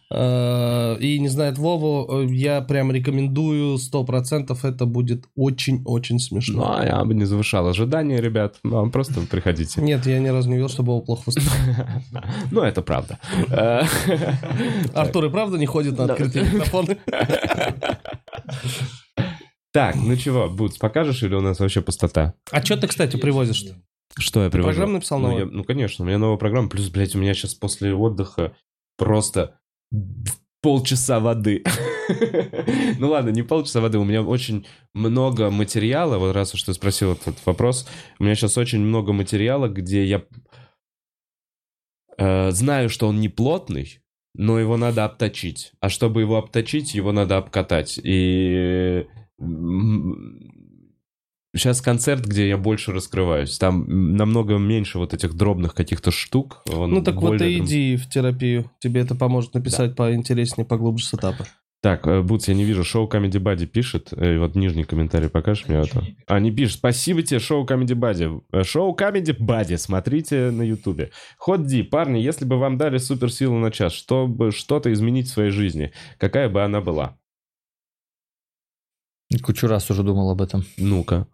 э, и не знает Вову, я прям рекомендую сто процентов, это будет очень-очень смешно. Ну, а я бы не завышал ожидания, ребят. Вам просто приходите. Нет, я ни разу не видел, чтобы Вова плохо выступал. Ну, это правда. Артур и правда не ходит на открытые микрофоны? Так, ну чего, Бутс, покажешь или у нас вообще пустота? А что ты, кстати, привозишь-то? Что я привожу? Программу написал ну, новую? я, ну, конечно, у меня новая программа. Плюс, блядь, у меня сейчас после отдыха просто полчаса воды. Ну ладно, не полчаса воды. У меня очень много материала. Вот раз уж ты спросил этот вопрос. У меня сейчас очень много материала, где я э, знаю, что он не плотный, но его надо обточить. А чтобы его обточить, его надо обкатать. И... Сейчас концерт, где я больше раскрываюсь. Там намного меньше вот этих дробных каких-то штук. Он Ну так вот более и прям- иди в терапию. Тебе это поможет написать поинтереснее, поглубже сетапы. Так, э, Бутс, я не вижу. Шоу Comedy Buddy пишет. Э, Вот нижний комментарий покажешь мне это? А, не пишет. Спасибо тебе, Шоу Comedy Buddy. Э, Шоу Comedy Buddy. Смотрите на Ютубе. Ход Ди, парни, если бы вам дали суперсилу на час, чтобы что-то изменить в своей жизни, какая бы она была? Кучу раз уже думал об этом. Ну-ка.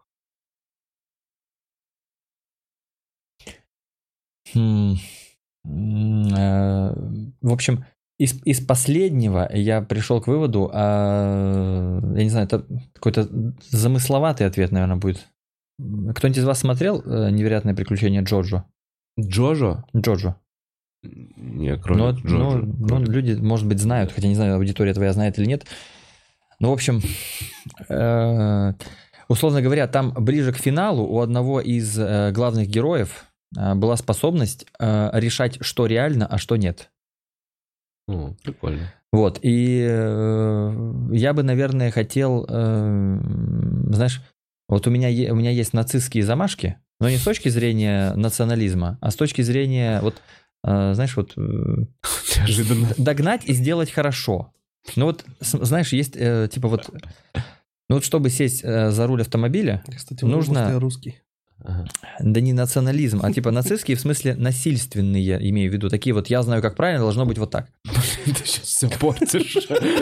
Хм. М, э, В общем, из, из последнего я пришел к выводу, а, я не знаю, это какой-то замысловатый ответ, наверное, будет. Кто-нибудь из вас смотрел э, «Невероятные приключения Джоджо»? Джожо? Джоджо. Не, кроме Ну, Джоджо. ну, ну, люди, может быть, знают, хотя не знаю, аудитория твоя знает или нет. Ну, в общем, э, условно говоря, там ближе к финалу у одного из э, главных героев э, была способность э, решать, что реально, а что нет. О, прикольно. Вот, и э, я бы, наверное, хотел, э, знаешь, вот у меня, е- у меня есть нацистские замашки, но не с точки зрения национализма, а с точки зрения, вот, э, знаешь, вот... э, Неожиданно. Догнать и сделать хорошо. Ну вот, с- знаешь, есть э, типа вот... Ну вот, чтобы сесть э, за руль автомобиля, Кстати, Нужно- нужно... русский. Ага. да не национализм, а типа нацистские, в смысле насильственные, я имею в виду. Такие вот, я знаю, как правильно, должно быть вот так. Ты сейчас все портишь.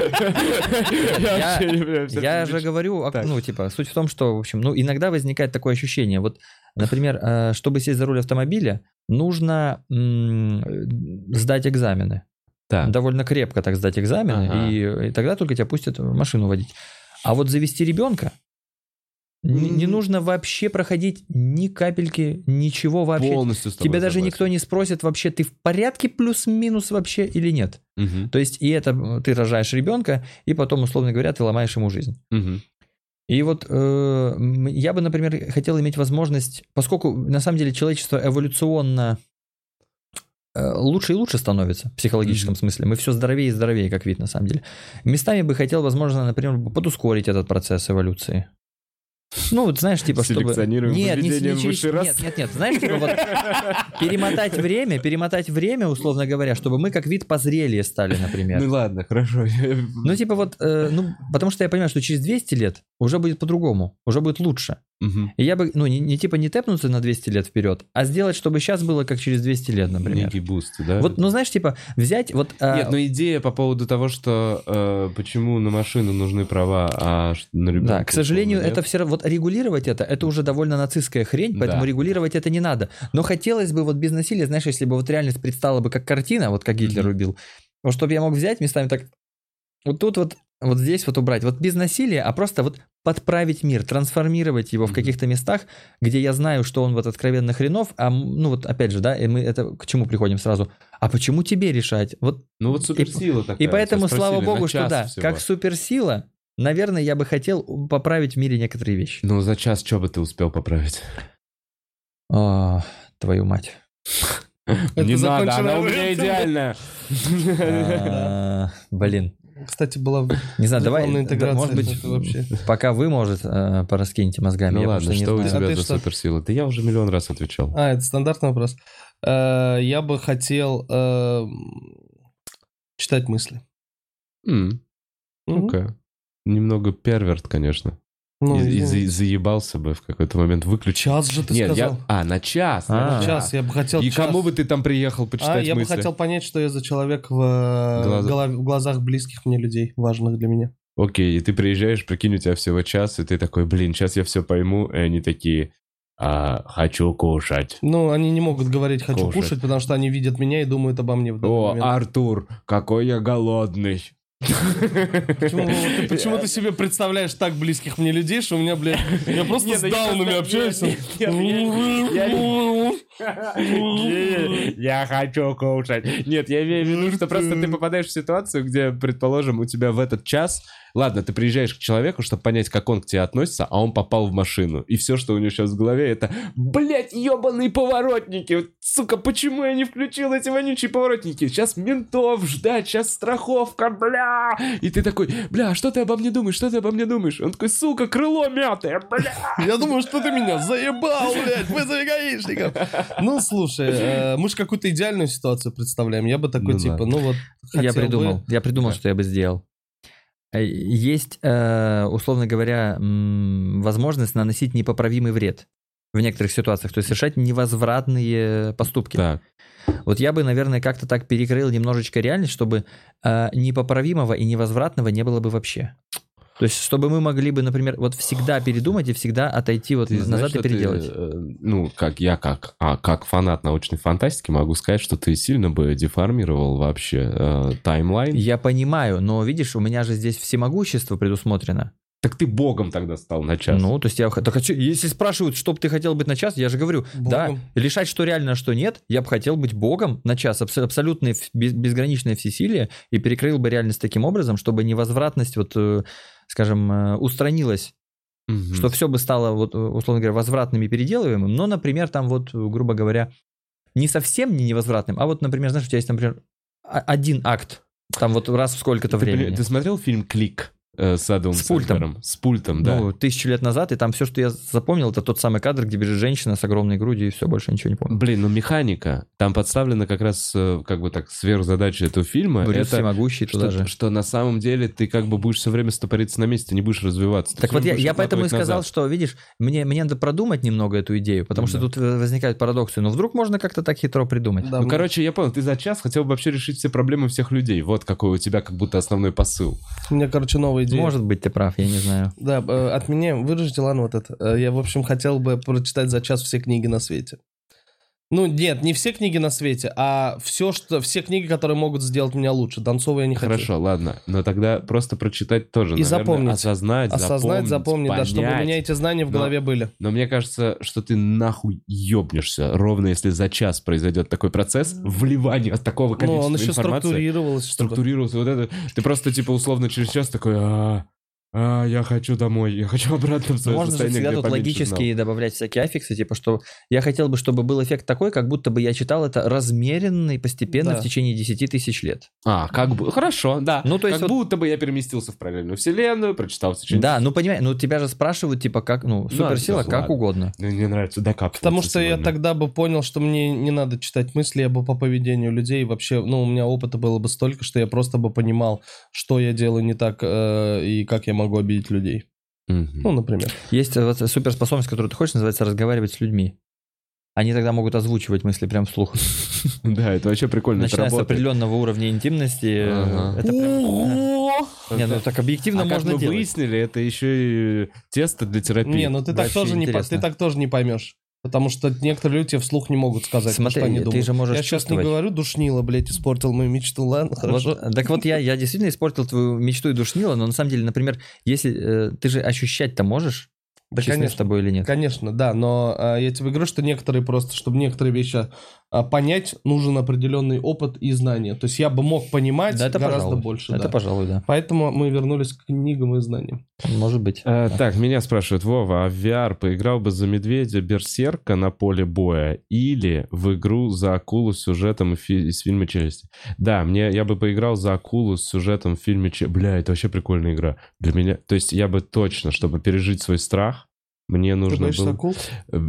Я- вообще не понимаю, что Я ты же говорю, а, Так. ну, типа, суть в том, что, в общем, ну, иногда возникает такое ощущение. Вот, например, э, чтобы сесть за руль автомобиля, нужно м, сдать экзамены. Так. Довольно крепко так сдать экзамены, Ага. и, и тогда только тебя пустят машину водить. А вот завести ребенка не, не Мгм. нужно вообще проходить ни капельки, ничего вообще. Полностью с тобой Тебя даже согласен. никто не спросит вообще, ты в порядке плюс-минус вообще или нет. Мгм. То есть и это э, ты рожаешь ребенка, и потом, условно говоря, ты ломаешь ему жизнь. Мгм. И вот э, м, я бы, например, хотел иметь возможность, поскольку на самом деле человечество эволюционно э, лучше и лучше становится в психологическом Мгм. смысле. Мы все здоровее и здоровее, как вид на самом деле. Местами бы хотел, возможно, например, подускорить этот процесс эволюции. Ну, вот знаешь, типа, чтобы... Селекционируем Нет, не, выведением не через- высшей нет, расы. нет, нет, знаешь, типа вот перемотать время, перемотать время, условно говоря, чтобы мы как вид позрелее стали, например. Ну ладно, хорошо. Ну, типа вот, э, ну, потому что я понимаю, что через двести лет уже будет по-другому, уже будет лучше. Мгм. И я бы, ну, не, не типа не тэпнуться на двести лет вперед, а сделать, чтобы сейчас было как через двести лет, например. Некий буст, да? Вот, ну, знаешь, типа взять вот... а, Нет, ну идея по поводу того, что э, почему на машину нужны права, а ш- на ребенка... Да, к сожалению, условно, это нет. все равно... Вот регулировать это, это уже довольно нацистская хрень, поэтому Да. регулировать это не надо. Но хотелось бы вот без насилия, знаешь, если бы вот реальность предстала бы как картина, вот как Гитлер Мгм. убил, вот чтобы я мог взять местами так... Вот тут вот, вот здесь вот убрать. Вот без насилия, а просто вот подправить мир, трансформировать его в Мгм. каких-то местах, где я знаю, что он вот откровенно хренов, а м, ну вот опять же, да, и мы это к чему приходим сразу? А почему тебе решать? Вот Ну вот суперсила такая. и поэтому, Тебя слава спросили, богу, на что час да, всего. как суперсила, наверное, я бы хотел поправить в мире некоторые вещи. Ну за час что бы ты успел поправить? А, твою мать. Это Не надо, закончено она у меня этим. идеальная. А, Блин. Кстати, была Не знаю, давай, рекламная да, интеграция. может быть, это вообще. пока вы, может, э, пораскиньте мозгами. Ну я ладно, просто не что у знаю. А тебя ты за что? суперсила? Да я уже миллион раз отвечал. А, это стандартный вопрос. Э, Я бы хотел э, читать мысли. М, Мгм. Ну-ка. Немного перверт, конечно. Ну, и, и извини. за- заебался бы в какой-то момент выключить. Час же ты Нет, сказал. я... А, на час. А. на Час, я бы хотел И час. кому бы ты там приехал А, почитать я бы мысли? хотел понять, что я за человек в, э, Глаза- голов- в глазах близких мне людей, важных для меня. Окей, и ты приезжаешь, прикинь, у тебя всего час, и ты такой, блин, сейчас я все пойму, и они такие, а, хочу кушать. Ну, они не могут говорить «хочу Кушать. кушать», потому что они видят меня и думают обо мне в данный О, момент. Артур, какой я голодный. Почему, вот ты, почему ты себе представляешь так близких мне людей, что у меня, блядь, я просто Не, с ну я даунами просто- общаюсь. нет, нет, я- Не, Я хочу кушать. Нет, я имею в виду, что просто ты попадаешь в ситуацию, где, предположим, у тебя в этот час... Ладно, ты приезжаешь к человеку, чтобы понять, как он к тебе относится, а он попал в машину. И все, что у него сейчас в голове, это, блять, ебаные поворотники. Вот, сука, почему я не включил эти вонючие поворотники? Сейчас ментов ждать, сейчас страховка, бля. И ты такой, бля, что ты обо мне думаешь, что ты обо мне думаешь? Он такой, сука, крыло мятое, бля. Я думаю, что ты меня заебал, блядь, вызови гаишников. Ну, слушай, э, мы же какую-то идеальную ситуацию представляем. Я бы такой, Ну типа, да. ну вот... Я хотел бы- придумал, я придумал, Да. что я бы сделал. Э, Есть, э, условно говоря, м, возможность наносить непоправимый вред в некоторых ситуациях, то есть совершать невозвратные поступки. Так. Вот я бы, наверное, как-то так перекрыл немножечко реальность, чтобы э, непоправимого и невозвратного не было бы вообще. То есть, чтобы мы могли бы, например, вот всегда передумать и всегда отойти вот Ты назад знаешь, и что ты, переделать. э, ну, как я, как, а, как фанат научной фантастики, могу сказать, что ты сильно бы деформировал вообще э, таймлайн. Я понимаю, но видишь, у меня же здесь всемогущество предусмотрено. Так ты богом тогда стал на час. Ну, то есть я х- так хочу, если спрашивают, что бы ты хотел быть на час, я же говорю, да, Богом. решать, что реально, а что нет, я бы хотел быть богом на час, абс- абсолютное в- без- безграничное всесилие, и перекрыл бы реальность таким образом, чтобы невозвратность, вот, э, скажем, э, устранилась, Мгм. что все бы стало, вот, э, условно говоря, возвратным и переделываемым, но, например, там вот, э, грубо говоря, не совсем не невозвратным, а вот, например, знаешь, у тебя есть, например, а- один акт, там вот раз в сколько-то ты, времени. пони- ты смотрел фильм «Клик» э, с Адамом С пультом. Сэндлером? С пультом, да. Ну, тысячу лет назад, и там все, что я запомнил, это тот самый кадр, где бежит женщина с огромной грудью, и все, больше ничего не помню. Блин, ну механика. Там подставлена как раз, э, как бы так, сверхзадача этого фильма. Брюс это всемогущий туда что, же. что на самом деле ты как бы будешь все время стопориться на месте, не будешь развиваться. Ты Так всё вот, я, будешь я поэтому и отматывать сказал, назад. что, видишь, мне, мне надо продумать немного эту идею, потому что Да. тут э, возникают парадоксы. Но вдруг можно как-то так хитро придумать. Да, Ну, мне- короче, я понял, ты за час хотел бы вообще решить все проблемы всех людей. Вот какой у тебя как будто основной посыл. У меня, короче, новая идея. Может быть, ты прав, я не знаю. Да, э, от меня выражите, ладно, вот это. Э, Я, в общем, хотел бы прочитать за час все книги на свете. Ну, нет, не все книги на свете, а все, что, все книги, которые могут сделать меня лучше. Донцова я не хочу. Хорошо, ладно. Но тогда просто прочитать тоже, И наверное, запомнить. осознать, Осознать, запомнить, запомнить, да, чтобы у понять. меня эти знания в Но- голове были. Но мне кажется, что ты нахуй ёбнешься, ровно если за час произойдет такой процесс вливания от такого Ну, количества он еще информации. структурировался. чтобы- Структурировался вот это. Ты просто, типа, условно через час такой, а, а, я хочу домой, я хочу обратно в свое Можно же состояние, всегда где тут поменьше логически знал. добавлять всякие аффиксы, типа, что я хотел бы, чтобы был эффект такой, как будто бы я читал это размеренно и постепенно Да. в течение десяти тысяч лет. А, как бы, хорошо, да. Ну, то есть как вот- будто бы я переместился в параллельную вселенную, прочитал в течение... Да, ну понимаешь, ну тебя же спрашивают, типа, как, ну, суперсила, да, как ладно. угодно. Ну, мне нравится докапываться Потому что я сегодня. тогда бы понял, что мне не надо читать мысли, я бы по поведению людей вообще, ну, у меня опыта было бы столько, что я просто бы понимал, что я делаю не так э, и как я могу обидеть людей. Мгм. Ну, например. Есть вот суперспособность, которую ты хочешь, называется разговаривать с людьми. Они тогда могут озвучивать мысли прям вслух. Да, это вообще прикольно, это Начиная с работает. определенного уровня интимности. э, Ага. Это прям... Ого! Не, ну так объективно А как можно мы делать. выяснили, это еще и тесто для терапии. Не, ну ты так, Вообще тоже не, по- интересно. ты так тоже не поймешь. Потому что некоторые люди тебе вслух не могут сказать, Смотри, что они ты думают. же можешь Я сейчас не чувствовать. говорю, душнило, блядь, испортил мою мечту, ладно, хорошо. Вот, так вот, я, я действительно испортил твою мечту и душнило, но на самом деле, например, если э, ты же ощущать-то можешь, Да, честно с конечно. тобой или нет? Конечно, да, но а, я тебе говорю, что некоторые просто, чтобы некоторые вещи а, понять, нужен определенный опыт и знания. То есть я бы мог понимать Да, это гораздо пожалуй. больше. Это да. пожалуй, да. Поэтому мы вернулись к книгам и знаниям. Может быть. Э, Да. Так, меня спрашивают, Вова, а в ви ар поиграл бы за медведя Берсерка на поле боя или в игру за акулу с сюжетом фи- из фильма «Челюсти»? Да, мне, я бы поиграл за акулу с сюжетом в фильме «Челюсти». Бля, это вообще прикольная игра. Для меня, то есть я бы точно, чтобы пережить свой страх, мне Ты нужно боишься было... акул?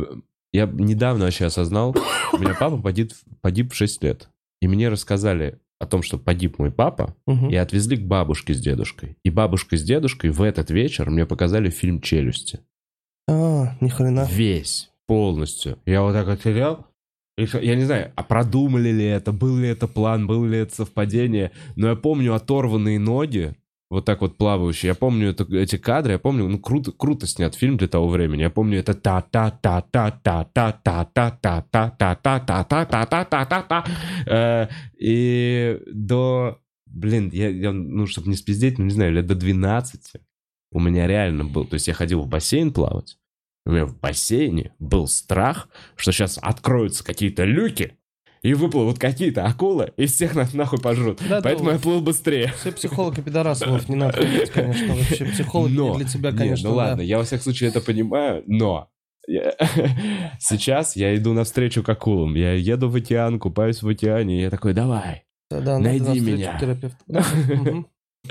Я недавно вообще осознал, у меня папа погиб, погиб в шесть лет. И мне рассказали, о том, что погиб мой папа, Мгм. и отвезли к бабушке с дедушкой. И бабушка с дедушкой в этот вечер мне показали фильм «Челюсти». А, ни хрена. Весь, полностью. Я вот так вот сидел, и что- я не знаю, а продумали ли это, был ли это план, было ли это совпадение, но я помню оторванные ноги, вот так вот плавающие. Я помню это- эти кадры, я помню, ну, круто, круто снят фильм для того времени. Я помню это та-та-та-та-та-та-та-та-та-та-та-та-та-та-та-та. Э, И до, блин, я, я, ну, чтобы не спиздеть, ну, не знаю, лет до двенадцати у меня реально был, то есть я ходил в бассейн плавать, у меня в бассейне был страх, что сейчас откроются какие-то люки, и выплывут какие-то акулы, и всех нас нахуй пожрут. Да, Поэтому да. я плыл быстрее. Все психолог и пидорас, Вов, не надо ходить, конечно. Вообще психологи Но, не для тебя, не, конечно. ну да. ладно, я во всяком случае это понимаю, но я- сейчас я иду навстречу к акулам. Я еду в океан, купаюсь в океане, и я такой, давай. Да, да, надо Найди навстречу меня. к терапевту. Мгм.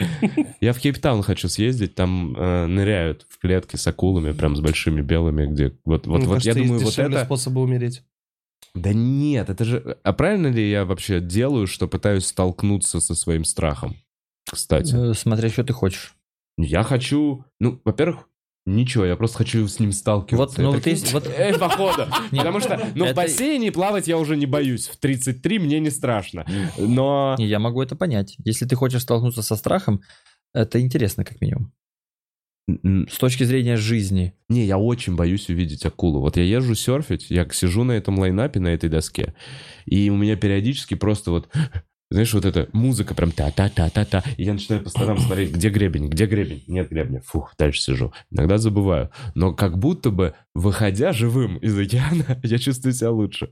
Я в Кейптаун хочу съездить, там э, ныряют в клетке с акулами, прям с большими белыми, где вот, вот, Мне вот кажется, я думаю, есть вот дешевле это... способы умереть. Да нет, это же... А правильно ли я вообще делаю, что пытаюсь столкнуться со своим страхом? Кстати. Э, Смотря, что ты хочешь. Я хочу... Ну, во-первых, ничего, я просто хочу с ним сталкиваться. Вот, ну, Это вот есть- вот- Эй, походу. Нет, Потому что, ну, в это- бассейне плавать я уже не боюсь. В тридцать три мне не страшно. Но... И я могу это понять. Если ты хочешь столкнуться со страхом, это интересно, как минимум. Н- С точки зрения жизни. Не, я очень боюсь увидеть акулу. Вот я езжу серфить, я сижу на этом лайнапе, на этой доске, и у меня периодически просто вот... Знаешь, вот эта музыка прям та-та-та-та-та. И я начинаю по сторонам смотреть, где гребень, где гребень. Нет гребня. Фух, дальше сижу. Иногда забываю. Но как будто бы, выходя живым из океана, я чувствую себя лучше.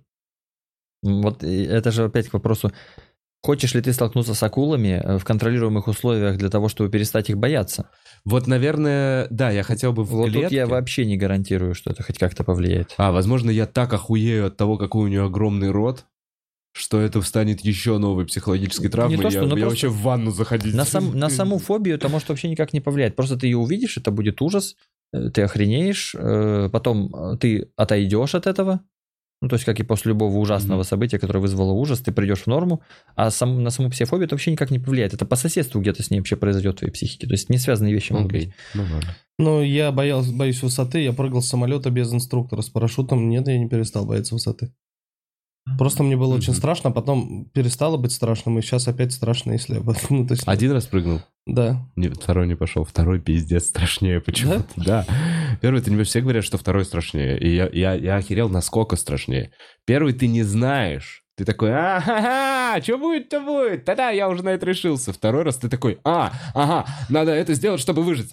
Вот и это же опять к вопросу, хочешь ли ты столкнуться с акулами э, в контролируемых условиях для того, чтобы перестать их бояться? Вот, наверное, да, я хотел бы в Вот тут клетке. я вообще не гарантирую, что это хоть как-то повлияет. А, возможно, я так охуею от того, какой у нее огромный рот, что это станет еще новой психологической травмой. то, я что, ну, я просто вообще в ванну заходить. На, сам, на саму фобию это может вообще никак не повлиять. Просто ты ее увидишь, это будет ужас, э, ты охренеешь, э, потом э, ты отойдешь от этого. Ну, то есть, как и после любого ужасного Мгм. события, которое вызвало ужас, ты придешь в норму, а сам, на саму психофобию это вообще никак не повлияет. Это по соседству где-то с ней вообще произойдет в твоей психике. То есть, не связанные вещи могут быть. Окей, ну ладно. Ну, я боялся, боюсь высоты, я прыгал с самолета без инструктора, с парашютом. Нет, я не перестал бояться высоты. Просто мне было очень Мгм. страшно, а потом перестало быть страшным, и сейчас опять страшно, если я... Ну, то есть, Один раз прыгнул, Да. не, второй не пошел, второй пиздец страшнее почему-то. Да? Первый, ты не все говорят, что второй страшнее. И я, я, я охерел, насколько страшнее. Первый ты не знаешь. Ты такой, а-ха-ха, что будет, то будет. Да-да, я уже на это решился. Второй раз ты такой, а, ага, надо это сделать, чтобы выжить.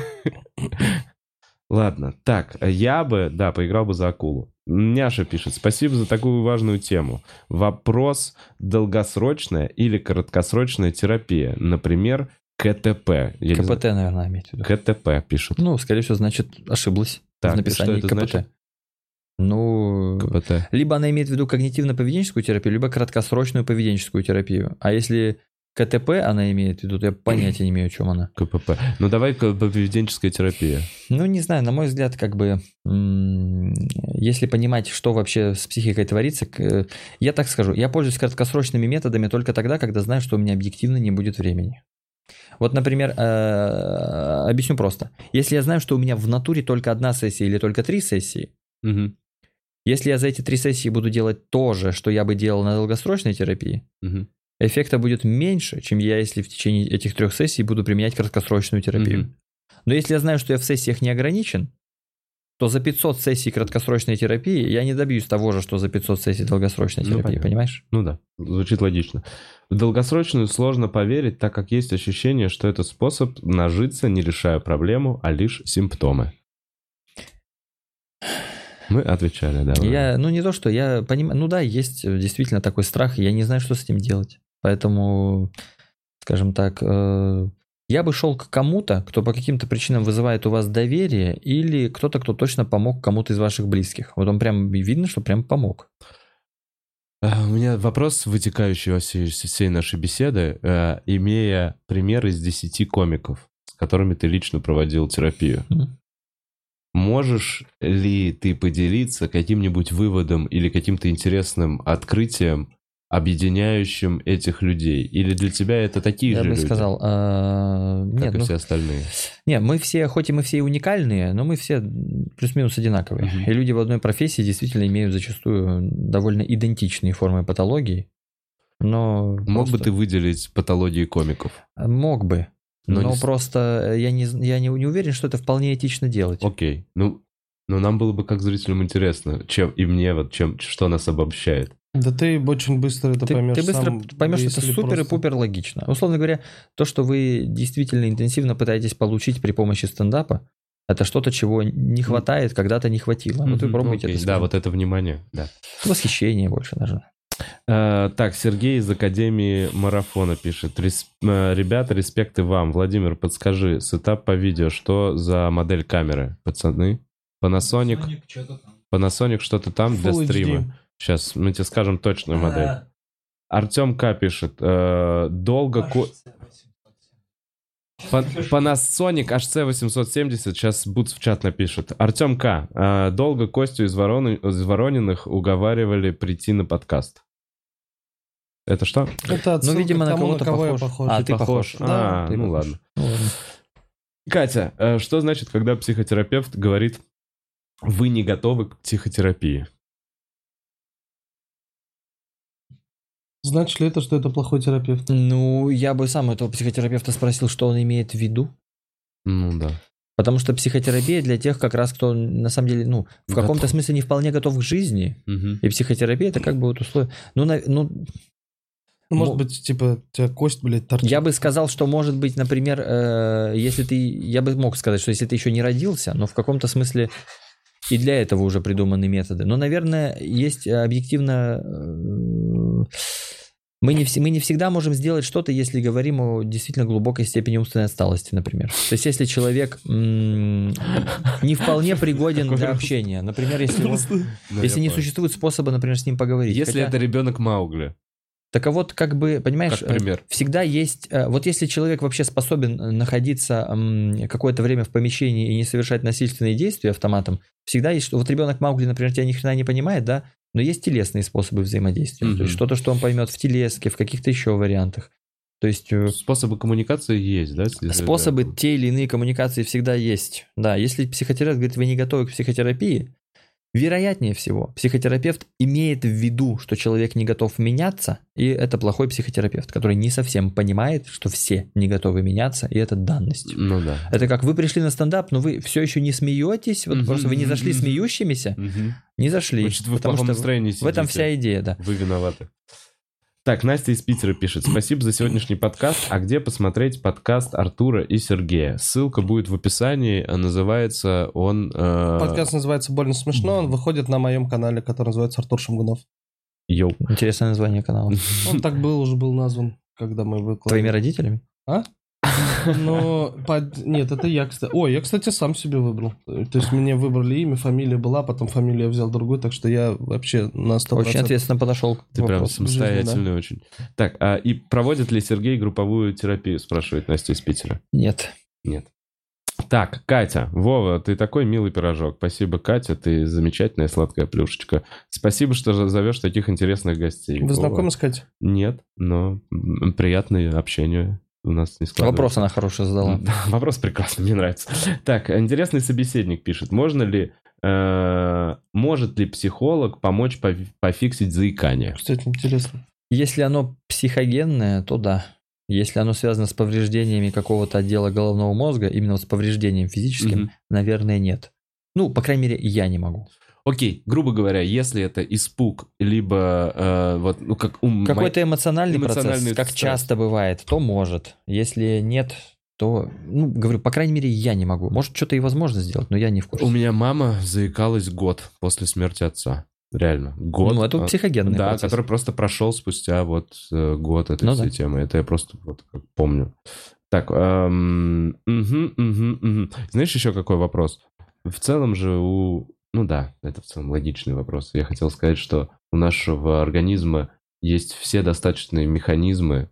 Ладно, так, я бы, да, поиграл бы за акулу. Няша пишет, спасибо за такую важную тему. Вопрос, долгосрочная или краткосрочная терапия, например, КТП. Я не КПТ, наверное, имеет в виду. знаю. КТП пишут. Ну, скорее всего, значит, ошиблась Так, в и написании что это КПТ. значит? Ну, КПТ. либо она имеет в виду когнитивно-поведенческую терапию, либо краткосрочную поведенческую терапию. А если КТП она имеет в виду, то я понятия не имею, о чем она. КПП. Ну, давай поведенческая терапия. Ну, не знаю, на мой взгляд, как бы, м, если понимать, что вообще с психикой творится, к- я так скажу, я пользуюсь краткосрочными методами только тогда, когда знаю, что у меня объективно не будет времени. Вот, например, э, объясню просто. Если я знаю, что у меня в натуре только одна сессия или только три сессии, Мгм, если я за эти три сессии буду делать то же, что я бы делал на долгосрочной терапии, мгм, эффекта будет меньше, чем я, если в течение этих трех сессий буду применять краткосрочную терапию. мгм. Но если я знаю, что я в сессиях не ограничен, то за пятьсот сессий краткосрочной терапии я не добьюсь того же, что за пятьсот сессий долгосрочной Ну, терапии, понятно. понимаешь? Ну да, звучит логично. В долгосрочную сложно поверить, так как есть ощущение, что это способ нажиться, не решая проблему, а лишь симптомы. Мы отвечали, да. Я, ну не то, что я понимаю, ну да, есть действительно такой страх, я не знаю, что с этим делать. Поэтому, скажем так, э, я бы шел к кому-то, кто по каким-то причинам вызывает у вас доверие, или кто-то, кто точно помог кому-то из ваших близких. Вот он прям видно, что прям помог. А, У меня вопрос, вытекающий во всей, всей нашей беседы, э, имея пример из десяти комиков, с которыми ты лично проводил терапию. Мгм. Можешь ли ты поделиться каким-нибудь выводом или каким-то интересным открытием объединяющим этих людей? Или для тебя это такие Я же бы люди, сказал, а, как нет, и ну, все остальные? не, мы все, хоть и мы все уникальные, но мы все плюс-минус одинаковые. Мгм. И люди в одной профессии действительно имеют зачастую довольно идентичные формы патологии. Но Мог бы просто- ты выделить патологии комиков? Мог бы. Но Но, не с- просто я, не, я не, не уверен, что это вполне этично делать. Окей. Ну, но нам было бы как зрителям интересно, чем и мне вот чем что нас обобщает. Да ты очень быстро это Ты, поймешь ты быстро сам, поймешь, что это если супер и просто- пупер логично. Условно говоря, то, что вы действительно интенсивно пытаетесь получить при помощи стендапа, это что-то, чего не хватает, когда-то не хватило. Вот вы Мгм, пробуете окей. это Да, сделать. вот это внимание, да. Восхищение больше даже. Э, так, Сергей из Академии Марафона пишет. «Рес- э, Ребята, респекты вам. Владимир, подскажи, сетап по видео, что за модель камеры? Пацаны? Panasonic? Panasonic что-то там для Full эйч ди. стрима. Сейчас мы тебе скажем точную модель. Артем К. пишет. э, долго... ко- Пан- Panasonic эйч си восемьсот семьдесят, сейчас Бутс в чат напишет. Артем К. э, долго Костю из, Ворон... из Ворониных уговаривали прийти на подкаст. Это что? Это отсылка Ну, видимо, к на тому, кого-то кого я похож. похож. А, ты похож. А, Ты ну похож. ладно. Ну, ладно. Катя, э, что значит, когда психотерапевт говорит, вы не готовы к психотерапии? Значит ли это, что это плохой терапевт? Ну, я бы сам этого психотерапевта спросил, что он имеет в виду. Ну да. Потому что психотерапия для тех, как раз, кто на самом деле, ну, в каком-то Готов. смысле не вполне готов к жизни. Мгм. И психотерапия это как бы вот условие. Ну, на- ну, Ну, может Мо- быть, типа, у тебя кость, блядь, торчит. я бы сказал, что может быть, например, э, если ты, я бы мог сказать, что если ты еще не родился, но в каком-то смысле и для этого уже придуманы методы. Но, наверное, есть э, объективно, э, мы не, вс- мы не всегда можем сделать что-то, если говорим о действительно глубокой степени умственной отсталости, например. То есть, если человек м, не вполне пригоден для общения, например, если, он- Да, если я не понял. существует способа, например, с ним поговорить. Если Хотя- это ребенок Маугли, Так а вот, как бы, понимаешь, как пример. э, всегда есть... э, Вот если человек вообще способен э, находиться м, какое-то время в помещении и не совершать насильственные действия автоматом, всегда есть, что... Вот ребенок Маугли, например, тебя ни хрена не понимает, да? Но есть телесные способы взаимодействия. Мгм. То есть что-то, что он поймет в телеске, в каких-то еще вариантах. То есть э, способы коммуникации есть, да? с способы ребенком? те или иные коммуникации всегда есть. Да, если психотерапевт говорит, вы не готовы к психотерапии, вероятнее всего, психотерапевт имеет в виду, что человек не готов меняться, и это плохой психотерапевт, который не совсем понимает, что все не готовы меняться, и это данность. Ну да. Это как вы пришли на стендап, но вы все еще не смеетесь, вот Мгм, просто вы не зашли мгм. смеющимися, Мгм. не зашли. Значит, вы в потому плохом что настроении в этом сидите. вся идея, да. Вы виноваты. Так, Настя из Питера пишет. Спасибо за сегодняшний подкаст. А где посмотреть подкаст Артура и Сергея? Ссылка будет в описании. Называется он... э, Подкаст называется «Больно смешно». Он выходит на моем канале, который называется Артур Шамгунов. Йоу. Интересное название канала. Он так был, уже был назван, когда мы Твоими выкладывали. родителями? А? Но... под- Нет, это я, кстати. Ой, я, кстати, сам себе выбрал. То есть мне выбрали имя, фамилия была, потом фамилию я взял другую, так что я вообще на сто процентов... Очень ответственно подошел к Ты прям вопросу. самостоятельный очень. Так, а и проводит ли Сергей групповую терапию, спрашивает Настя из Питера. Нет. Нет. Так, Катя, Вова, ты такой милый пирожок. Спасибо, Катя, ты замечательная сладкая плюшечка. Спасибо, что зовешь таких интересных гостей. Вы Вова. знакомы с Катей? Нет, но м, приятное общение у нас не складывается. Вопрос она хороший задала. Да, вопрос прекрасный, мне нравится. Так, интересный собеседник пишет. Можно ли, э, может ли психолог помочь пофи- пофиксить заикание? Кстати, интересно. Если оно психогенное, то да. Если оно связано с повреждениями какого-то отдела головного мозга, именно вот с повреждением физическим, Мгм. наверное, нет. Ну, по крайней мере, я не могу. Окей, грубо говоря, если это испуг, либо э, вот, ну, как у Какой-то эмоциональный, эмоциональный процесс, как стресс. часто бывает, то может. Если нет, то, ну, говорю, по крайней мере, я не могу. Может, что-то и возможно сделать, но я не в курсе. У меня мама заикалась год после смерти отца. Реально, год. Ну, это А, психогенный Да, процесс. который просто прошел спустя вот э, год этой Ну всей да. темы. Это я просто вот как помню. Так, эм, мгм, мгм, мгм. Знаешь, еще какой вопрос? В целом же у... Ну да, это в целом логичный вопрос. Я хотел сказать, что у нашего организма есть все достаточные механизмы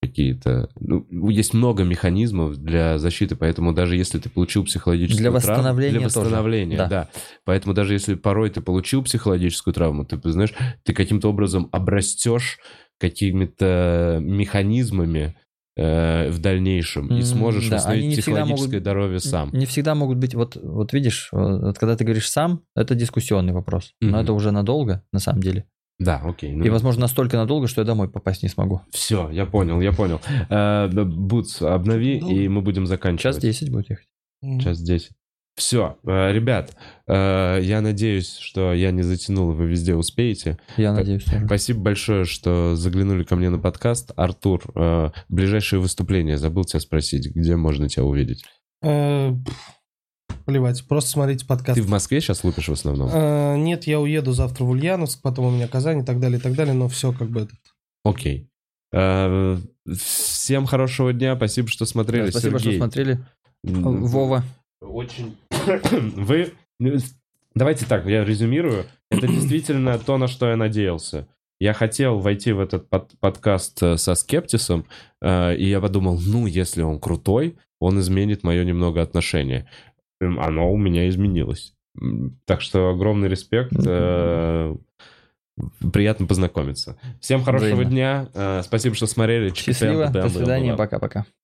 какие-то... Ну, есть много механизмов для защиты, поэтому даже если ты получил психологическую Для травму... восстановления Для восстановления, тоже. да. да. Поэтому даже если порой ты получил психологическую травму, ты, знаешь, ты каким-то образом обрастешь какими-то механизмами э, в дальнейшем и сможешь да, восстановить психологическое могут, здоровье сам. Не всегда могут быть... Вот, вот видишь, вот когда ты говоришь «сам», это дискуссионный вопрос. Mm-hmm. Но это уже надолго, на самом деле. Да, окей. Ну... И, возможно, настолько надолго, что я домой попасть не смогу. Все, я понял, я понял. Бутс, обнови, долго? И мы будем заканчивать. Час десять будет ехать. Час десять. Все, ребят, я надеюсь, что я не затянул, вы везде успеете. Я надеюсь тоже. Спасибо большое, что заглянули ко мне на подкаст. Артур, ближайшее выступление, забыл тебя спросить, где можно тебя увидеть? Плевать, просто смотрите подкаст. Ты в Москве сейчас лупишь в основном? А, нет, я уеду завтра в Ульяновск, потом у меня Казань и так далее, и так далее, но все как бы... Окей. А, всем хорошего дня, спасибо, что смотрели. Да, спасибо, Сергей. что смотрели. Вова. Очень... Вы... Давайте так, я резюмирую. Это действительно то, на что я надеялся. Я хотел войти в этот под- подкаст со скептисом, э, и я подумал, ну, если он крутой, он изменит мое немного отношение. Оно у меня изменилось. Так что огромный респект. Э, приятно познакомиться. Всем хорошего Взаимно. дня. Э, спасибо, что смотрели. Счастливо. До свидания. Пока-пока.